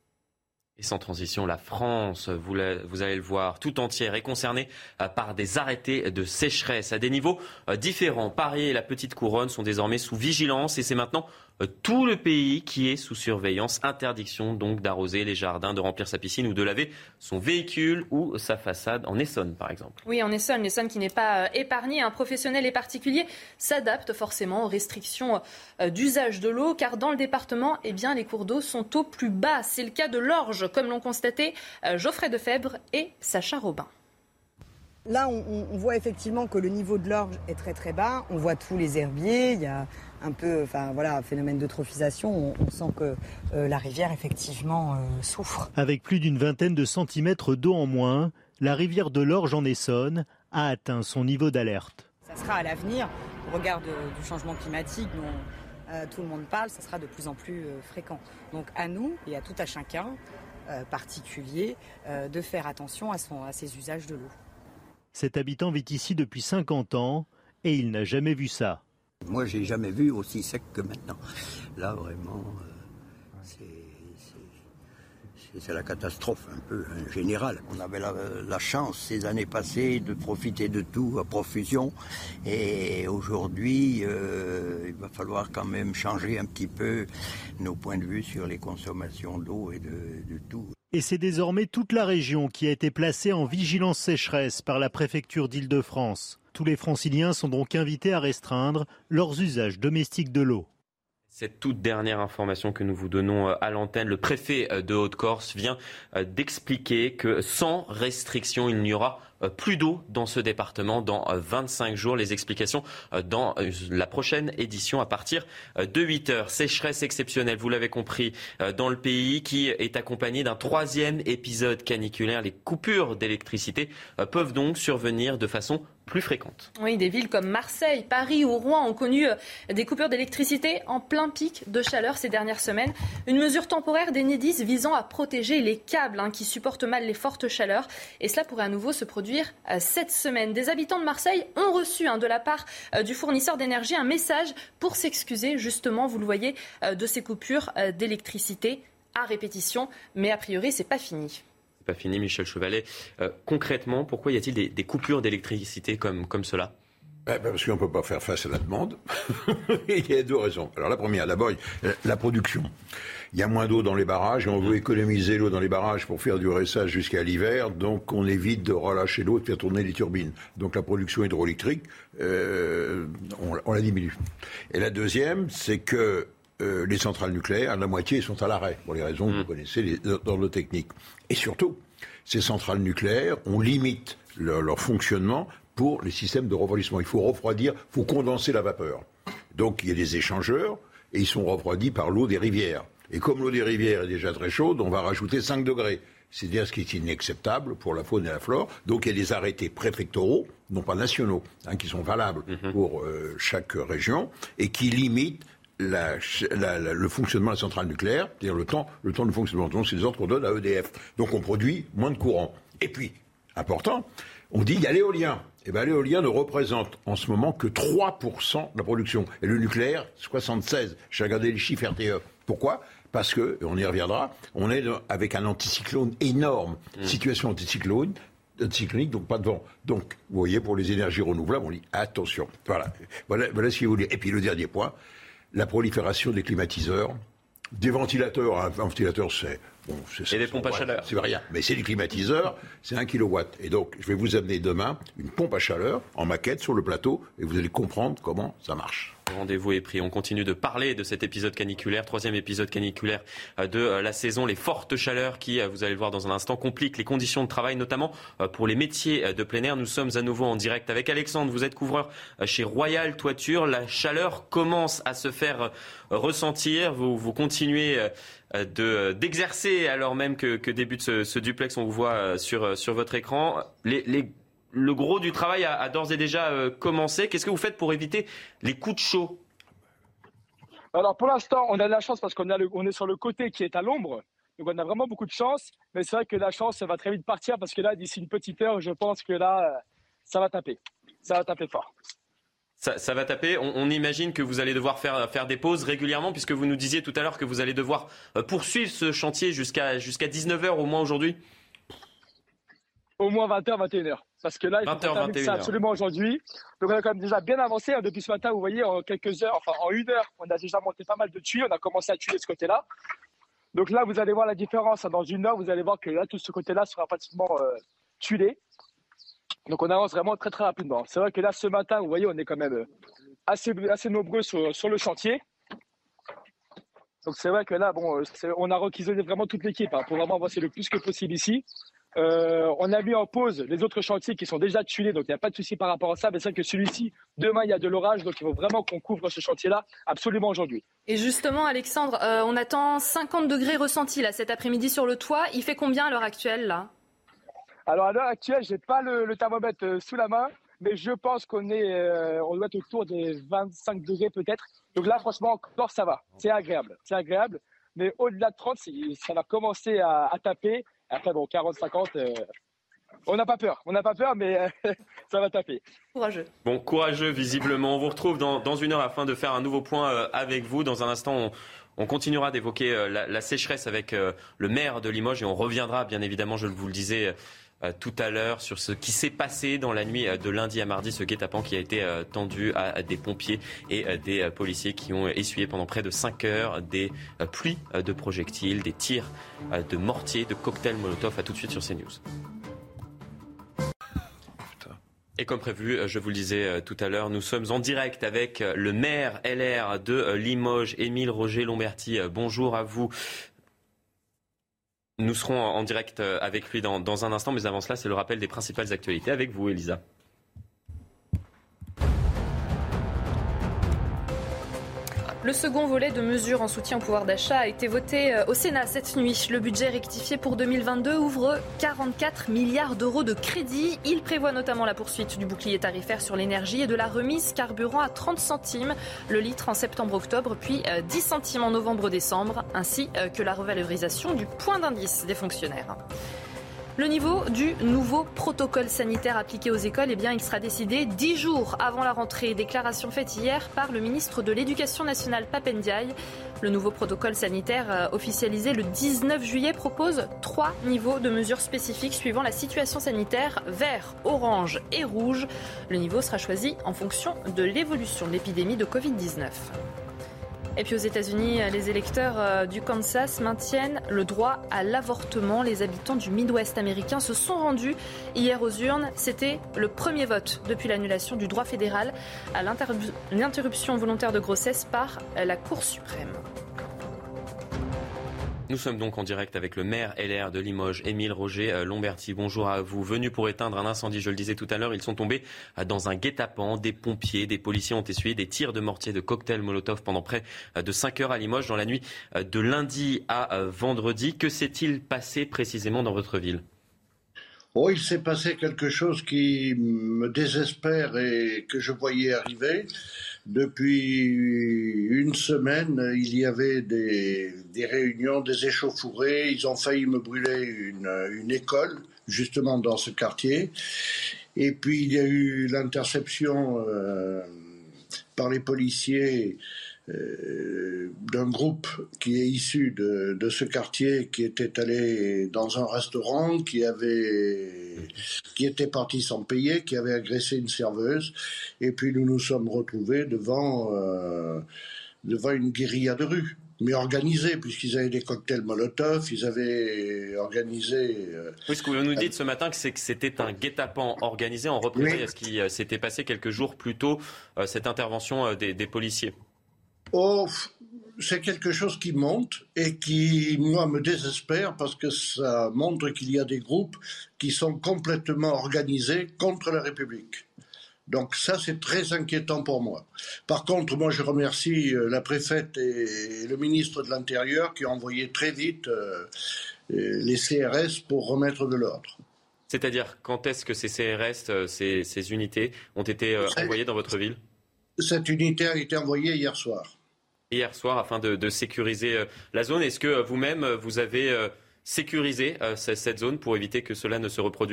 Et sans transition, la France, vous allez le voir, tout entière est concernée par des arrêtés de sécheresse à des niveaux différents. Paris et la Petite Couronne sont désormais sous vigilance et c'est maintenant tout le pays qui est sous surveillance. Interdiction donc d'arroser les jardins, de remplir sa piscine ou de laver son véhicule ou sa façade en Essonne par exemple. Oui, en Essonne qui n'est pas épargnée. Un professionnel et particulier s'adapte forcément aux restrictions d'usage de l'eau car dans le département, les cours d'eau sont au plus bas. C'est le cas de l'Orge, comme l'ont constaté Geoffrey Defebvre et Sacha Robin. Là, on voit effectivement que le niveau de l'Orge est très très bas. On voit tous les herbiers, il y a un peu, phénomène d'eutrophisation. On sent que la rivière effectivement souffre. Avec plus d'une vingtaine de centimètres d'eau en moins, la rivière de l'Orge en Essonne a atteint son niveau d'alerte. Ça sera à l'avenir, au regard du changement climatique dont tout le monde parle, ça sera de plus en plus fréquent. Donc à nous et à tout à chacun, particulier, de faire attention à ses usages de l'eau. Cet habitant vit ici depuis 50 ans et il n'a jamais vu ça. Moi, j'ai jamais vu aussi sec que maintenant. Là, vraiment, c'est la catastrophe un peu générale. On avait la chance ces années passées de profiter de tout à profusion. Et aujourd'hui, il va falloir quand même changer un petit peu nos points de vue sur les consommations d'eau et de tout. Et c'est désormais toute la région qui a été placée en vigilance sécheresse par la préfecture d'Île-de-France. Tous les franciliens sont donc invités à restreindre leurs usages domestiques de l'eau. Cette toute dernière information que nous vous donnons à l'antenne, le préfet de Haute-Corse vient d'expliquer que sans restriction, il n'y aura plus d'eau dans ce département dans 25 jours. Les explications dans la prochaine édition à partir de 8h. Sécheresse exceptionnelle, vous l'avez compris, dans le pays qui est accompagné d'un troisième épisode caniculaire. Les coupures d'électricité peuvent donc survenir de façon plus fréquente. Oui, des villes comme Marseille, Paris ou Rouen ont connu des coupures d'électricité en plein pic de chaleur ces dernières semaines. Une mesure temporaire d'Enedis visant à protéger les câbles qui supportent mal les fortes chaleurs. Et cela pourrait à nouveau se produire cette semaine. Des habitants de Marseille ont reçu de la part du fournisseur d'énergie un message pour s'excuser justement, vous le voyez, de ces coupures d'électricité à répétition. Mais a priori, c'est pas fini. Pas fini, Michel Chevalet. Concrètement, pourquoi y a-t-il des coupures d'électricité comme cela ? Parce qu'on ne peut pas faire face à la demande. Il y a deux raisons. Alors la première, d'abord, la production. Il y a moins d'eau dans les barrages et on veut économiser l'eau dans les barrages pour faire durer ça jusqu'à l'hiver. Donc on évite de relâcher l'eau et de faire tourner les turbines. Donc la production hydroélectrique, on la diminue. Et la deuxième, c'est que les centrales nucléaires, la moitié sont à l'arrêt, pour les raisons que vous connaissez dans le technique. Et surtout, ces centrales nucléaires, on limite leur fonctionnement pour les systèmes de refroidissement. Il faut refroidir, il faut condenser la vapeur. Donc il y a des échangeurs et ils sont refroidis par l'eau des rivières. Et comme l'eau des rivières est déjà très chaude, on va rajouter 5 degrés. C'est-à-dire ce qui est inacceptable pour la faune et la flore. Donc il y a des arrêtés préfectoraux, non pas nationaux, qui sont valables pour chaque région et qui limitent le fonctionnement de la centrale nucléaire, c'est-à-dire le temps de fonctionnement. Donc c'est les ordres qu'on donne à EDF. Donc on produit moins de courant. Et puis, important, on dit il y a l'éolien. Eh bien, l'éolien ne représente en ce moment que 3% de la production. Et le nucléaire, 76%. J'ai regardé les chiffres RTE. Pourquoi ? Parce que, on y reviendra, on est avec un anticyclone énorme. Situation anticyclonique, donc pas de vent. Donc, vous voyez, pour les énergies renouvelables, on dit attention. Voilà ce qu'il faut dire. Et puis le dernier point, la prolifération des climatiseurs, des ventilateurs. Un ventilateur, c'est... Et des pompes à chaleur. C'est rien. Mais c'est des climatiseurs, c'est 1 kW. Et donc, je vais vous amener demain une pompe à chaleur en maquette sur le plateau et vous allez comprendre comment ça marche. Rendez-vous est pris. On continue de parler de cet épisode caniculaire, troisième épisode caniculaire de la saison. Les fortes chaleurs qui, vous allez le voir dans un instant, compliquent les conditions de travail, notamment pour les métiers de plein air. Nous sommes à nouveau en direct avec Alexandre. Vous êtes couvreur chez Royal Toiture. La chaleur commence à se faire ressentir. Vous continuez d'exercer alors même que débute ce duplex. On vous voit sur votre écran. Le gros du travail a d'ores et déjà commencé. Qu'est-ce que vous faites pour éviter les coups de chaud ? Alors pour l'instant, on a de la chance parce qu'on est sur le côté qui est à l'ombre. Donc on a vraiment beaucoup de chance. Mais c'est vrai que la chance va très vite partir parce que là, d'ici une petite heure, je pense que là, ça va taper. Ça va taper fort. Ça va taper. On imagine que vous allez devoir faire des pauses régulièrement puisque vous nous disiez tout à l'heure que vous allez devoir poursuivre ce chantier jusqu'à 19h au moins aujourd'hui. Au moins 20h, 21h. parce que là, il faut qu'on termine ça absolument aujourd'hui. Donc on a quand même déjà bien avancé. Depuis ce matin, vous voyez, en quelques heures, enfin en 1 heure, on a déjà monté pas mal de tuyaux. On a commencé à tuer de ce côté-là. Donc là, vous allez voir la différence. Dans 1 heure, vous allez voir que là, tout ce côté-là sera pratiquement tué. Donc on avance vraiment très très rapidement. C'est vrai que là, ce matin, vous voyez, on est quand même assez nombreux sur le chantier. Donc c'est vrai que là, on a requisitionné vraiment toute l'équipe pour vraiment avancer le plus que possible ici. On a mis en pause les autres chantiers qui sont déjà tués, donc il n'y a pas de souci par rapport à ça. Mais c'est vrai que celui-ci, demain, il y a de l'orage, donc il faut vraiment qu'on couvre ce chantier-là absolument aujourd'hui. Et justement, Alexandre, on attend 50 degrés ressentis là, cet après-midi sur le toit. Il fait combien à l'heure actuelle là ? Alors à l'heure actuelle, je n'ai pas le thermomètre sous la main, mais je pense qu'on doit être autour des 25 degrés peut-être. Donc là, franchement, encore ça va. C'est agréable. Mais au-delà de 30, ça va commencer à taper. Après, 40-50, on n'a pas peur, mais ça va taper. Courageux. Bon, courageux, visiblement. On vous retrouve dans 1 heure afin de faire un nouveau point avec vous. Dans un instant, on continuera d'évoquer la sécheresse avec le maire de Limoges et on reviendra, bien évidemment, je vous le disais tout à l'heure, sur ce qui s'est passé dans la nuit de lundi à mardi, ce guet-apens qui a été tendu à des pompiers et des policiers qui ont essuyé pendant près de 5 heures des pluies de projectiles, des tirs de mortiers, de cocktails Molotov. À tout de suite sur CNews. Et comme prévu, je vous le disais tout à l'heure, nous sommes en direct avec le maire LR de Limoges, Émile Roger Lamberty. Bonjour à vous. Nous serons en direct avec lui dans un instant, mais avant cela, c'est le rappel des principales actualités avec vous, Elisa. Le second volet de mesures en soutien au pouvoir d'achat a été voté au Sénat cette nuit. Le budget rectifié pour 2022 ouvre 44 milliards d'euros de crédit. Il prévoit notamment la poursuite du bouclier tarifaire sur l'énergie et de la remise carburant à 30 centimes le litre en septembre-octobre, puis 10 centimes en novembre-décembre, ainsi que la revalorisation du point d'indice des fonctionnaires. Le niveau du nouveau protocole sanitaire appliqué aux écoles, il sera décidé 10 jours avant la rentrée. Déclaration faite hier par le ministre de l'Éducation nationale, Pap Ndiaye. Le nouveau protocole sanitaire officialisé le 19 juillet propose 3 niveaux de mesures spécifiques suivant la situation sanitaire, vert, orange et rouge. Le niveau sera choisi en fonction de l'évolution de l'épidémie de Covid-19. Et puis aux États-Unis, les électeurs du Kansas maintiennent le droit à l'avortement. Les habitants du Midwest américain se sont rendus hier aux urnes. C'était le premier vote depuis l'annulation du droit fédéral à l'interruption volontaire de grossesse par la Cour suprême. Nous sommes donc en direct avec le maire LR de Limoges, Émile Roger Lamberty. Bonjour à vous. Venus pour éteindre un incendie, je le disais tout à l'heure, ils sont tombés dans un guet-apens. Des pompiers, des policiers ont essuyé des tirs de mortier, de cocktails Molotov pendant près de 5 heures à Limoges dans la nuit de lundi à vendredi. Que s'est-il passé précisément dans votre ville ? Il s'est passé quelque chose qui me désespère et que je voyais arriver. Depuis une semaine, il y avait des réunions, des échauffourées. Ils ont failli me brûler une école, justement dans ce quartier. Et puis il y a eu l'interception par les policiers d'un groupe qui est issu de ce quartier, qui était allé dans un restaurant, qui était parti sans payer, qui avait agressé une serveuse, et puis nous nous sommes retrouvés devant une guérilla de rue, mais organisée, puisqu'ils avaient des cocktails Molotov, ils avaient organisé... Oui, ce que vous nous dites ce matin, c'est que c'était un guet-apens organisé en représailles à ce qui s'était passé quelques jours plus tôt, cette intervention des policiers. C'est quelque chose qui monte et qui, moi, me désespère parce que ça montre qu'il y a des groupes qui sont complètement organisés contre la République. Donc ça, c'est très inquiétant pour moi. Par contre, moi, je remercie la préfète et le ministre de l'Intérieur qui ont envoyé très vite les CRS pour remettre de l'ordre. C'est-à-dire, quand est-ce que ces CRS, ces unités, ont été envoyées dans votre ville ? Cette unité a été envoyée hier soir. Hier soir, afin de sécuriser la zone. Est-ce que vous-même, vous avez sécurisé cette zone pour éviter que cela ne se reproduise ?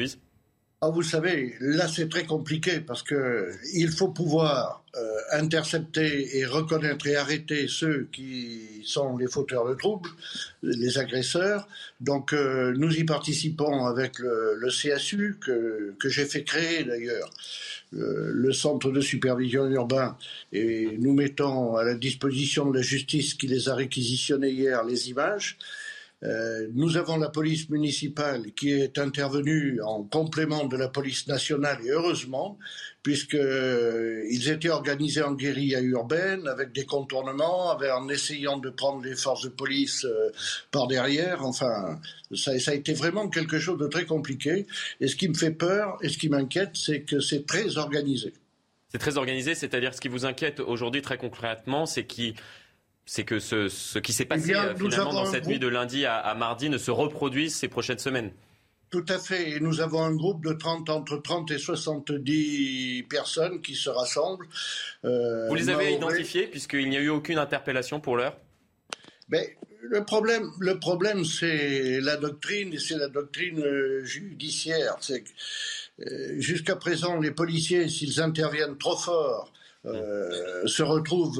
Vous savez, là c'est très compliqué parce que il faut pouvoir intercepter et reconnaître et arrêter ceux qui sont les fauteurs de troubles, les agresseurs. Donc nous y participons avec le CSU que j'ai fait créer d'ailleurs, le centre de supervision urbain, et nous mettons à la disposition de la justice qui les a réquisitionnées hier les images. Nous avons la police municipale qui est intervenue en complément de la police nationale, et heureusement, puisqu'ils étaient organisés en guérilla urbaine avec des contournements, en essayant de prendre les forces de police par derrière. Enfin, ça a été vraiment quelque chose de très compliqué. Et ce qui me fait peur et ce qui m'inquiète, c'est que c'est très organisé. C'est très organisé, c'est-à-dire ce qui vous inquiète aujourd'hui très concrètement, c'est que ce qui s'est passé finalement dans cette nuit de lundi à mardi ne se reproduise ces prochaines semaines. Tout à fait. Et nous avons un groupe de entre 30 et 70 personnes qui se rassemblent. Vous les avez identifiés puisqu'il n'y a eu aucune interpellation pour l'heure ? Le problème, c'est la doctrine, et c'est la doctrine judiciaire. C'est que, jusqu'à présent, les policiers, s'ils interviennent trop fort, se retrouvent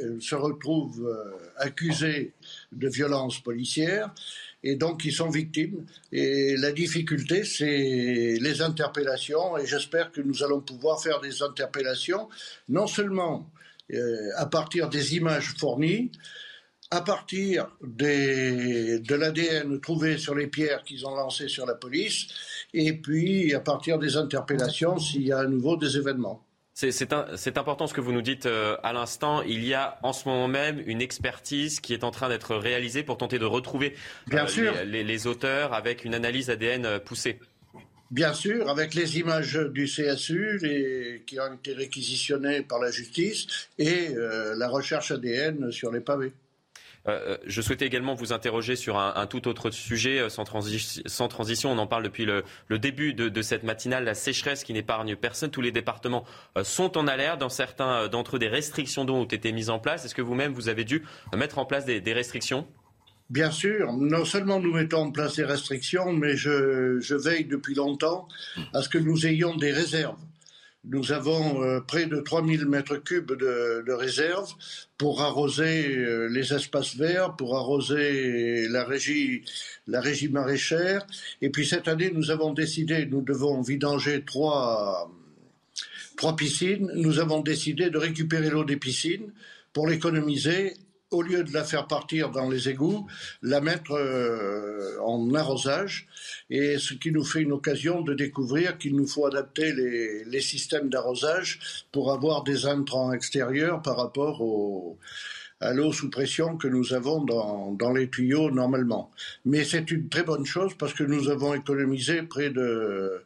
accusés de violences policières, et donc ils sont victimes. Et la difficulté, c'est les interpellations, et j'espère que nous allons pouvoir faire des interpellations, non seulement à partir des images fournies, à partir de l'ADN trouvé sur les pierres qu'ils ont lancées sur la police, et puis à partir des interpellations s'il y a à nouveau des événements. C'est important ce que vous nous dites à l'instant. Il y a en ce moment même une expertise qui est en train d'être réalisée pour tenter de retrouver les auteurs avec une analyse ADN poussée. Bien sûr, avec les images du CSU qui ont été réquisitionnées par la justice et la recherche ADN sur les pavés. Je souhaitais également vous interroger sur un tout autre sujet, sans transition. On en parle depuis le début de cette matinale, la sécheresse qui n'épargne personne. Tous les départements sont en alerte. Dans certains d'entre eux, des restrictions d'eau ont été mises en place. Est-ce que vous-même, vous avez dû mettre en place des restrictions ? Bien sûr, non seulement nous mettons en place des restrictions, mais je veille depuis longtemps à ce que nous ayons des réserves. Nous avons près de 3000 mètres cubes de réserves pour arroser les espaces verts, pour arroser la régie maraîchère. Et puis cette année, nous avons décidé, nous devons vidanger trois piscines. Nous avons décidé de récupérer l'eau des piscines pour l'économiser. Au lieu de la faire partir dans les égouts, la mettre en arrosage, et ce qui nous fait une occasion de découvrir qu'il nous faut adapter les systèmes d'arrosage pour avoir des intrants extérieurs par rapport à l'eau sous pression que nous avons dans les tuyaux normalement. Mais c'est une très bonne chose parce que nous avons économisé près de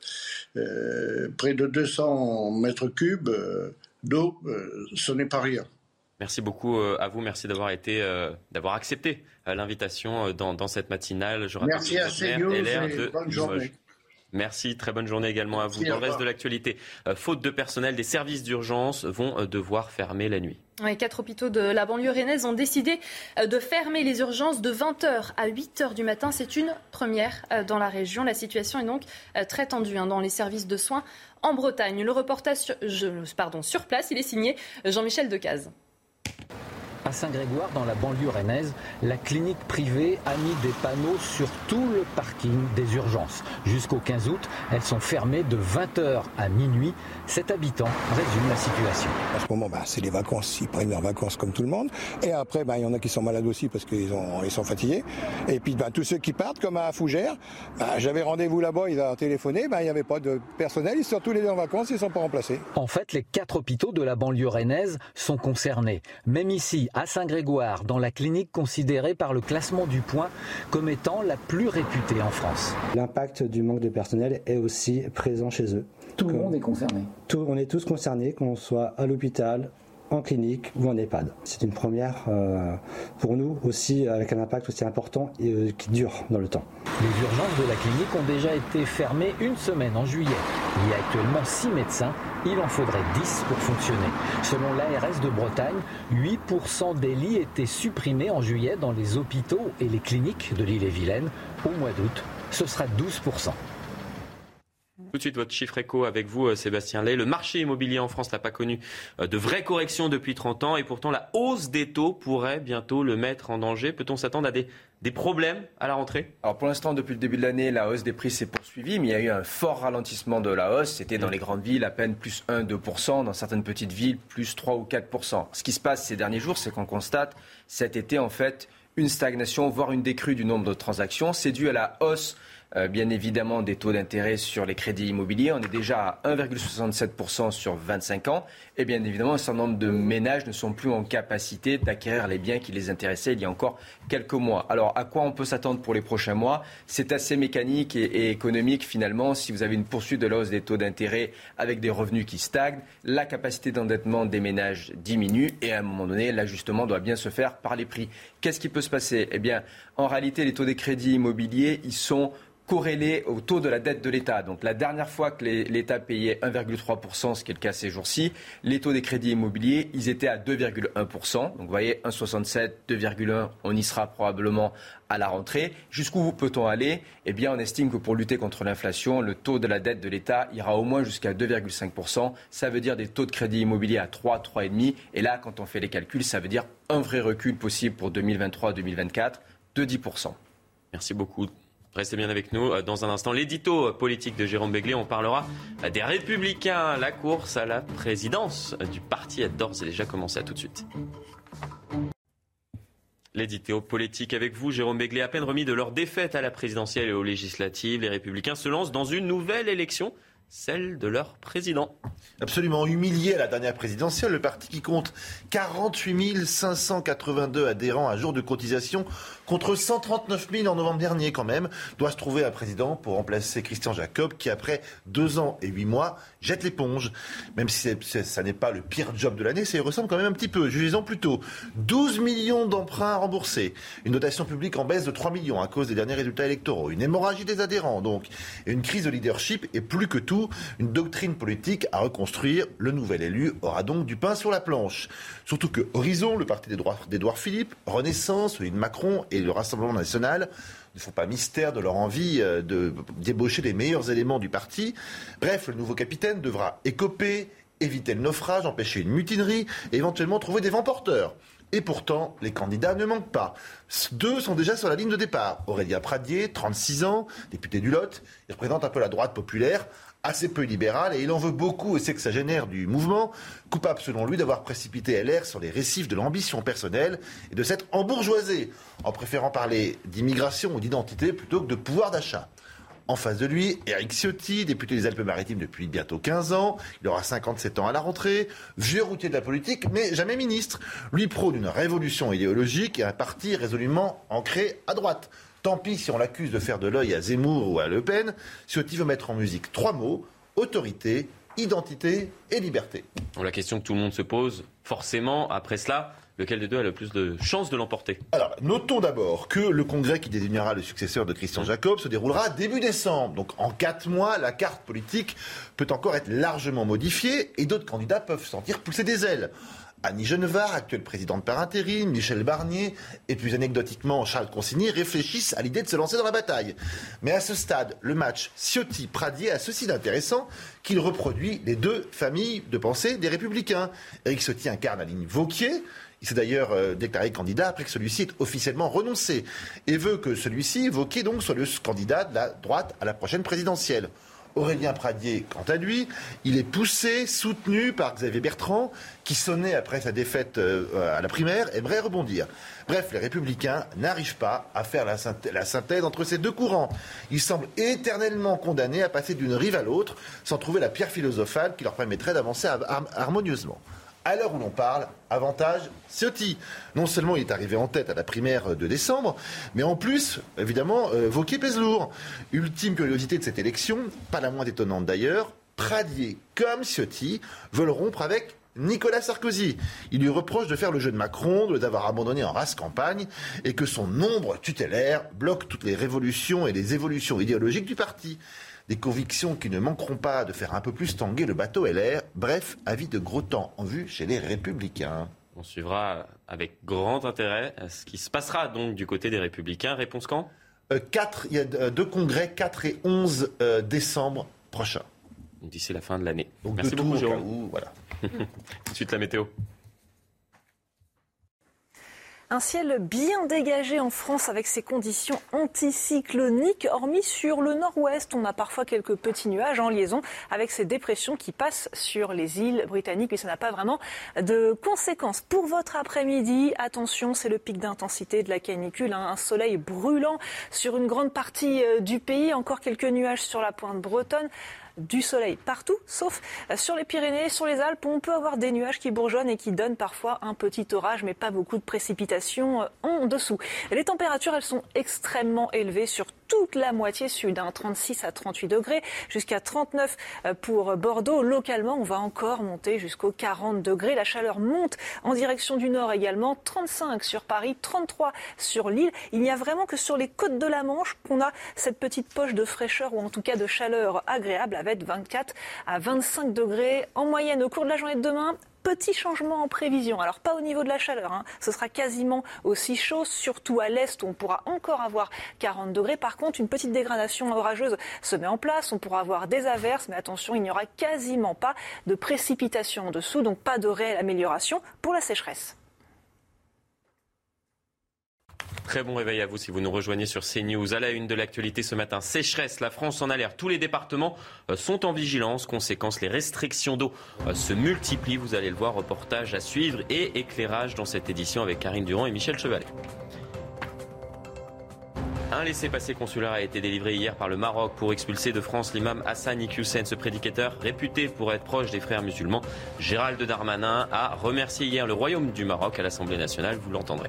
200 mètres cubes d'eau, ce n'est pas rien. Merci beaucoup à vous. Merci d'avoir accepté l'invitation dans cette matinale. Merci à CNews et bonne journée. Merci, très bonne journée également à vous. Dans le reste de l'actualité, faute de personnel, des services d'urgence vont devoir fermer la nuit. Oui, 4 hôpitaux de la banlieue rennaise ont décidé de fermer les urgences de 20h à 8h du matin. C'est une première dans la région. La situation est donc très tendue dans les services de soins en Bretagne. Le reportage sur place, il est signé Jean-Michel Decaze. À Saint-Grégoire, dans la banlieue rennaise, la clinique privée a mis des panneaux sur tout le parking des urgences. Jusqu'au 15 août, elles sont fermées de 20h à minuit. Cet habitant résume la situation. En ce moment, c'est les vacances. Ils prennent leurs vacances comme tout le monde. Et après, il y en a qui sont malades aussi parce qu'ils sont fatigués. Et puis, tous ceux qui partent, comme à Fougères, j'avais rendez-vous là-bas, ils ont téléphoné. Il n'y avait pas de personnel. Ils sont tous les deux en vacances, ils ne sont pas remplacés. En fait, les 4 hôpitaux de la banlieue rennaise sont concernés. Même ici, à Saint-Grégoire, dans la clinique considérée par le classement du Point comme étant la plus réputée en France. L'impact du manque de personnel est aussi présent chez eux. Tout le monde est concerné. On est tous concernés, qu'on soit à l'hôpital, en clinique ou en EHPAD. C'est une première pour nous aussi, avec un impact aussi important et qui dure dans le temps. Les urgences de la clinique ont déjà été fermées une semaine en juillet. Il y a actuellement 6 médecins, il en faudrait 10 pour fonctionner. Selon l'ARS de Bretagne, 8% des lits étaient supprimés en juillet dans les hôpitaux et les cliniques de l'Ille-et-Vilaine. Au mois d'août, ce sera 12%. Tout de suite, votre chiffre éco avec vous, Sébastien Lay. Le marché immobilier en France n'a pas connu de vraie correction depuis 30 ans et pourtant la hausse des taux pourrait bientôt le mettre en danger. Peut-on s'attendre à des problèmes à la rentrée? Alors pour l'instant, depuis le début de l'année, la hausse des prix s'est poursuivie, mais il y a eu un fort ralentissement de la hausse. C'était dans les grandes villes à peine plus 1-2%, dans certaines petites villes plus 3 ou 4%. Ce qui se passe ces derniers jours, c'est qu'on constate cet été en fait une stagnation, voire une décrue du nombre de transactions. C'est dû à la hausse bien évidemment des taux d'intérêt sur les crédits immobiliers. On est déjà à 1,67% sur 25 ans. Et bien évidemment, un certain nombre de ménages ne sont plus en capacité d'acquérir les biens qui les intéressaient il y a encore quelques mois. Alors, à quoi on peut s'attendre pour les prochains mois? C'est assez mécanique et économique finalement. Si vous avez une poursuite de la hausse des taux d'intérêt avec des revenus qui stagnent, la capacité d'endettement des ménages diminue et à un moment donné, l'ajustement doit bien se faire par les prix. Qu'est-ce qui peut se passer? Eh bien, en réalité, les taux des crédits immobiliers, ils sont corrélé au taux de la dette de l'État. Donc la dernière fois que l'État payait 1,3%, ce qui est le cas ces jours-ci, les taux des crédits immobiliers, ils étaient à 2,1%. Donc vous voyez, 1,67, 2,1, on y sera probablement à la rentrée. Jusqu'où peut-on aller? Eh bien, on estime que pour lutter contre l'inflation, le taux de la dette de l'État ira au moins jusqu'à 2,5%. Ça veut dire des taux de crédit immobilier à 3, 3,5. Et là, quand on fait les calculs, ça veut dire un vrai recul possible pour 2023-2024 de 10%. Merci beaucoup. Restez bien avec nous. Dans un instant, l'édito politique de Jérôme Béglé. On parlera des Républicains. La course à la présidence du parti a d'ores et déjà commencé. À tout de suite. L'édito politique avec vous, Jérôme Béglé. À peine remis de leur défaite à la présidentielle et aux législatives, les Républicains se lancent dans une nouvelle élection, celle de leur président. Absolument humilié à la dernière présidentielle, le parti qui compte 48 582 adhérents à jour de cotisation contre 139 000 en novembre dernier quand même, doit se trouver un président pour remplacer Christian Jacob qui après 2 ans et 8 mois jette l'éponge. Même si ça n'est pas le pire job de l'année, ça y ressemble quand même un petit peu. Jugeons plutôt 12 millions d'emprunts remboursés, une dotation publique en baisse de 3 millions à cause des derniers résultats électoraux, une hémorragie des adhérents donc, et une crise de leadership et plus que tout, une doctrine politique à reconstruire. Le nouvel élu aura donc du pain sur la planche. Surtout que Horizon, le parti d'Édouard Philippe, Renaissance, celui de Macron et le Rassemblement national ne font pas mystère de leur envie de débaucher les meilleurs éléments du parti. Bref, le nouveau capitaine devra écoper, éviter le naufrage, empêcher une mutinerie et éventuellement trouver des vents porteurs. Et pourtant, les candidats ne manquent pas. 2 sont déjà sur la ligne de départ. Aurélien Pradié, 36 ans, député du Lot, il représente un peu la droite populaire, assez peu libéral, et il en veut beaucoup et sexagénaire du mouvement, coupable selon lui d'avoir précipité LR sur les récifs de l'ambition personnelle et de s'être embourgeoisé, en préférant parler d'immigration ou d'identité plutôt que de pouvoir d'achat. En face de lui, Éric Ciotti, député des Alpes-Maritimes depuis bientôt 15 ans. Il aura 57 ans à la rentrée. Vieux routier de la politique, mais jamais ministre. Lui prône une révolution idéologique et un parti résolument ancré à droite. Tant pis si on l'accuse de faire de l'œil à Zemmour ou à Le Pen. Ciotti veut mettre en musique 3 mots, autorité, identité et liberté. La question que tout le monde se pose, forcément, après cela, lequel des deux a le plus de chances de l'emporter? Alors, notons d'abord que le congrès qui désignera le successeur de Christian Jacob se déroulera début décembre. Donc, en 4 mois, la carte politique peut encore être largement modifiée et d'autres candidats peuvent sentir pousser des ailes. Annie Genevard, actuelle présidente par intérim, Michel Barnier et plus anecdotiquement Charles Consigny réfléchissent à l'idée de se lancer dans la bataille. Mais à ce stade, le match Ciotti-Pradié a ceci d'intéressant qu'il reproduit les 2 familles de pensée des Républicains. Éric Ciotti incarne la ligne Wauquiez. Il s'est d'ailleurs déclaré candidat après que celui-ci ait officiellement renoncé et veut que celui-ci, Wauquiez donc, soit le candidat de la droite à la prochaine présidentielle. Aurélien Pradié, quant à lui, il est poussé, soutenu par Xavier Bertrand, qui sonnait après sa défaite à la primaire, aimerait rebondir. Bref, les Républicains n'arrivent pas à faire la synthèse entre ces 2 courants. Ils semblent éternellement condamnés à passer d'une rive à l'autre, sans trouver la pierre philosophale qui leur permettrait d'avancer harmonieusement. À l'heure où l'on parle, avantage Ciotti. Non seulement il est arrivé en tête à la primaire de décembre, mais en plus, évidemment, Wauquiez pèse lourd. Ultime curiosité de cette élection, pas la moins étonnante d'ailleurs, Pradié comme Ciotti veulent rompre avec Nicolas Sarkozy. Il lui reproche de faire le jeu de Macron, de l'avoir abandonné en race campagne, et que son ombre tutélaire bloque toutes les révolutions et les évolutions idéologiques du parti. Des convictions qui ne manqueront pas de faire un peu plus tanguer le bateau LR. Bref, avis de gros temps en vue chez les Républicains. On suivra avec grand intérêt ce qui se passera donc du côté des Républicains. Réponse quand ? Il y a 2 congrès, 4 et 11 décembre prochain. D'ici la fin de l'année. Donc merci beaucoup, Jérôme. Voilà. Tout de suite, la météo. Un ciel bien dégagé en France avec ces conditions anticycloniques, hormis sur le nord-ouest. On a parfois quelques petits nuages en liaison avec ces dépressions qui passent sur les îles britanniques, mais ça n'a pas vraiment de conséquences. Pour votre après-midi, attention, c'est le pic d'intensité de la canicule. Un soleil brûlant sur une grande partie du pays, encore quelques nuages sur la pointe bretonne. Du soleil partout, sauf sur les Pyrénées, sur les Alpes, où on peut avoir des nuages qui bourgeonnent et qui donnent parfois un petit orage, mais pas beaucoup de précipitations en dessous. Les températures, elles sont extrêmement élevées sur toute la moitié sud, 36 à 38 degrés, jusqu'à 39 pour Bordeaux. Localement, on va encore monter jusqu'aux 40 degrés. La chaleur monte en direction du nord également, 35 sur Paris, 33 sur Lille. Il n'y a vraiment que sur les côtes de la Manche qu'on a cette petite poche de fraîcheur, ou en tout cas de chaleur agréable, avec 24 à 25 degrés en moyenne au cours de la journée de demain. Petit changement en prévision. Alors pas au niveau de la chaleur, ce sera quasiment aussi chaud, surtout à l'est où on pourra encore avoir 40 degrés. Par contre, une petite dégradation orageuse se met en place. On pourra avoir des averses, mais attention, il n'y aura quasiment pas de précipitations en dessous, donc pas de réelle amélioration pour la sécheresse. Très bon réveil à vous si vous nous rejoignez sur CNews. À la une de l'actualité ce matin, sécheresse, la France en alerte. Tous les départements sont en vigilance. Conséquence, les restrictions d'eau se multiplient. Vous allez le voir, reportage à suivre et éclairage dans cette édition avec Karine Durand et Michel Chevalet. Un laissez-passer consulaire a été délivré hier par le Maroc pour expulser de France l'imam Hassan Iqiyoussen. Ce prédicateur, réputé pour être proche des frères musulmans, Gérald Darmanin a remercié hier le Royaume du Maroc à l'Assemblée nationale. Vous l'entendrez.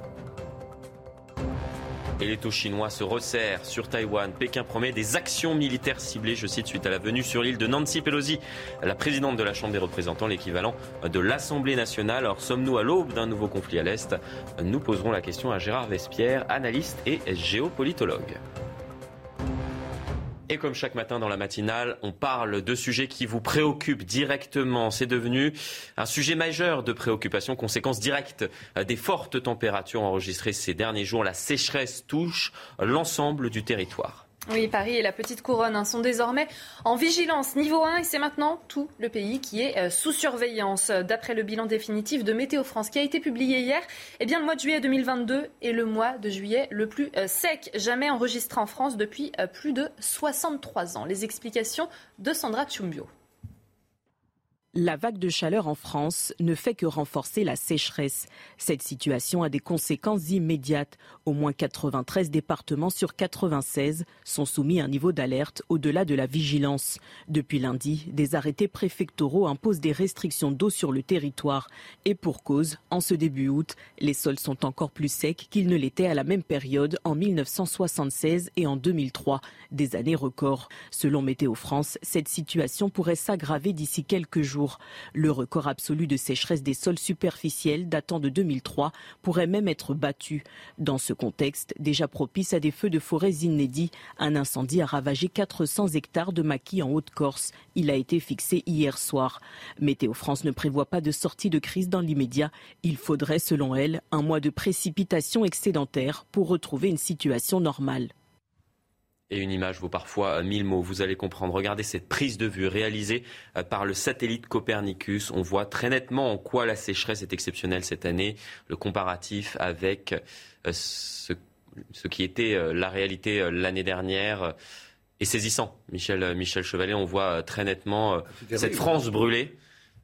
Et les taux chinois se resserrent sur Taïwan. Pékin promet des actions militaires ciblées, je cite, suite à la venue sur l'île de Nancy Pelosi, la présidente de la Chambre des représentants, l'équivalent de l'Assemblée nationale. Alors sommes-nous à l'aube d'un nouveau conflit à l'Est ? Nous poserons la question à Gérard Vespierre, analyste et géopolitologue. Et comme chaque matin dans la matinale, on parle de sujets qui vous préoccupent directement. C'est devenu un sujet majeur de préoccupation, conséquence directe des fortes températures enregistrées ces derniers jours. La sécheresse touche l'ensemble du territoire. Oui, Paris et la petite couronne sont désormais en vigilance niveau 1 et c'est maintenant tout le pays qui est sous surveillance. D'après le bilan définitif de Météo France qui a été publié hier, le mois de juillet 2022 est le mois de juillet le plus sec jamais enregistré en France depuis plus de 63 ans. Les explications de Sandra Tchoumbio. La vague de chaleur en France ne fait que renforcer la sécheresse. Cette situation a des conséquences immédiates. Au moins 93 départements sur 96 sont soumis à un niveau d'alerte au-delà de la vigilance. Depuis lundi, des arrêtés préfectoraux imposent des restrictions d'eau sur le territoire. Et pour cause, en ce début août, les sols sont encore plus secs qu'ils ne l'étaient à la même période en 1976 et en 2003, des années records. Selon Météo France, cette situation pourrait s'aggraver d'ici quelques jours. Le record absolu de sécheresse des sols superficiels datant de 2003 pourrait même être battu. Dans ce contexte, déjà propice à des feux de forêt inédits, un incendie a ravagé 400 hectares de maquis en Haute-Corse. Il a été fixé hier soir. Météo France ne prévoit pas de sortie de crise dans l'immédiat. Il faudrait, selon elle, un mois de précipitations excédentaires pour retrouver une situation normale. Et une image vaut parfois 1000 mots, vous allez comprendre. Regardez cette prise de vue réalisée par le satellite Copernicus. On voit très nettement en quoi la sécheresse est exceptionnelle cette année. Le comparatif avec ce qui était la réalité l'année dernière est saisissant. Michel Chevalet, on voit très nettement cette France brûlée.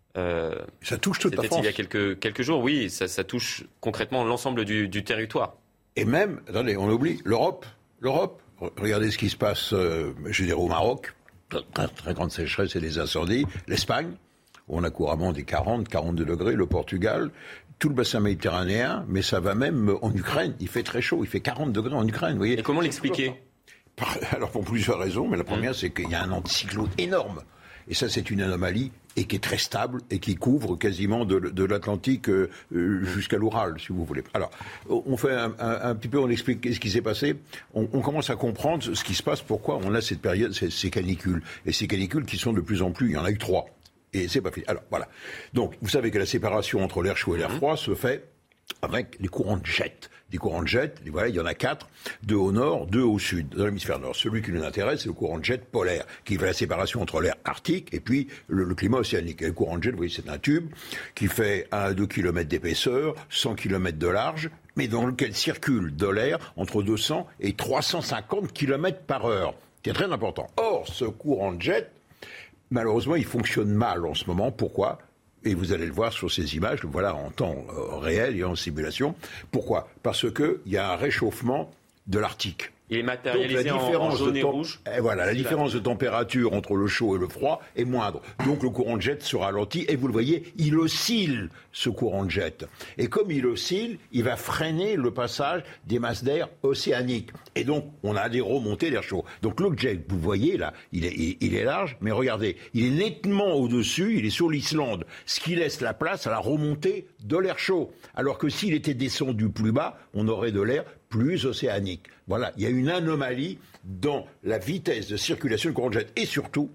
Ça touche toute la France. Il y a quelques jours, oui, ça touche concrètement l'ensemble du territoire. Et même, attendez, on oublie, l'Europe. Regardez ce qui se passe, je dirais, au Maroc, très, très grande sécheresse et des incendies. L'Espagne, où on a couramment des 40, 42 degrés. Le Portugal, tout le bassin méditerranéen, mais ça va même en Ukraine. Il fait très chaud, il fait 40 degrés en Ukraine. Vous voyez. Et comment l'expliquer ? Alors pour plusieurs raisons, mais la première, c'est qu'il y a un anticyclone énorme. Et ça, c'est une anomalie et qui est très stable et qui couvre quasiment de l'Atlantique jusqu'à l'Oural, si vous voulez. Alors, on fait un petit peu, on explique ce qui s'est passé. On commence à comprendre ce qui se passe, pourquoi on a cette période, ces canicules. Et ces canicules qui sont de plus en plus, il y en a eu 3. Et c'est pas fini. Alors, voilà. Donc, vous savez que la séparation entre l'air chaud et l'air froid se fait avec les courants de jet. Des courants de jet, voilà, il y en a 4, 2 au nord, 2 au sud, dans l'hémisphère nord. Celui qui nous intéresse, c'est le courant de jet polaire, qui fait la séparation entre l'air arctique et puis le climat océanique. Et le courant de jet, vous voyez, c'est un tube qui fait 1 à 2 km d'épaisseur, 100 km de large, mais dans lequel circule de l'air entre 200 et 350 km par heure. C'est très important. Or, ce courant de jet, malheureusement, il fonctionne mal en ce moment. Pourquoi ? Et vous allez le voir sur ces images, voilà en temps réel et en simulation. Pourquoi ? Parce qu'il y a un réchauffement de l'Arctique. Il est matérialisé en jaune et rouge. Voilà, la différence de température entre le chaud et le froid est moindre. Donc le courant de jet se ralentit et vous le voyez, il oscille, ce courant de jet. Et comme il oscille, il va freiner le passage des masses d'air océaniques. Et donc on a des remontées d'air chaud. Donc le jet, vous voyez là, il est large, mais regardez, il est nettement au-dessus, il est sur l'Islande, ce qui laisse la place à la remontée de l'air chaud. Alors que s'il était descendu plus bas, on aurait de l'air plus océanique. Voilà, il y a une anomalie dans la vitesse de circulation du courant de jet. Et surtout,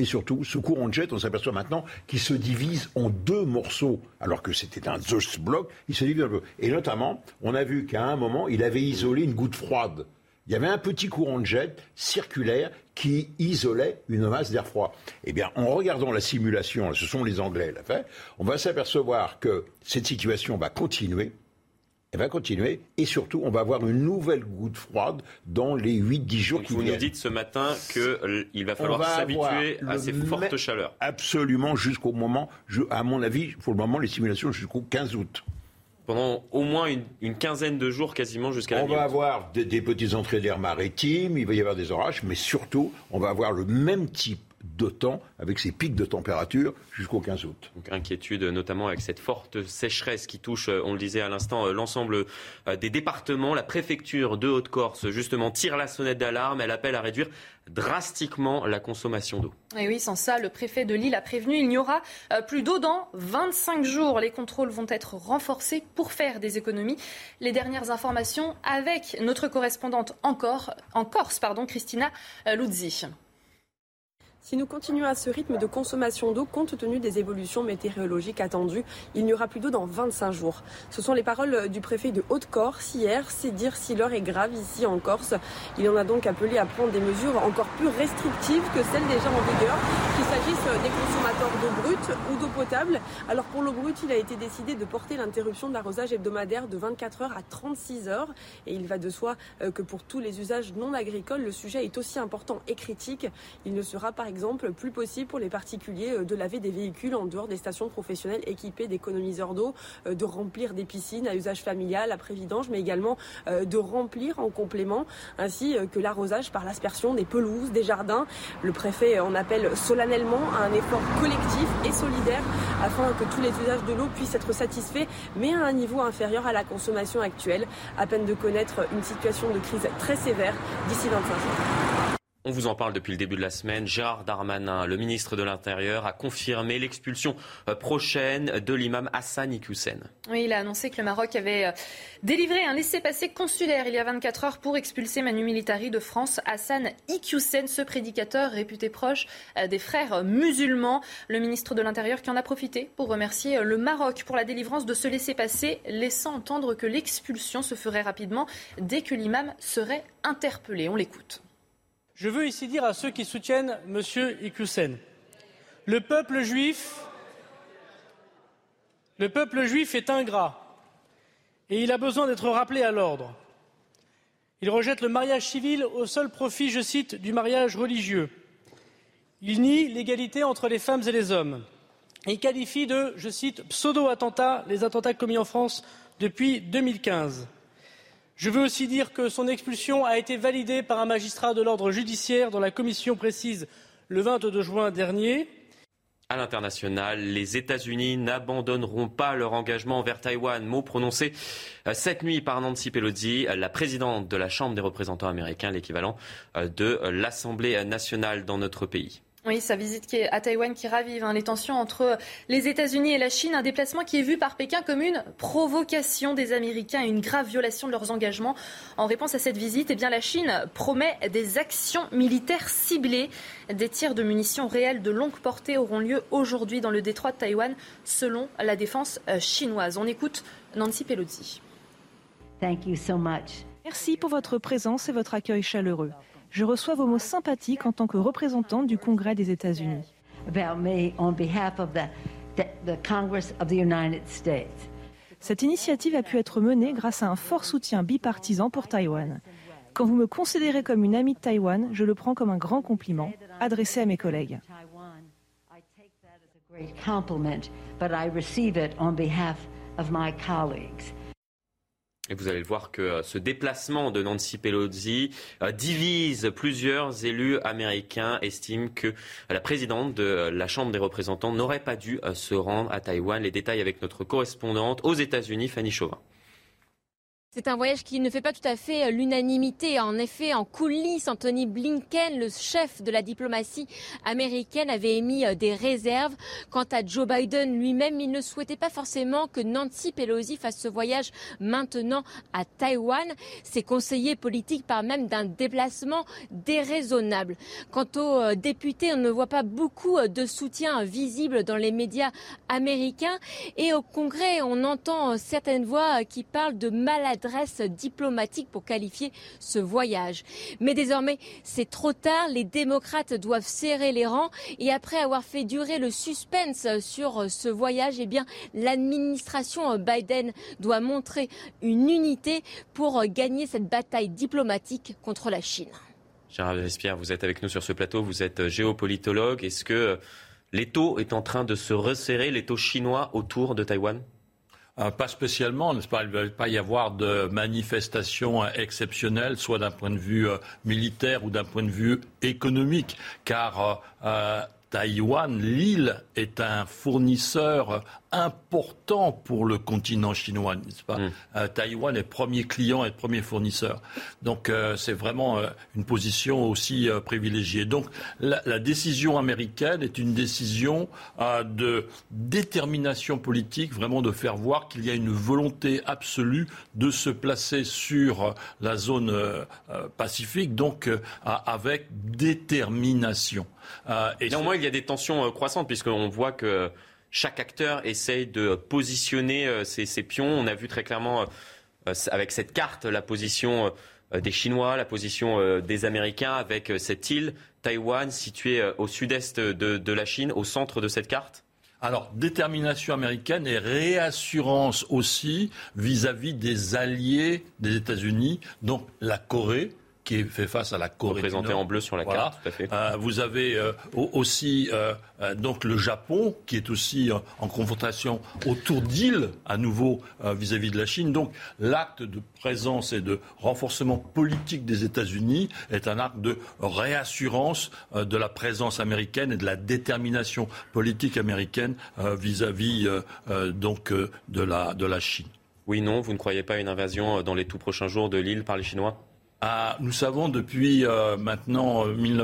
ce courant de jet, on s'aperçoit maintenant qu'il se divise en 2 morceaux, alors que c'était un Zeus bloc, il se divise en 2. Et notamment, on a vu qu'à un moment, il avait isolé une goutte froide. Il y avait un petit courant de jet circulaire qui isolait une masse d'air froid. Eh bien, en regardant la simulation, ce sont les Anglais l'a fait, on va s'apercevoir que cette situation va continuer. Elle va continuer et surtout, on va avoir une nouvelle goutte froide dans les 8-10 jours qui viennent. Vous nous dites ce matin qu'il va falloir s'habituer à ces fortes chaleurs. Absolument, jusqu'au moment, à mon avis, pour le moment, les simulations jusqu'au 15 août. Pendant au moins une quinzaine de jours, quasiment jusqu'à la mi-août. On va avoir des petites entrées d'air maritime, il va y avoir des orages, mais surtout, on va avoir le même type de temps avec ces pics de température jusqu'au 15 août. Donc inquiétude notamment avec cette forte sécheresse qui touche, on le disait à l'instant, l'ensemble des départements. La préfecture de Haute-Corse justement tire la sonnette d'alarme. Elle appelle à réduire drastiquement la consommation d'eau. Et oui, sans ça, le préfet de Lille a prévenu, il n'y aura plus d'eau dans 25 jours. Les contrôles vont être renforcés pour faire des économies. Les dernières informations avec notre correspondante en Corse, Christina Luzzi. Si nous continuons à ce rythme de consommation d'eau, compte tenu des évolutions météorologiques attendues, il n'y aura plus d'eau dans 25 jours. Ce sont les paroles du préfet de Haute-Corse hier. C'est dire si l'heure est grave ici en Corse. Il en a donc appelé à prendre des mesures encore plus restrictives que celles déjà en vigueur, qu'il s'agisse des consommateurs d'eau brute ou d'eau potable. Alors pour l'eau brute, il a été décidé de porter l'interruption de l'arrosage hebdomadaire de 24 heures à 36 heures. Et il va de soi que pour tous les usages non agricoles, le sujet est aussi important et critique. Il ne sera par exemple plus possible pour les particuliers de laver des véhicules en dehors des stations professionnelles équipées d'économiseurs d'eau, de remplir des piscines à usage familial après vidange, mais également de remplir en complément, ainsi que l'arrosage par l'aspersion des pelouses, des jardins. Le préfet en appelle solennellement à un effort collectif et solidaire afin que tous les usages de l'eau puissent être satisfaits, mais à un niveau inférieur à la consommation actuelle, à peine de connaître une situation de crise très sévère d'ici 25 jours. On vous en parle depuis le début de la semaine. Gérard Darmanin, le ministre de l'Intérieur, a confirmé l'expulsion prochaine de l'imam Hassan Iqiyoussen. Oui, il a annoncé que le Maroc avait délivré un laissez-passer consulaire il y a 24 heures pour expulser Manu Militari de France Hassan Iqiyoussen, ce prédicateur réputé proche des frères musulmans. Le ministre de l'Intérieur qui en a profité pour remercier le Maroc pour la délivrance de ce laissez-passer, laissant entendre que l'expulsion se ferait rapidement dès que l'imam serait interpellé. On l'écoute. Je veux ici dire à ceux qui soutiennent M. Iqiyoussen, le peuple juif est ingrat et il a besoin d'être rappelé à l'ordre. Il rejette le mariage civil au seul profit, je cite, du mariage religieux. Il nie l'égalité entre les femmes et les hommes. Il qualifie de, je cite, pseudo-attentats les attentats commis en France depuis 2015. Je veux aussi dire que son expulsion a été validée par un magistrat de l'ordre judiciaire dont la commission précise le 22 juin dernier. À l'international, les États-Unis n'abandonneront pas leur engagement envers Taïwan. Mot prononcé cette nuit par Nancy Pelosi, la présidente de la Chambre des représentants américains, l'équivalent de l'Assemblée nationale dans notre pays. Oui, sa visite à Taïwan qui ravive les tensions entre les États-Unis et la Chine. Un déplacement qui est vu par Pékin comme une provocation des Américains et une grave violation de leurs engagements. En réponse à cette visite, la Chine promet des actions militaires ciblées. Des tirs de munitions réelles de longue portée auront lieu aujourd'hui dans le détroit de Taïwan, selon la défense chinoise. On écoute Nancy Pelosi. Thank you so much. Merci pour votre présence et votre accueil chaleureux. Je reçois vos mots sympathiques en tant que représentante du Congrès des États-Unis. Cette initiative a pu être menée grâce à un fort soutien bipartisan pour Taïwan. Quand vous me considérez comme une amie de Taïwan, je le prends comme un grand compliment adressé à mes collègues. Et vous allez le voir que ce déplacement de Nancy Pelosi divise plusieurs élus américains, estiment que la présidente de la Chambre des représentants n'aurait pas dû se rendre à Taïwan. Les détails avec notre correspondante aux États-Unis, Fanny Chauvin. C'est un voyage qui ne fait pas tout à fait l'unanimité. En effet, en coulisses, Anthony Blinken, le chef de la diplomatie américaine, avait émis des réserves. Quant à Joe Biden lui-même, il ne souhaitait pas forcément que Nancy Pelosi fasse ce voyage maintenant à Taïwan. Ses conseillers politiques parlent même d'un déplacement déraisonnable. Quant aux députés, on ne voit pas beaucoup de soutien visible dans les médias américains. Et au Congrès, on entend certaines voix qui parlent de maladresse diplomatique pour qualifier ce voyage. Mais désormais, c'est trop tard. Les démocrates doivent serrer les rangs. Et après avoir fait durer le suspense sur ce voyage, l'administration Biden doit montrer une unité pour gagner cette bataille diplomatique contre la Chine. Gérard Vespierre, vous êtes avec nous sur ce plateau. Vous êtes géopolitologue. Est-ce que l'étau est en train de se resserrer, l'étau chinois autour de Taïwan ? Pas spécialement, n'est-ce pas ? Il ne va pas y avoir de manifestations exceptionnelles, soit d'un point de vue militaire ou d'un point de vue économique, car Taïwan, l'île, est un fournisseur important pour le continent chinois, n'est-ce pas ? Taïwan est premier client et premier fournisseur. Donc c'est vraiment une position aussi privilégiée. Donc la décision américaine est une décision de détermination politique, vraiment de faire voir qu'il y a une volonté absolue de se placer sur la zone pacifique, donc avec détermination. Et néanmoins, il y a des tensions croissantes, puisqu'on voit que chaque acteur essaye de positionner ses pions. On a vu très clairement avec cette carte la position des Chinois, la position des Américains avec cette île, Taïwan, située au sud-est de la Chine, au centre de cette carte. Alors, détermination américaine et réassurance aussi vis-à-vis des alliés des États-Unis, donc la Corée, qui fait face à la Corée du Nord. Représenté en bleu sur la carte, tout à fait. Vous avez aussi donc le Japon, qui est aussi en confrontation autour d'îles, à nouveau vis-à-vis de la Chine. Donc l'acte de présence et de renforcement politique des États-Unis est un acte de réassurance de la présence américaine et de la détermination politique américaine vis-à-vis donc de la Chine. Oui, non, vous ne croyez pas à une invasion dans les tout prochains jours de l'île par les Chinois ? Nous savons depuis maintenant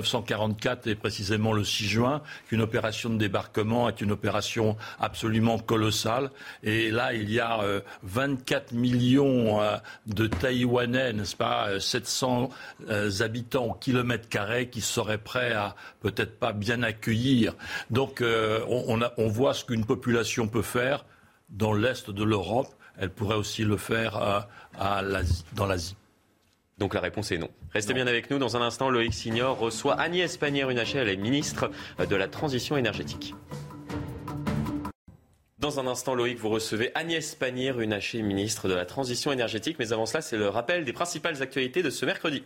1944 et précisément le 6 juin qu'une opération de débarquement est une opération absolument colossale. Et là, il y a 24 millions de Taïwanais, n'est-ce pas, 700 habitants au kilomètre carré qui seraient prêts à peut-être pas bien accueillir. Donc on voit ce qu'une population peut faire dans l'est de l'Europe. Elle pourrait aussi le faire dans l'Asie. Donc la réponse est non. Restez bien avec nous. Dans un instant, Loïc Signor reçoit Agnès Pannier-Runacher, elle est ministre de la Transition énergétique. Dans un instant, Loïc, vous recevez Agnès Pannier-Runacher, ministre de la Transition énergétique. Mais avant cela, c'est le rappel des principales actualités de ce mercredi.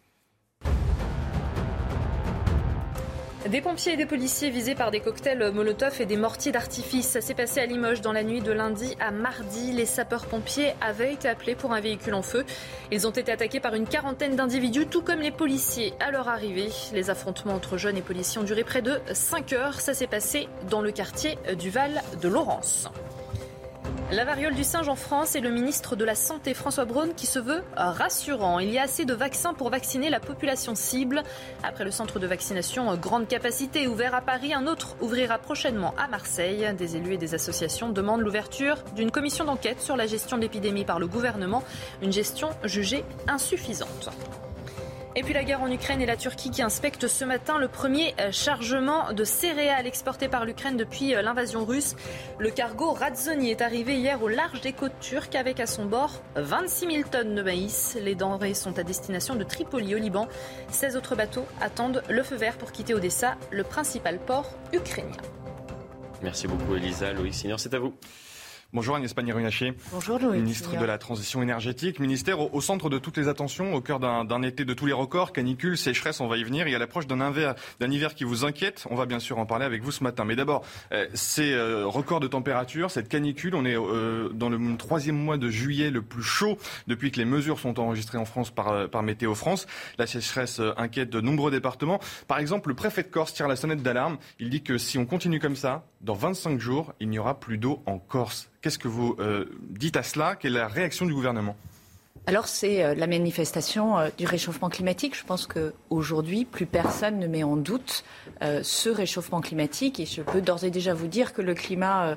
Des pompiers et des policiers visés par des cocktails Molotov et des mortiers d'artifice. Ça s'est passé à Limoges dans la nuit de lundi à mardi. Les sapeurs-pompiers avaient été appelés pour un véhicule en feu. Ils ont été attaqués par une quarantaine d'individus, tout comme les policiers à leur arrivée. Les affrontements entre jeunes et policiers ont duré près de 5 heures. Ça s'est passé dans le quartier du Val de Laurence. La variole du singe en France et le ministre de la Santé François Braun qui se veut rassurant. Il y a assez de vaccins pour vacciner la population cible. Après le centre de vaccination grande capacité ouvert à Paris, un autre ouvrira prochainement à Marseille. Des élus et des associations demandent l'ouverture d'une commission d'enquête sur la gestion de l'épidémie par le gouvernement. Une gestion jugée insuffisante. Et puis la guerre en Ukraine et la Turquie qui inspectent ce matin le premier chargement de céréales exporté par l'Ukraine depuis l'invasion russe. Le cargo Radzoni est arrivé hier au large des côtes turques avec à son bord 26 000 tonnes de maïs. Les denrées sont à destination de Tripoli au Liban. 16 autres bateaux attendent le feu vert pour quitter Odessa, le principal port ukrainien. Merci beaucoup Elisa. Loïc Signor, c'est à vous. Bonjour Agnès Pannier-Runacher. Bonjour Loïc. Ministre de la Transition énergétique, ministère au centre de toutes les attentions, au cœur d'un été de tous les records, canicule, sécheresse, on va y venir, et à l'approche d'un hiver qui vous inquiète. On va bien sûr en parler avec vous ce matin. Mais d'abord, ces records de température, cette canicule, on est dans le 3e mois de juillet le plus chaud depuis que les mesures sont enregistrées en France par Météo France. La sécheresse inquiète de nombreux départements. Par exemple, le préfet de Corse tire la sonnette d'alarme. Il dit que si on continue comme ça, dans 25 jours, il n'y aura plus d'eau en Corse. Qu'est-ce que vous dites à cela ? Quelle est la réaction du gouvernement ? Alors c'est la manifestation du réchauffement climatique. Je pense qu'aujourd'hui, plus personne ne met en doute ce réchauffement climatique. Et je peux d'ores et déjà vous dire que le climat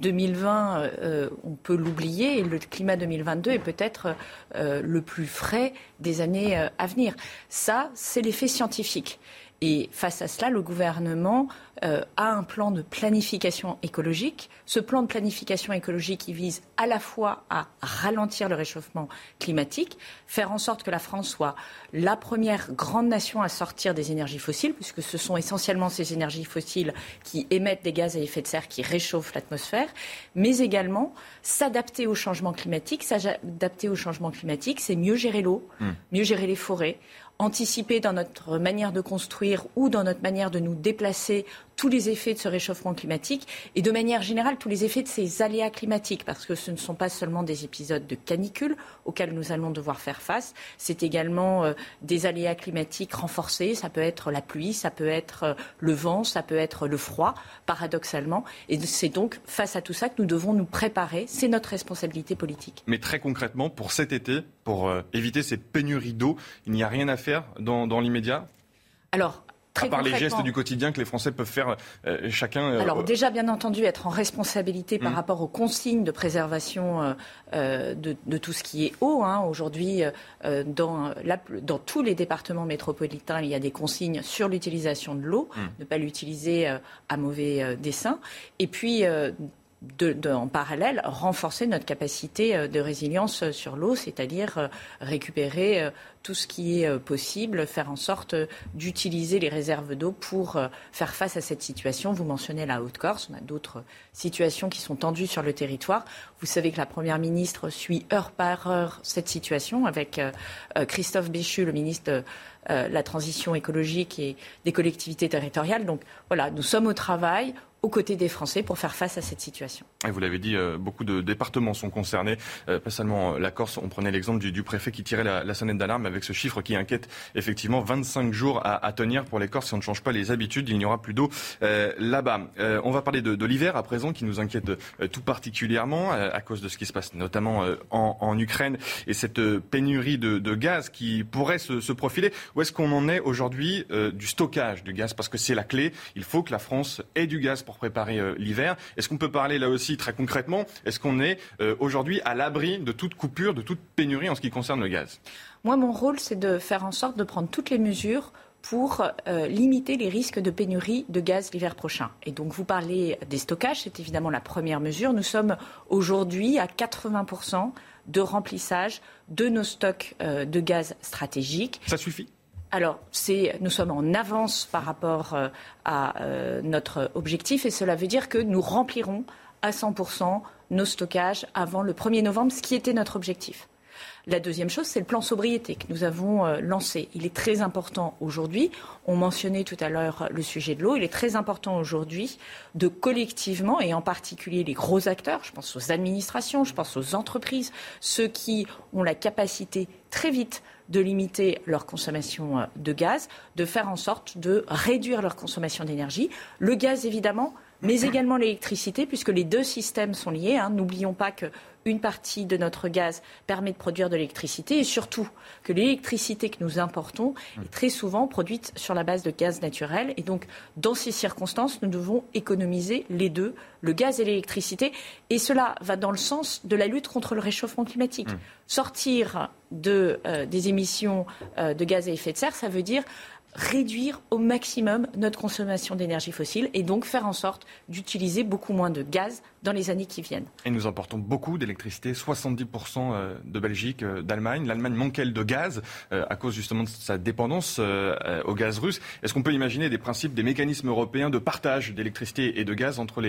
2020, on peut l'oublier. Et le climat 2022 est peut-être le plus frais des années à venir. Ça, c'est l'effet scientifique. Et face à cela, le gouvernement a un plan de planification écologique. Ce plan de planification écologique, il vise à la fois à ralentir le réchauffement climatique, faire en sorte que la France soit la première grande nation à sortir des énergies fossiles, puisque ce sont essentiellement ces énergies fossiles qui émettent des gaz à effet de serre, qui réchauffent l'atmosphère, mais également s'adapter au changement climatique. S'adapter au changement climatique, c'est mieux gérer l'eau, mieux gérer les forêts, anticiper dans notre manière de construire ou dans notre manière de nous déplacer tous les effets de ce réchauffement climatique et de manière générale tous les effets de ces aléas climatiques, parce que ce ne sont pas seulement des épisodes de canicule auxquels nous allons devoir faire face, c'est également des aléas climatiques renforcés, ça peut être la pluie, ça peut être le vent, ça peut être le froid, paradoxalement, et c'est donc face à tout ça que nous devons nous préparer, c'est notre responsabilité politique. Mais très concrètement, pour cet été, pour éviter ces pénuries d'eau, il n'y a rien à faire dans l'immédiat ? Alors, à part les gestes du quotidien que les Français peuvent faire chacun. Alors déjà, bien entendu, être en responsabilité par rapport aux consignes de préservation de tout ce qui est eau. Aujourd'hui, dans tous les départements métropolitains, il y a des consignes sur l'utilisation de l'eau, ne pas l'utiliser à mauvais dessein. Et puis en parallèle, renforcer notre capacité de résilience sur l'eau, c'est-à-dire récupérer tout ce qui est possible, faire en sorte d'utiliser les réserves d'eau pour faire face à cette situation. Vous mentionnez la Haute-Corse, on a d'autres situations qui sont tendues sur le territoire. Vous savez que la Première ministre suit heure par heure cette situation avec Christophe Béchu, le ministre de la Transition écologique et des collectivités territoriales. Donc voilà, nous sommes au travail, aux côtés des Français pour faire face à cette situation. Et vous l'avez dit, beaucoup de départements sont concernés, pas seulement la Corse. On prenait l'exemple du préfet qui tirait la sonnette d'alarme avec ce chiffre qui inquiète effectivement 25 jours à tenir pour les Corses. Si on ne change pas les habitudes, il n'y aura plus d'eau là-bas. On va parler de l'hiver à présent qui nous inquiète tout particulièrement à cause de ce qui se passe notamment en Ukraine et cette pénurie de gaz qui pourrait se profiler. Où est-ce qu'on en est aujourd'hui du stockage du gaz ? Parce que c'est la clé. Il faut que la France ait du gaz pour préparer l'hiver. Est-ce qu'on peut parler là aussi très concrètement ? Est-ce qu'on est aujourd'hui à l'abri de toute coupure, de toute pénurie en ce qui concerne le gaz ? Moi, mon rôle, c'est de faire en sorte de prendre toutes les mesures pour limiter les risques de pénurie de gaz l'hiver prochain. Et donc, vous parlez des stockages, c'est évidemment la première mesure. Nous sommes aujourd'hui à 80% de remplissage de nos stocks de gaz stratégiques. Ça suffit ? Alors, nous sommes en avance par rapport à notre objectif et cela veut dire que nous remplirons à 100% nos stockages avant le 1er novembre, ce qui était notre objectif. La deuxième chose, c'est le plan sobriété que nous avons lancé. Il est très important aujourd'hui, on mentionnait tout à l'heure le sujet de l'eau, il est très important aujourd'hui de collectivement, et en particulier les gros acteurs, je pense aux administrations, je pense aux entreprises, ceux qui ont la capacité très vite de limiter leur consommation de gaz, de faire en sorte de réduire leur consommation d'énergie. Le gaz, évidemment, mais également l'électricité, puisque les deux systèmes sont liés. N'oublions pas qu'une partie de notre gaz permet de produire de l'électricité et surtout que l'électricité que nous importons est très souvent produite sur la base de gaz naturel. Et donc, dans ces circonstances, nous devons économiser les deux, le gaz et l'électricité. Et cela va dans le sens de la lutte contre le réchauffement climatique. Sortir des émissions de gaz à effet de serre, ça veut dire réduire au maximum notre consommation d'énergie fossile et donc faire en sorte d'utiliser beaucoup moins de gaz dans les années qui viennent. Et nous importons beaucoup d'électricité, 70% de Belgique, d'Allemagne. L'Allemagne manque, elle, de gaz à cause justement de sa dépendance au gaz russe. Est-ce qu'on peut imaginer des principes, des mécanismes européens de partage d'électricité et de gaz entre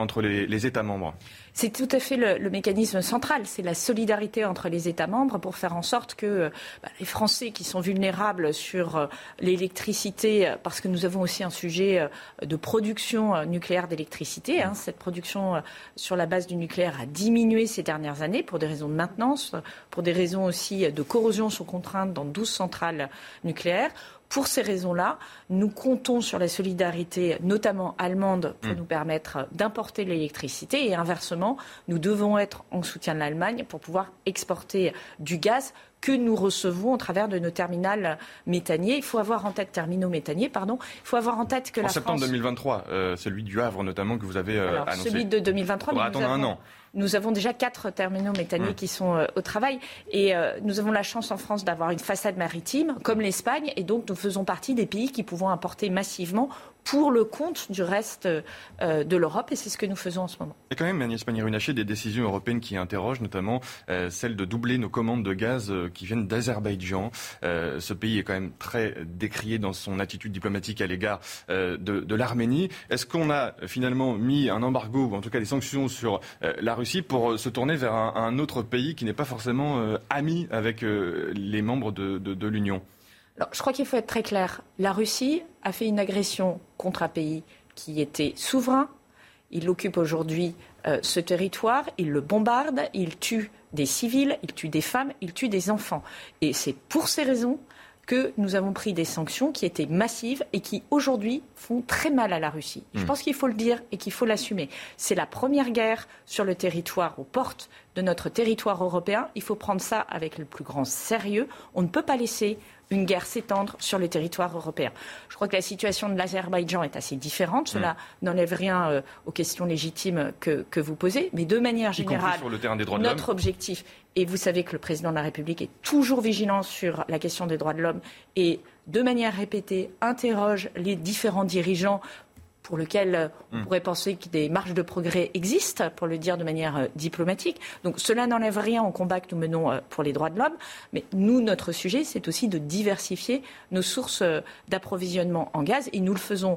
les États membres ? C'est tout à fait le mécanisme central, c'est la solidarité entre les États membres pour faire en sorte que les Français qui sont vulnérables sur l'électricité, parce que nous avons aussi un sujet de production nucléaire d'électricité, cette production sur la base du nucléaire a diminué ces dernières années pour des raisons de maintenance, pour des raisons aussi de corrosion sous contrainte dans 12 centrales nucléaires. Pour ces raisons-là, nous comptons sur la solidarité, notamment allemande, pour nous permettre d'importer l'électricité. Et inversement, nous devons être en soutien de l'Allemagne pour pouvoir exporter du gaz que nous recevons au travers de nos terminaux méthaniers. Il faut avoir en tête il faut avoir en tête que la France... En septembre 2023, celui du Havre notamment que vous avez annoncé. Celui de 2023, on va attendre un an. Nous avons déjà 4 terminaux méthaniers qui sont au travail et nous avons la chance en France d'avoir une façade maritime comme l'Espagne et donc nous faisons partie des pays qui pouvons importer massivement pour le compte du reste de l'Europe et c'est ce que nous faisons en ce moment. Il y a quand même, Agnès Pannier-Runacher, des décisions européennes qui interrogent, notamment celle de doubler nos commandes de gaz qui viennent d'Azerbaïdjan. Ce pays est quand même très décrié dans son attitude diplomatique à l'égard de l'Arménie. Est-ce qu'on a finalement mis un embargo, ou en tout cas des sanctions sur la Russie pour se tourner vers un autre pays qui n'est pas forcément ami avec les membres de l'Union ? Alors, je crois qu'il faut être très clair. La Russie a fait une agression contre un pays qui était souverain. Il occupe aujourd'hui ce territoire, il le bombarde, il tue des civils, il tue des femmes, il tue des enfants. Et c'est pour ces raisons que nous avons pris des sanctions qui étaient massives et qui, aujourd'hui, font très mal à la Russie. Je pense qu'il faut le dire et qu'il faut l'assumer. C'est la première guerre sur le territoire, aux portes de notre territoire européen. Il faut prendre ça avec le plus grand sérieux. On ne peut pas laisser une guerre s'étendre sur le territoire européen. Je crois que la situation de l'Azerbaïdjan est assez différente. Cela n'enlève rien aux questions légitimes que vous posez. Mais de manière générale, sur le terrain des droits de l'homme. Notre objectif, et vous savez que le président de la République est toujours vigilant sur la question des droits de l'homme et de manière répétée interroge les différents dirigeants pour lequel on pourrait penser que des marges de progrès existent, pour le dire de manière diplomatique. Donc cela n'enlève rien au combat que nous menons pour les droits de l'homme. Mais nous, notre sujet, c'est aussi de diversifier nos sources d'approvisionnement en gaz. Et nous le faisons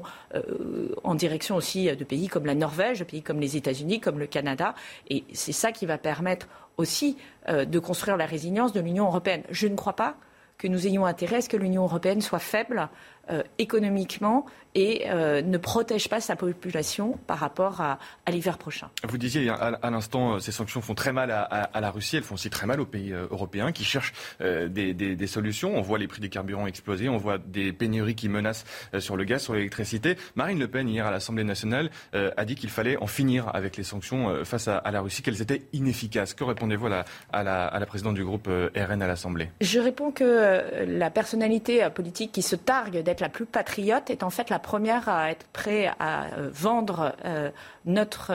en direction aussi de pays comme la Norvège, de pays comme les États-Unis, comme le Canada. Et c'est ça qui va permettre aussi de construire la résilience de l'Union européenne. Je ne crois pas que nous ayons intérêt à ce que l'Union européenne soit faible économiquement et ne protège pas sa population par rapport à l'hiver prochain. Vous disiez à l'instant, ces sanctions font très mal à la Russie, elles font aussi très mal aux pays européens qui cherchent des solutions. On voit les prix des carburants exploser, on voit des pénuries qui menacent sur le gaz, sur l'électricité. Marine Le Pen, hier à l'Assemblée nationale, a dit qu'il fallait en finir avec les sanctions face à la Russie, qu'elles étaient inefficaces. Que répondez-vous à la présidente du groupe RN à l'Assemblée ? Je réponds que la personnalité politique qui se targue d'être la plus patriote est en fait la première à être prêt à vendre notre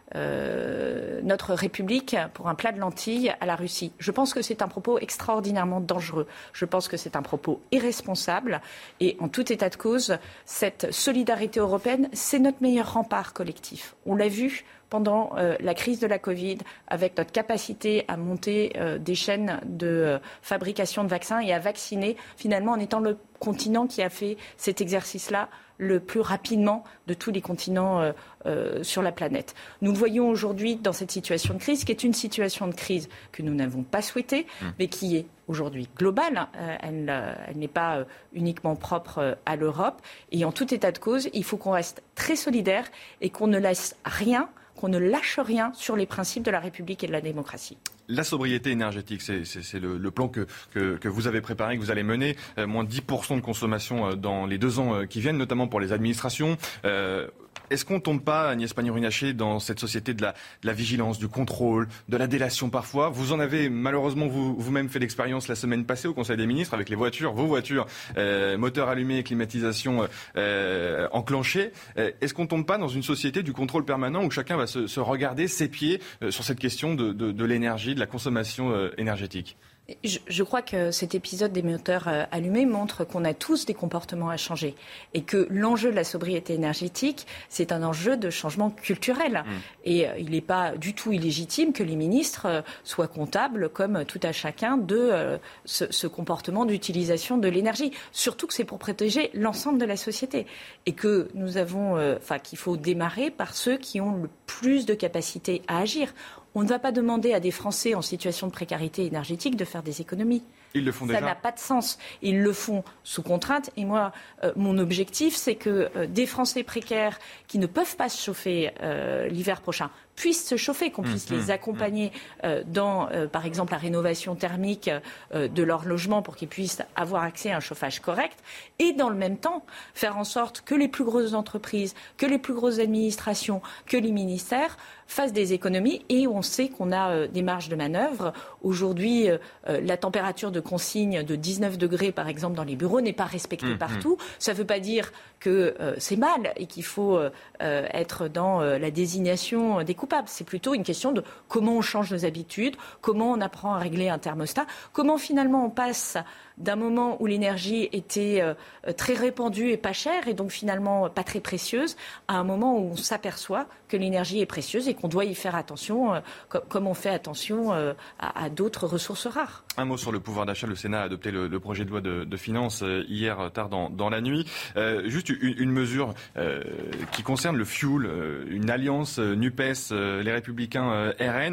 République pour un plat de lentilles à la Russie. Je pense que c'est un propos extraordinairement dangereux. Je pense que c'est un propos irresponsable. Et en tout état de cause, cette solidarité européenne, c'est notre meilleur rempart collectif. On l'a vu pendant la crise de la Covid, avec notre capacité à monter des chaînes de fabrication de vaccins et à vacciner, finalement, en étant le continent qui a fait cet exercice-là le plus rapidement de tous les continents sur la planète. Nous le voyons aujourd'hui dans cette situation de crise, qui est une situation de crise que nous n'avons pas souhaitée, mais qui est aujourd'hui globale. Elle n'est pas uniquement propre à l'Europe. Et en tout état de cause, il faut qu'on reste très solidaire et qu'on ne laisse rien, qu'on ne lâche rien sur les principes de la République et de la démocratie. La sobriété énergétique, c'est le plan que vous avez préparé, que vous allez mener. Moins 10% de consommation dans les 2 ans qui viennent, notamment pour les administrations. Est-ce qu'on ne tombe pas, Agnès Pannier-Runacher, dans cette société de la vigilance, du contrôle, de la délation parfois? Vous en avez malheureusement vous-même fait l'expérience la semaine passée au Conseil des ministres avec les voitures, vos voitures, moteurs allumés, climatisation enclenchée. Est-ce qu'on ne tombe pas dans une société du contrôle permanent où chacun va se regarder ses pieds sur cette question de l'énergie, de la consommation énergétique? Je crois que cet épisode des moteurs allumés montre qu'on a tous des comportements à changer et que l'enjeu de la sobriété énergétique, c'est un enjeu de changement culturel. Et il n'est pas du tout illégitime que les ministres soient comptables, comme tout à chacun, de ce comportement d'utilisation de l'énergie. Surtout que c'est pour protéger l'ensemble de la société et que nous avons, qu'il faut démarrer par ceux qui ont le plus de capacité à agir. On ne va pas demander à des Français en situation de précarité énergétique de faire des économies. Ils le font déjà. Ça n'a pas de sens. Ils le font sous contrainte. Et moi, mon objectif, c'est que des Français précaires qui ne peuvent pas se chauffer l'hiver prochain puissent se chauffer, qu'on puisse les accompagner dans, par exemple, la rénovation thermique de leur logement pour qu'ils puissent avoir accès à un chauffage correct. Et dans le même temps, faire en sorte que les plus grosses entreprises, que les plus grosses administrations, que les ministères fassent des économies. Et on sait qu'on a des marges de manœuvre. Aujourd'hui, la température de consigne de 19 degrés, par exemple, dans les bureaux n'est pas respectée partout. Ça ne veut pas dire que c'est mal et qu'il faut être dans la désignation des coupables. C'est plutôt une question de comment on change nos habitudes, comment on apprend à régler un thermostat, comment finalement on passe d'un moment où l'énergie était très répandue et pas chère et donc finalement pas très précieuse, à un moment où on s'aperçoit que l'énergie est précieuse et qu'on doit y faire attention comme on fait attention à d'autres ressources rares. Un mot sur le pouvoir d'achat. Le Sénat a adopté le projet de loi de finances hier tard dans la nuit. Juste une mesure qui concerne le fuel. Une alliance NUPES, les Républicains RN,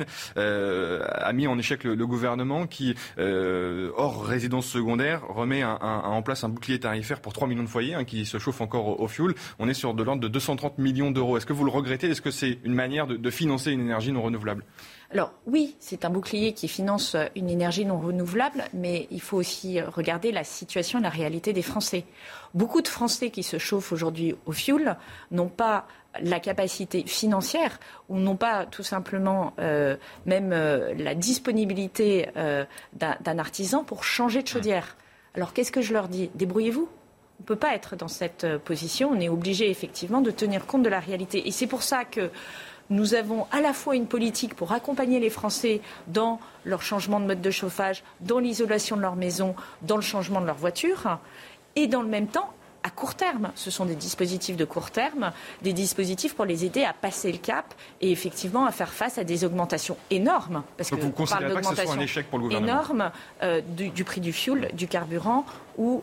a mis en échec le gouvernement qui, hors résidence secondaire, remet en place un bouclier tarifaire pour 3 millions de foyers qui se chauffent encore au fioul. On est sur de l'ordre de 230 millions d'euros. Est-ce que vous le regrettez? Est-ce que c'est une manière de financer une énergie non renouvelable? Alors oui, c'est un bouclier qui finance une énergie non renouvelable, mais il faut aussi regarder la situation et la réalité des Français. Beaucoup de Français qui se chauffent aujourd'hui au fioul n'ont pas la capacité financière ou n'ont pas tout simplement même la disponibilité d'un artisan pour changer de chaudière. Alors qu'est-ce que je leur dis? Débrouillez-vous. On ne peut pas être dans cette position. On est obligé effectivement de tenir compte de la réalité. Et c'est pour ça que nous avons à la fois une politique pour accompagner les Français dans leur changement de mode de chauffage, dans l'isolation de leur maison, dans le changement de leur voiture, et dans le même temps, à court terme, ce sont des dispositifs de court terme, des dispositifs pour les aider à passer le cap et effectivement à faire face à des augmentations énormes. Parce que vous ne considérez pas que ce soit un échec pour le gouvernement? Énorme du prix du fioul, du carburant ou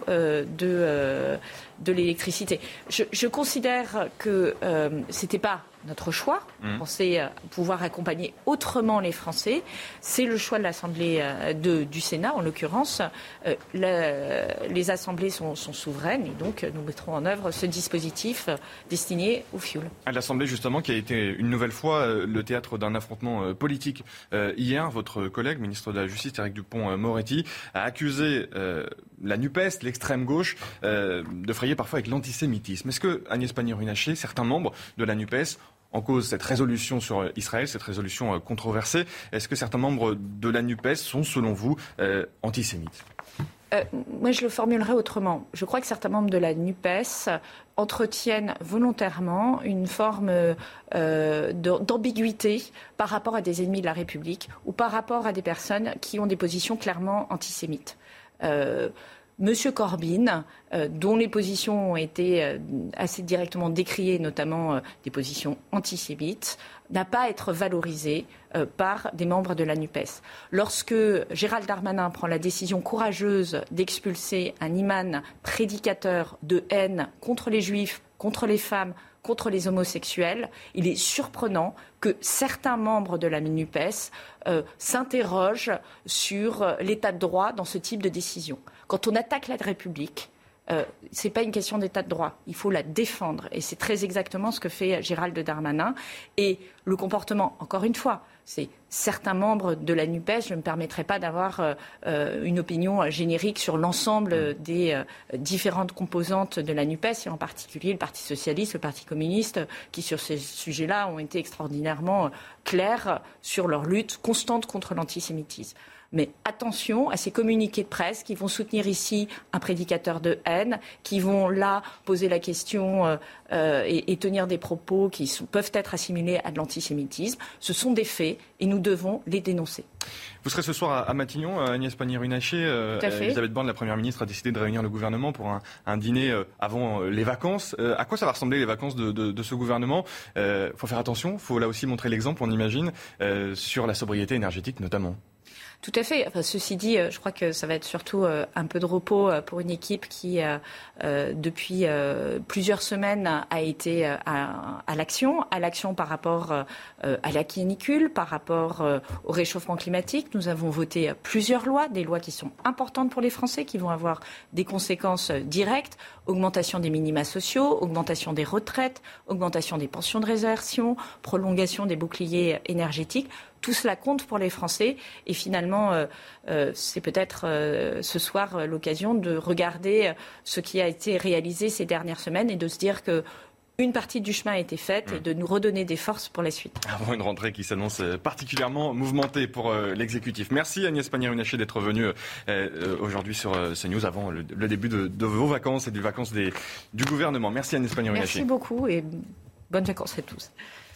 de l'électricité. Je considère que ce n'était pas notre choix. On pensait pouvoir accompagner autrement les Français. C'est le choix de l'Assemblée du Sénat, en l'occurrence. Les assemblées sont souveraines et donc nous mettrons en œuvre ce dispositif destiné au fioul. À l'Assemblée, justement, qui a été une nouvelle fois le théâtre d'un affrontement politique. Hier, votre collègue, ministre de la Justice, Éric Dupond-Moretti, a accusé la NUPES, l'extrême gauche, de frayer parfois avec l'antisémitisme. Est-ce que, Agnès Pannier-Runacher, certains membres de la NUPES, en cause cette résolution sur Israël, cette résolution controversée, est-ce que certains membres de la NUPES sont, selon vous, antisémites? Moi, je le formulerai autrement. Je crois que certains membres de la NUPES entretiennent volontairement une forme d'ambiguïté par rapport à des ennemis de la République ou par rapport à des personnes qui ont des positions clairement antisémites. Monsieur Corbyn, dont les positions ont été assez directement décriées, notamment des positions antisémites, n'a pas à être valorisé par des membres de la NUPES. Lorsque Gérald Darmanin prend la décision courageuse d'expulser un imam prédicateur de haine contre les juifs, contre les femmes, contre les homosexuels, il est surprenant que certains membres de la NUPES s'interrogent sur l'état de droit dans ce type de décision. Quand on attaque la République, ce n'est pas une question d'état de droit. Il faut la défendre. Et c'est très exactement ce que fait Gérald Darmanin. Et le comportement, encore une fois, c'est certains membres de la NUPES. Je ne me permettrai pas d'avoir une opinion générique sur l'ensemble des différentes composantes de la NUPES, et en particulier le Parti socialiste, le Parti communiste, qui sur ces sujets-là ont été extraordinairement clairs sur leur lutte constante contre l'antisémitisme. Mais attention à ces communiqués de presse qui vont soutenir ici un prédicateur de haine, qui vont là poser la question et tenir des propos qui peuvent être assimilés à de l'antisémitisme. Ce sont des faits et nous devons les dénoncer. Vous serez ce soir à Matignon, Agnès Pannier-Runacher. Elisabeth Borne, la Première ministre, a décidé de réunir le gouvernement pour un dîner avant les vacances. À quoi ça va ressembler les vacances de ce gouvernement ? Faut faire attention, faut là aussi montrer l'exemple, on imagine, sur la sobriété énergétique notamment. Tout à fait. Enfin, ceci dit, je crois que ça va être surtout un peu de repos pour une équipe qui, depuis plusieurs semaines, a été à l'action par rapport à la canicule, par rapport au réchauffement climatique. Nous avons voté plusieurs lois, des lois qui sont importantes pour les Français, qui vont avoir des conséquences directes. Augmentation des minima sociaux, augmentation des retraites, augmentation des pensions de réversion, prolongation des boucliers énergétiques. Tout cela compte pour les Français et finalement, c'est peut-être ce soir l'occasion de regarder ce qui a été réalisé ces dernières semaines et de se dire que une partie du chemin a été faite et de nous redonner des forces pour la suite. Avant une rentrée qui s'annonce particulièrement mouvementée pour l'exécutif. Merci Agnès Pannier-Runacher d'être venue aujourd'hui sur CNews avant le début de vos vacances et des vacances du gouvernement. Merci Agnès Pannier-Runacher. Merci beaucoup et bonnes vacances à tous.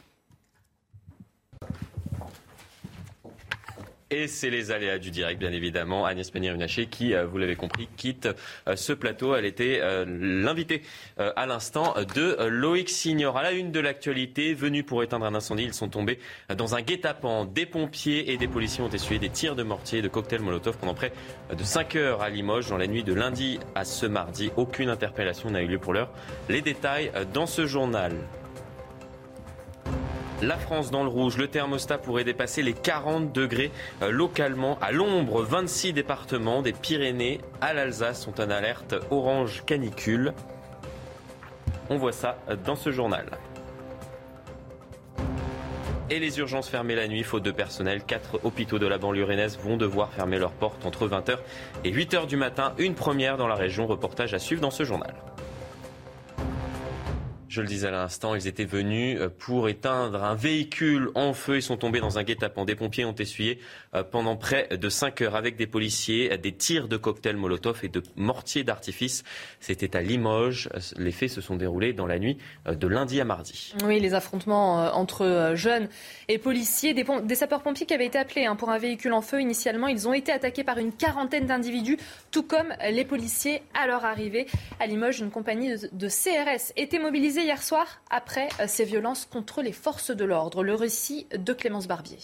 Et c'est les aléas du direct, bien évidemment. Agnès Pannier-Runacher qui, vous l'avez compris, quitte ce plateau. Elle était l'invitée à l'instant de Loïc Signor. À la une de l'actualité, venus pour éteindre un incendie, ils sont tombés dans un guet-apens. Des pompiers et des policiers ont essuyé des tirs de mortier et de cocktails Molotov pendant près de 5 heures à Limoges. Dans la nuit de lundi à ce mardi, aucune interpellation n'a eu lieu pour l'heure. Les détails dans ce journal. La France dans le rouge, le thermostat pourrait dépasser les 40 degrés localement. À l'ombre, 26 départements des Pyrénées à l'Alsace sont en alerte orange canicule. On voit ça dans ce journal. Et les urgences fermées la nuit, faute de personnel. 4 hôpitaux de la banlieue rennaise vont devoir fermer leurs portes entre 20h et 8h du matin. Une première dans la région. Reportage à suivre dans ce journal. Je le disais à l'instant, ils étaient venus pour éteindre un véhicule en feu. Ils sont tombés dans un guet-apens. Des pompiers ont essuyé pendant près de 5 heures avec des policiers des tirs de cocktails Molotov et de mortiers d'artifice. C'était à Limoges. Les faits se sont déroulés dans la nuit de lundi à mardi. Oui, les affrontements entre jeunes et policiers, des sapeurs-pompiers qui avaient été appelés pour un véhicule en feu. Initialement, ils ont été attaqués par une quarantaine d'individus, tout comme les policiers à leur arrivée. À Limoges, une compagnie de CRS était mobilisée hier soir après ces violences contre les forces de l'ordre. Le récit de Clémence Barbier.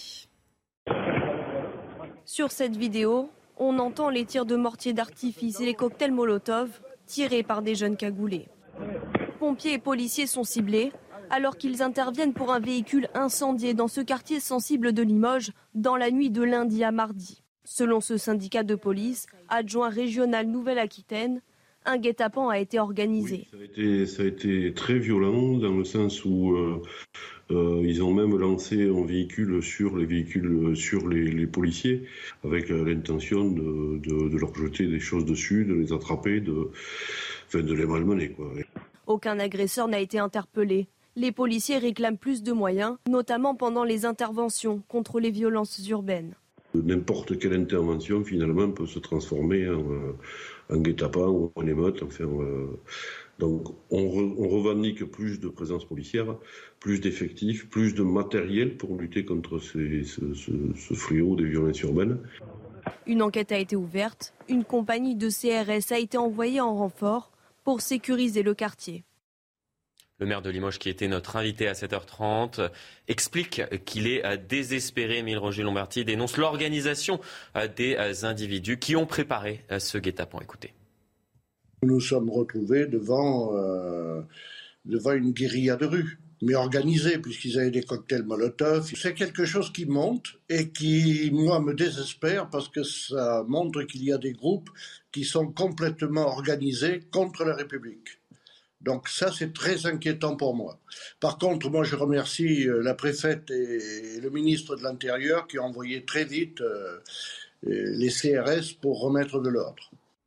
Sur cette vidéo, on entend les tirs de mortier d'artifice et les cocktails Molotov tirés par des jeunes cagoulés. Pompiers et policiers sont ciblés alors qu'ils interviennent pour un véhicule incendié dans ce quartier sensible de Limoges dans la nuit de lundi à mardi. Selon ce syndicat de police, adjoint régional Nouvelle-Aquitaine, un guet-apens a été organisé. Oui, ça a été très violent dans le sens où ils ont même lancé un véhicule sur les policiers avec l'intention de leur jeter des choses dessus, de les attraper, de les malmener, quoi. Aucun agresseur n'a été interpellé. Les policiers réclament plus de moyens, notamment pendant les interventions contre les violences urbaines. N'importe quelle intervention, finalement, peut se transformer en guet-apens ou en émeute. Enfin, donc, on revendique plus de présence policière, plus d'effectifs, plus de matériel pour lutter contre ce fléau des violences urbaines. Une enquête a été ouverte. Une compagnie de CRS a été envoyée en renfort pour sécuriser le quartier. Le maire de Limoges, qui était notre invité à 7h30, explique qu'il est désespéré. Émile Roger-Lombardi dénonce l'organisation des individus qui ont préparé ce guet-apens. Écoutez. Nous nous sommes retrouvés devant une guérilla de rue, mais organisée, puisqu'ils avaient des cocktails Molotov. C'est quelque chose qui monte et qui, moi, me désespère parce que ça montre qu'il y a des groupes qui sont complètement organisés contre la République. Donc ça, c'est très inquiétant pour moi. Par contre, moi, je remercie la préfète et le ministre de l'Intérieur qui ont envoyé très vite les CRS pour remettre de l'ordre.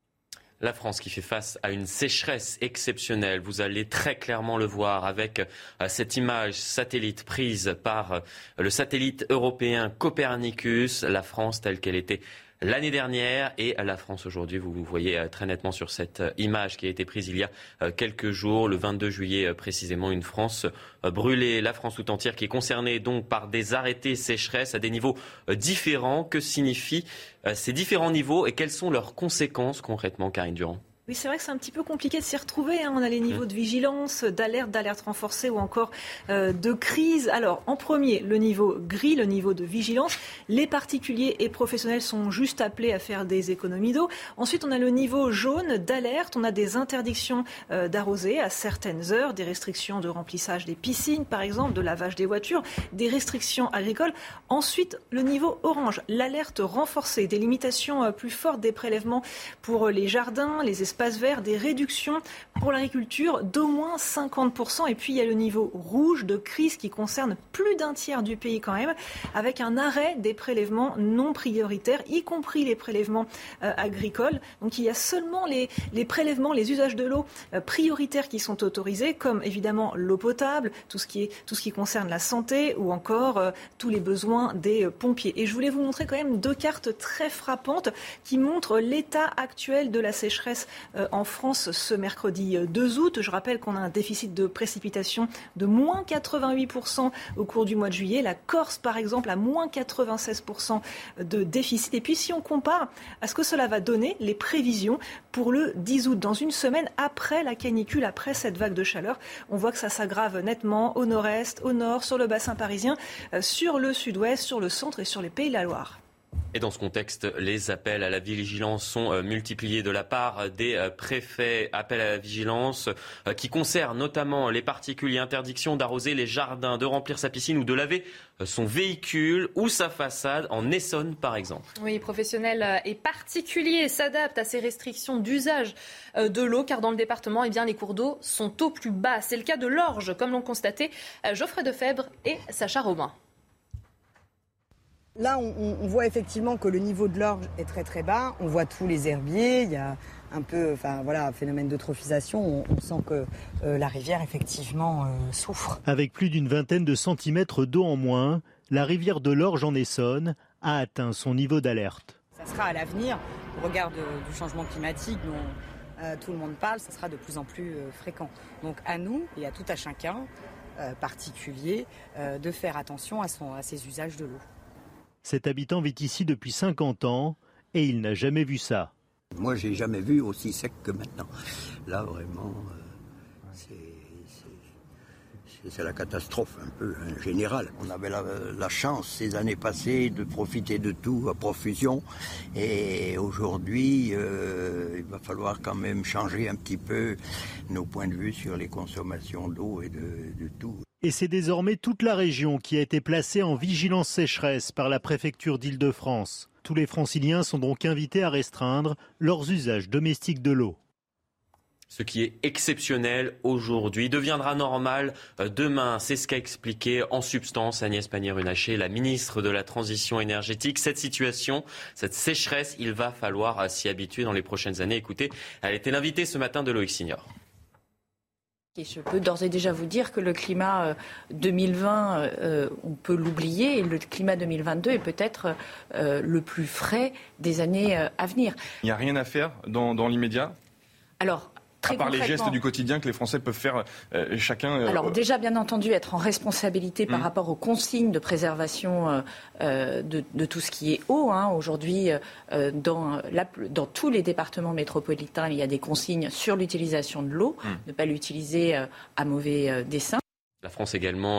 La France qui fait face à une sécheresse exceptionnelle, vous allez très clairement le voir avec cette image satellite prise par le satellite européen Copernicus, la France telle qu'elle était l'année dernière et la France aujourd'hui, vous voyez très nettement sur cette image qui a été prise il y a quelques jours, le 22 juillet précisément, une France brûlée, la France tout entière qui est concernée donc par des arrêtés sécheresse à des niveaux différents. Que signifient ces différents niveaux et quelles sont leurs conséquences concrètement, Karine Durand ? Oui, c'est vrai que c'est un petit peu compliqué de s'y retrouver. On a les niveaux de vigilance, d'alerte renforcée ou encore de crise. Alors, en premier, le niveau gris, le niveau de vigilance. Les particuliers et professionnels sont juste appelés à faire des économies d'eau. Ensuite, on a le niveau jaune d'alerte. On a des interdictions d'arroser à certaines heures, des restrictions de remplissage des piscines, par exemple, de lavage des voitures, des restrictions agricoles. Ensuite, le niveau orange, l'alerte renforcée, des limitations plus fortes des prélèvements pour les jardins, les espaces verts, des réductions pour l'agriculture d'au moins 50%. Et puis il y a le niveau rouge de crise qui concerne plus d'un tiers du pays quand même, avec un arrêt des prélèvements non prioritaires, y compris les prélèvements agricoles. Donc il y a seulement les prélèvements, les usages de l'eau prioritaires qui sont autorisés, comme évidemment l'eau potable, tout ce qui concerne la santé ou encore tous les besoins des pompiers. Et je voulais vous montrer quand même deux cartes très frappantes qui montrent l'état actuel de la sécheresse en France ce mercredi 2 août. Je rappelle qu'on a un déficit de précipitation de moins 88% au cours du mois de juillet. La Corse, par exemple, a moins 96% de déficit. Et puis si on compare à ce que cela va donner, les prévisions pour le 10 août, dans une semaine après la canicule, après cette vague de chaleur, on voit que ça s'aggrave nettement au nord-est, au nord, sur le bassin parisien, sur le sud-ouest, sur le centre et sur les Pays de la Loire. Et dans ce contexte, les appels à la vigilance sont multipliés de la part des préfets. Appels à la vigilance qui concernent notamment les particuliers, interdiction d'arroser les jardins, de remplir sa piscine ou de laver son véhicule ou sa façade en Essonne par exemple. Oui, professionnels et particuliers s'adaptent à ces restrictions d'usage de l'eau car dans le département, les cours d'eau sont au plus bas. C'est le cas de l'Orge, comme l'ont constaté Geoffrey Defebvre et Sacha Robin. Là, on voit effectivement que le niveau de l'Orge est très très bas. On voit tous les herbiers. Il y a un peu, phénomène d'eutrophisation. On sent que la rivière effectivement souffre. Avec plus d'une vingtaine de centimètres d'eau en moins, la rivière de l'Orge en Essonne a atteint son niveau d'alerte. Ça sera à l'avenir, au regard du changement climatique dont tout le monde parle, ça sera de plus en plus fréquent. Donc à nous et à tout à chacun, particulier, de faire attention à ses usages de l'eau. Cet habitant vit ici depuis 50 ans et il n'a jamais vu ça. Moi, j'ai jamais vu aussi sec que maintenant. Là, vraiment, c'est la catastrophe un peu générale. On avait la chance ces années passées de profiter de tout à profusion. Et aujourd'hui, il va falloir quand même changer un petit peu nos points de vue sur les consommations d'eau et de tout. Et c'est désormais toute la région qui a été placée en vigilance sécheresse par la préfecture d'Île-de-France. Tous les franciliens sont donc invités à restreindre leurs usages domestiques de l'eau. Ce qui est exceptionnel aujourd'hui deviendra normal demain. C'est ce qu'a expliqué en substance Agnès Pannier-Runacher, la ministre de la Transition énergétique. Cette situation, cette sécheresse, il va falloir s'y habituer dans les prochaines années. Écoutez, elle était l'invitée ce matin de Loïc Signor. Et je peux d'ores et déjà vous dire que le climat 2020, on peut l'oublier, et le climat 2022 est peut-être le plus frais des années à venir. Il n'y a rien à faire dans l'immédiat ? Alors, à part les gestes du quotidien que les Français peuvent faire chacun. Alors déjà, bien entendu, être en responsabilité par rapport aux consignes de préservation de tout ce qui est eau. Aujourd'hui, dans tous les départements métropolitains, il y a des consignes sur l'utilisation de l'eau, ne pas l'utiliser à mauvais dessein. La France également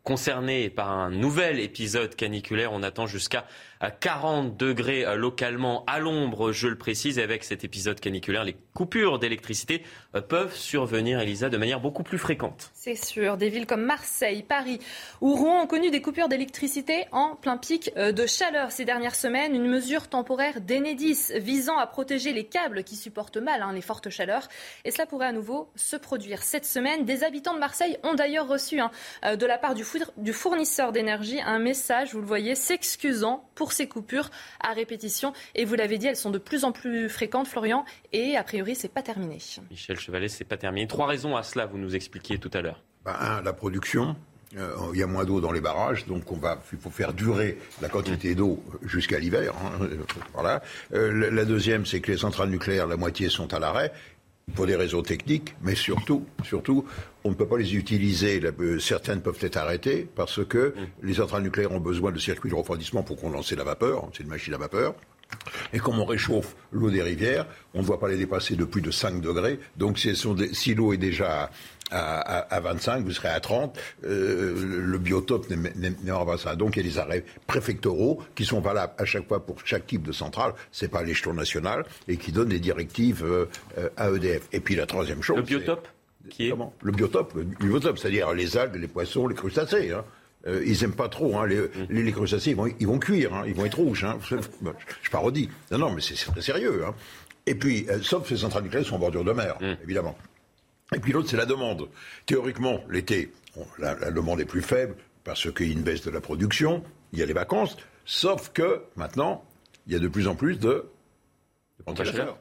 concernés par un nouvel épisode caniculaire. On attend jusqu'à 40 degrés localement à l'ombre, je le précise. Et avec cet épisode caniculaire, les coupures d'électricité peuvent survenir, Elisa, de manière beaucoup plus fréquente. C'est sûr. Des villes comme Marseille, Paris ou Rouen ont connu des coupures d'électricité en plein pic de chaleur ces dernières semaines. Une mesure temporaire d'Enedis visant à protéger les câbles qui supportent mal les fortes chaleurs. Et cela pourrait à nouveau se produire cette semaine. Des habitants de Marseille ont d'ailleurs reçu de la part du fournisseur d'énergie un message, vous le voyez, s'excusant pour ces coupures à répétition. Et vous l'avez dit, elles sont de plus en plus fréquentes, Florian, et a priori, c'est pas terminé. Michel Chevalet, c'est pas terminé. 3 raisons à cela, vous nous expliquiez tout à l'heure. La production. Il y a moins d'eau dans les barrages, donc il faut faire durer la quantité d'eau jusqu'à l'hiver. Voilà. La deuxième, c'est que les centrales nucléaires, la moitié sont à l'arrêt pour des raisons techniques, mais surtout, on ne peut pas les utiliser. Certaines peuvent être arrêtées parce que les centrales nucléaires ont besoin de circuits de refroidissement pour condenser la vapeur. C'est une machine à vapeur. Et comme on réchauffe l'eau des rivières, on ne doit pas les dépasser de plus de 5 degrés. Donc si l'eau est déjà à 25, vous serez à 30. Le biotope n'aura pas ça. Donc il y a des arrêts préfectoraux qui sont valables à chaque fois pour chaque type de centrale. C'est pas à l'échelon national et qui donnent des directives à EDF. Et puis la troisième chose. Le biotope qui est le biotope, c'est-à-dire les algues, les poissons, les crustacés. Ils aiment pas trop les crustacés, ils vont cuire, ils vont être rouges. Je parodie. Non, mais c'est très sérieux. Et puis, sauf ces centrales nucléaires sont en bordure de mer, évidemment. Et puis l'autre, c'est la demande. Théoriquement, l'été, la demande est plus faible parce qu'il y a une baisse de la production, il y a les vacances, sauf que maintenant, il y a de plus en plus de ventilateurs.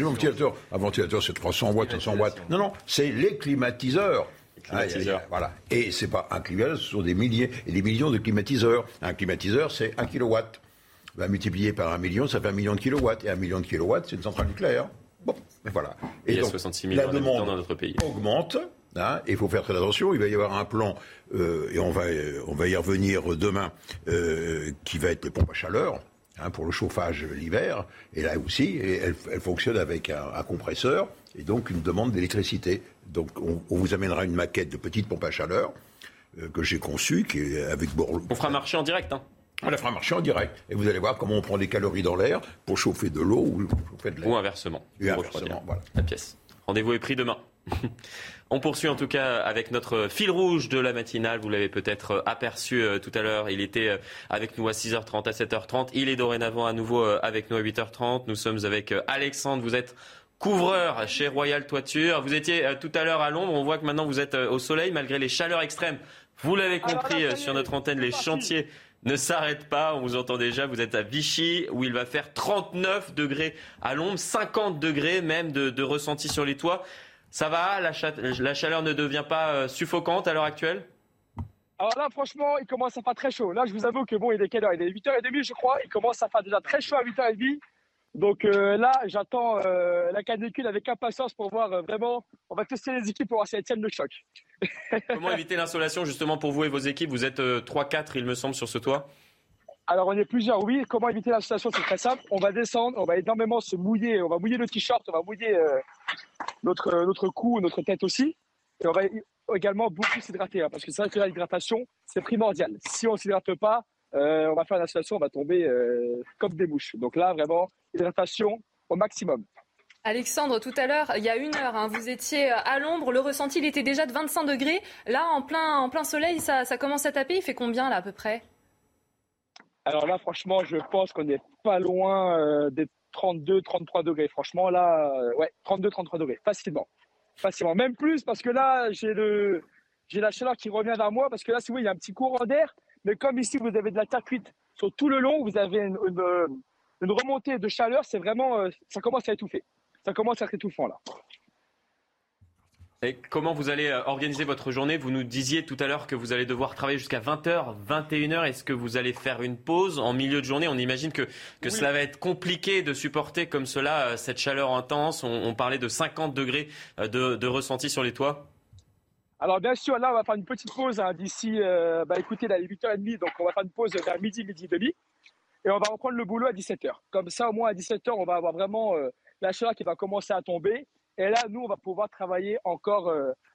Un ventilateur, c'est 300 watts, 500 watts. Non, c'est les climatiseurs. Voilà. Et c'est pas un climatiseur, ce sont des milliers et des millions de climatiseurs. Un climatiseur, c'est 1 kilowatt. Multiplié par 1 million, ça fait 1 million de kilowatts. Et 1 million de kilowatts, c'est une centrale nucléaire. Bon, mais voilà. Et il y a 66 millions d'habitants dans notre pays. Augmente. Il faut faire très attention. Il va y avoir un plan, et on va y revenir demain, qui va être les pompes à chaleur. Pour le chauffage l'hiver, et là aussi, elle fonctionne avec un compresseur, et donc une demande d'électricité. Donc on vous amènera une maquette de petite pompe à chaleur que j'ai conçue, qui est avec Borloo. On fera marcher en direct. On la fera marcher en direct, et vous allez voir comment on prend des calories dans l'air pour chauffer de l'eau ou chauffer de l'air. Ou inversement. Voilà. La pièce. Rendez-vous est pris demain. On poursuit en tout cas avec notre fil rouge de la matinale. Vous l'avez peut-être aperçu tout à l'heure. Il était avec nous à 6h30, à 7h30. Il est dorénavant à nouveau avec nous à 8h30. Nous sommes avec Alexandre. Vous êtes couvreur chez Royal Toiture. Vous étiez tout à l'heure à l'ombre. On voit que maintenant vous êtes au soleil malgré les chaleurs extrêmes. Vous l'avez compris sur notre antenne, les chantiers ne s'arrêtent pas. On vous entend déjà. Vous êtes à Vichy où il va faire 39 degrés à l'ombre, 50 degrés même de ressenti sur les toits. Ça va, la chaleur ne devient pas suffocante à l'heure actuelle? Alors là, franchement, il commence à faire très chaud. Là, je vous avoue que il est quelle heure? Il est 8h30, je crois. Il commence à faire déjà très chaud à 8h30. Donc là, j'attends la canicule avec impatience pour voir vraiment. On va tester les équipes pour voir si elles tiennent le choc. Comment éviter l'insolation justement pour vous et vos équipes? Vous êtes 3-4, il me semble, sur ce toit. Alors, on est plusieurs, oui. Comment éviter l'insolation? C'est très simple. On va descendre, on va énormément se mouiller. On va mouiller le t-shirt, on va mouiller notre cou, notre tête aussi. Et on va également beaucoup s'hydrater. Parce que c'est vrai que l'hydratation, c'est primordial. Si on ne s'hydrate pas, on va faire une insolation, on va tomber comme des mouches. Donc là, vraiment, hydratation au maximum. Alexandre, tout à l'heure, il y a 1 heure, vous étiez à l'ombre. Le ressenti, il était déjà de 25 degrés. Là, en plein soleil, ça commence à taper. Il fait combien, là, à peu près? Alors là, franchement, je pense qu'on n'est pas loin des 32, 33 degrés. Franchement, là, 32, 33 degrés, facilement. Même plus, parce que là, j'ai la chaleur qui revient vers moi, parce que là, si vous voyez, il y a un petit courant d'air, mais comme ici, vous avez de la terre cuite sur tout le long, vous avez une remontée de chaleur, c'est vraiment, ça commence à étouffer. Ça commence à être étouffant, là. Et comment vous allez organiser votre journée? Vous nous disiez tout à l'heure que vous allez devoir travailler jusqu'à 20h, 21h. Est-ce que vous allez faire une pause en milieu de journée? On imagine que oui. Cela va être compliqué de supporter comme cela cette chaleur intense. On parlait de 50 degrés de ressenti sur les toits. Alors bien sûr, là, on va faire une petite pause d'ici, écoutez, là, il est 8h30, donc on va faire une pause vers midi et demi. Et on va reprendre le boulot à 17h. Comme ça, au moins à 17h, on va avoir vraiment la chaleur qui va commencer à tomber. Et là, nous, on va pouvoir travailler encore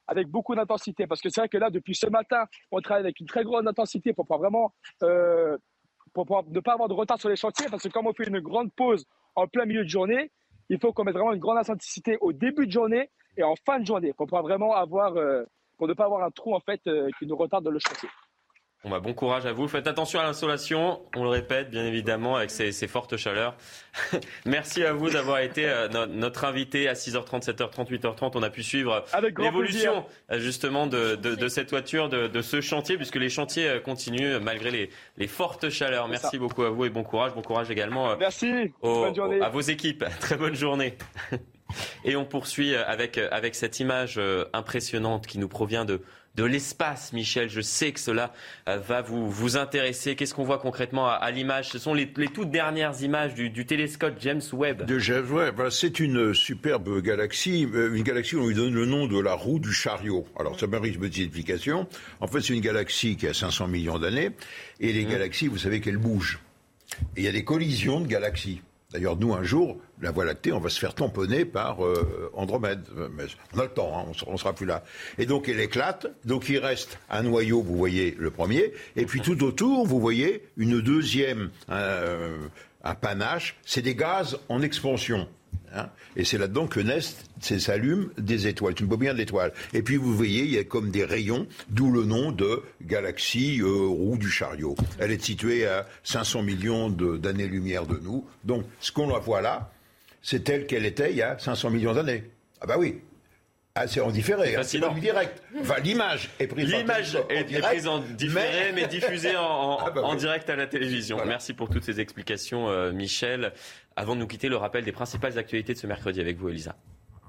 avec beaucoup d'intensité. Parce que c'est vrai que là, depuis ce matin, on travaille avec une très grande intensité pour pouvoir vraiment ne pas avoir de retard sur les chantiers. Parce que comme on fait une grande pause en plein milieu de journée, il faut qu'on mette vraiment une grande intensité au début de journée et en fin de journée pour pouvoir vraiment pour ne pas avoir un trou en fait qui nous retarde dans le chantier. Bon courage à vous. Faites attention à l'insolation. On le répète, bien évidemment, avec ces fortes chaleurs. Merci à vous d'avoir été notre invité à 6h30, 7h30, 8h30. On a pu suivre l'évolution justement de cette toiture, de ce chantier, puisque les chantiers continuent malgré les fortes chaleurs. Merci beaucoup à vous et bon courage. Bon courage également bonne journée. à vos équipes. Très bonne journée. Et on poursuit avec cette image impressionnante qui nous provient de l'espace, Michel. Je sais que cela va vous intéresser. Qu'est-ce qu'on voit concrètement à l'image ? Ce sont les toutes dernières images du télescope James Webb. De James Webb, c'est une superbe galaxie, une galaxie où on lui donne le nom de la roue du chariot. Alors ça mérite une petite explication. En fait, c'est une galaxie qui a 500 millions d'années, et les galaxies, vous savez qu'elles bougent. Et il y a des collisions de galaxies. D'ailleurs, nous, un jour, la Voie lactée, on va se faire tamponner par Andromède. Mais on a le temps, hein, on ne sera plus là. Et donc, elle éclate. Donc, il reste un noyau, vous voyez, le premier. Et puis, tout autour, vous voyez une deuxième, un panache. C'est des gaz en expansion. Hein, et c'est là-dedans que s'allument des étoiles, c'est une bobine d'étoiles. Et puis vous voyez, il y a comme des rayons, d'où le nom de galaxie roue du chariot. Elle est située à 500 millions d'années-lumière de nous. Donc ce qu'on voit là, c'est telle qu'elle était il y a 500 millions d'années. Ah bah oui. Ah, c'est en différé, hein, c'est pas en direct. Enfin, l'image est prise en différé, mais diffusée en direct à la télévision. Voilà. Merci pour toutes ces explications, Michel. Avant de nous quitter, le rappel des principales actualités de ce mercredi avec vous, Elisa.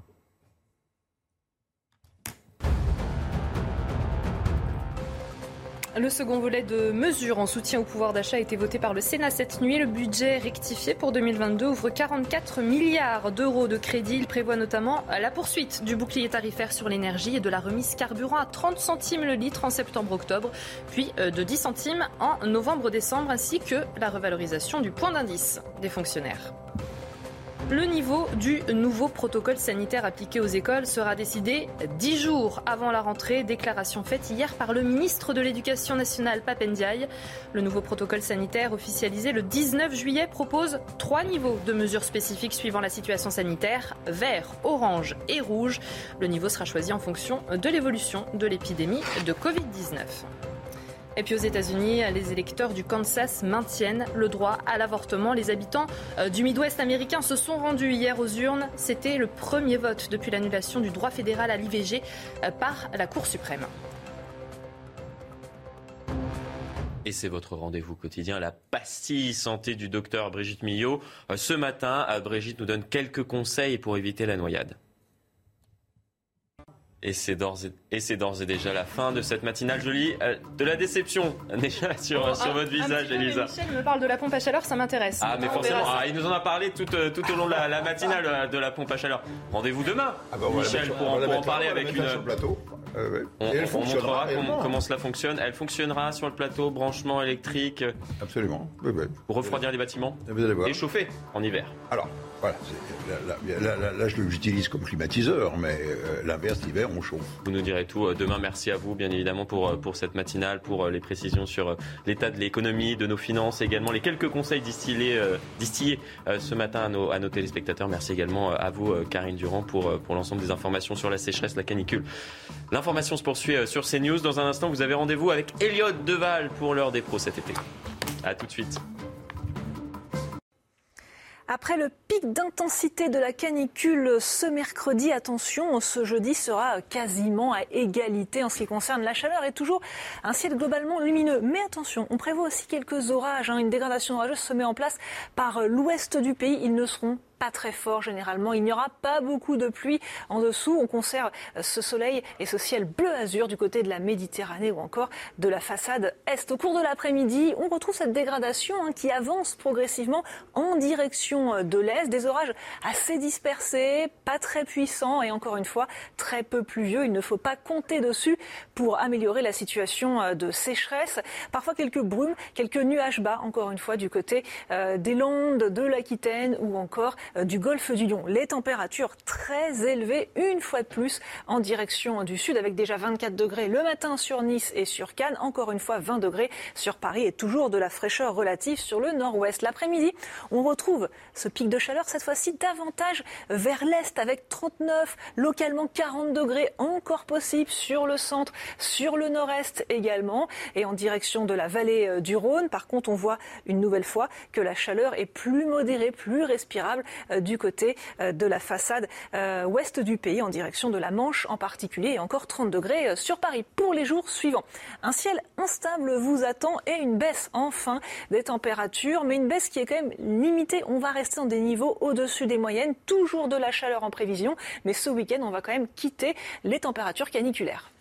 Le second volet de mesures en soutien au pouvoir d'achat a été voté par le Sénat cette nuit. Le budget rectifié pour 2022 ouvre 44 milliards d'euros de crédit. Il prévoit notamment la poursuite du bouclier tarifaire sur l'énergie et de la remise carburant à 30 centimes le litre en septembre-octobre, puis de 10 centimes en novembre-décembre, ainsi que la revalorisation du point d'indice des fonctionnaires. Le niveau du nouveau protocole sanitaire appliqué aux écoles sera décidé 10 jours avant la rentrée. Déclaration faite hier par le ministre de l'Éducation nationale, Pape Ndiaye. Le nouveau protocole sanitaire officialisé le 19 juillet propose 3 niveaux de mesures spécifiques suivant la situation sanitaire, vert, orange et rouge. Le niveau sera choisi en fonction de l'évolution de l'épidémie de Covid-19. Et puis aux États-Unis, les électeurs du Kansas maintiennent le droit à l'avortement. Les habitants du Midwest américain se sont rendus hier aux urnes. C'était le premier vote depuis l'annulation du droit fédéral à l'IVG par la Cour suprême. Et c'est votre rendez-vous quotidien, la pastille santé du docteur Brigitte Millot. Ce matin, Brigitte nous donne quelques conseils pour éviter la noyade. Et c'est d'ores et déjà la fin de cette matinale. Je lis de la déception déjà sur votre visage, Elisa. Michel me parle de la pompe à chaleur, ça m'intéresse. Ah, mais forcément, il nous en a parlé tout au long de la matinale de la pompe à chaleur. Rendez-vous demain, Michel, pour en parler avec une... Sur le plateau. On montrera comment cela fonctionne. Elle fonctionnera sur le plateau, branchement électrique. Absolument. Pour refroidir les bâtiments. Vous allez voir. Et chauffer en hiver. Alors, voilà. Là, je l'utilise comme climatiseur, mais l'inverse, l'hiver, on chauffe. Vous nous direz tout demain. Merci à vous, bien évidemment, pour cette matinale, pour les précisions sur l'état de l'économie, de nos finances, et également les quelques conseils distillés ce matin à nos téléspectateurs. Merci également à vous, Karine Durand, pour l'ensemble des informations sur la sécheresse, la canicule. L'information se poursuit sur CNews. Dans un instant, vous avez rendez-vous avec Elliot Deval pour l'heure des pros cet été. A tout de suite. Après le pic d'intensité de la canicule ce mercredi, attention, ce jeudi sera quasiment à égalité en ce qui concerne la chaleur et toujours un ciel globalement lumineux. Mais attention, on prévoit aussi quelques orages. Une dégradation orageuse se met en place par l'ouest du pays. Ils ne seront pas très fort généralement. Il n'y aura pas beaucoup de pluie en dessous. On conserve ce soleil et ce ciel bleu-azur du côté de la Méditerranée ou encore de la façade est. Au cours de l'après-midi, on retrouve cette dégradation qui avance progressivement en direction de l'est. Des orages assez dispersés, pas très puissants et encore une fois très peu pluvieux. Il ne faut pas compter dessus pour améliorer la situation de sécheresse. Parfois quelques brumes, quelques nuages bas encore une fois du côté des Landes, de l'Aquitaine ou encore du golfe du Lion. Les températures très élevées, une fois de plus, en direction du sud, avec déjà 24 degrés le matin sur Nice et sur Cannes. Encore une fois, 20 degrés sur Paris et toujours de la fraîcheur relative sur le nord-ouest. L'après-midi, on retrouve ce pic de chaleur, cette fois-ci davantage vers l'est, avec 39, localement 40 degrés encore possible sur le centre, sur le nord-est également. Et en direction de la vallée du Rhône, par contre, on voit une nouvelle fois que la chaleur est plus modérée, plus respirable du côté de la façade ouest du pays, en direction de la Manche en particulier, et encore 30 degrés sur Paris pour les jours suivants. Un ciel instable vous attend et une baisse enfin des températures, mais une baisse qui est quand même limitée. On va rester dans des niveaux au-dessus des moyennes, toujours de la chaleur en prévision, mais ce week-end, on va quand même quitter les températures caniculaires.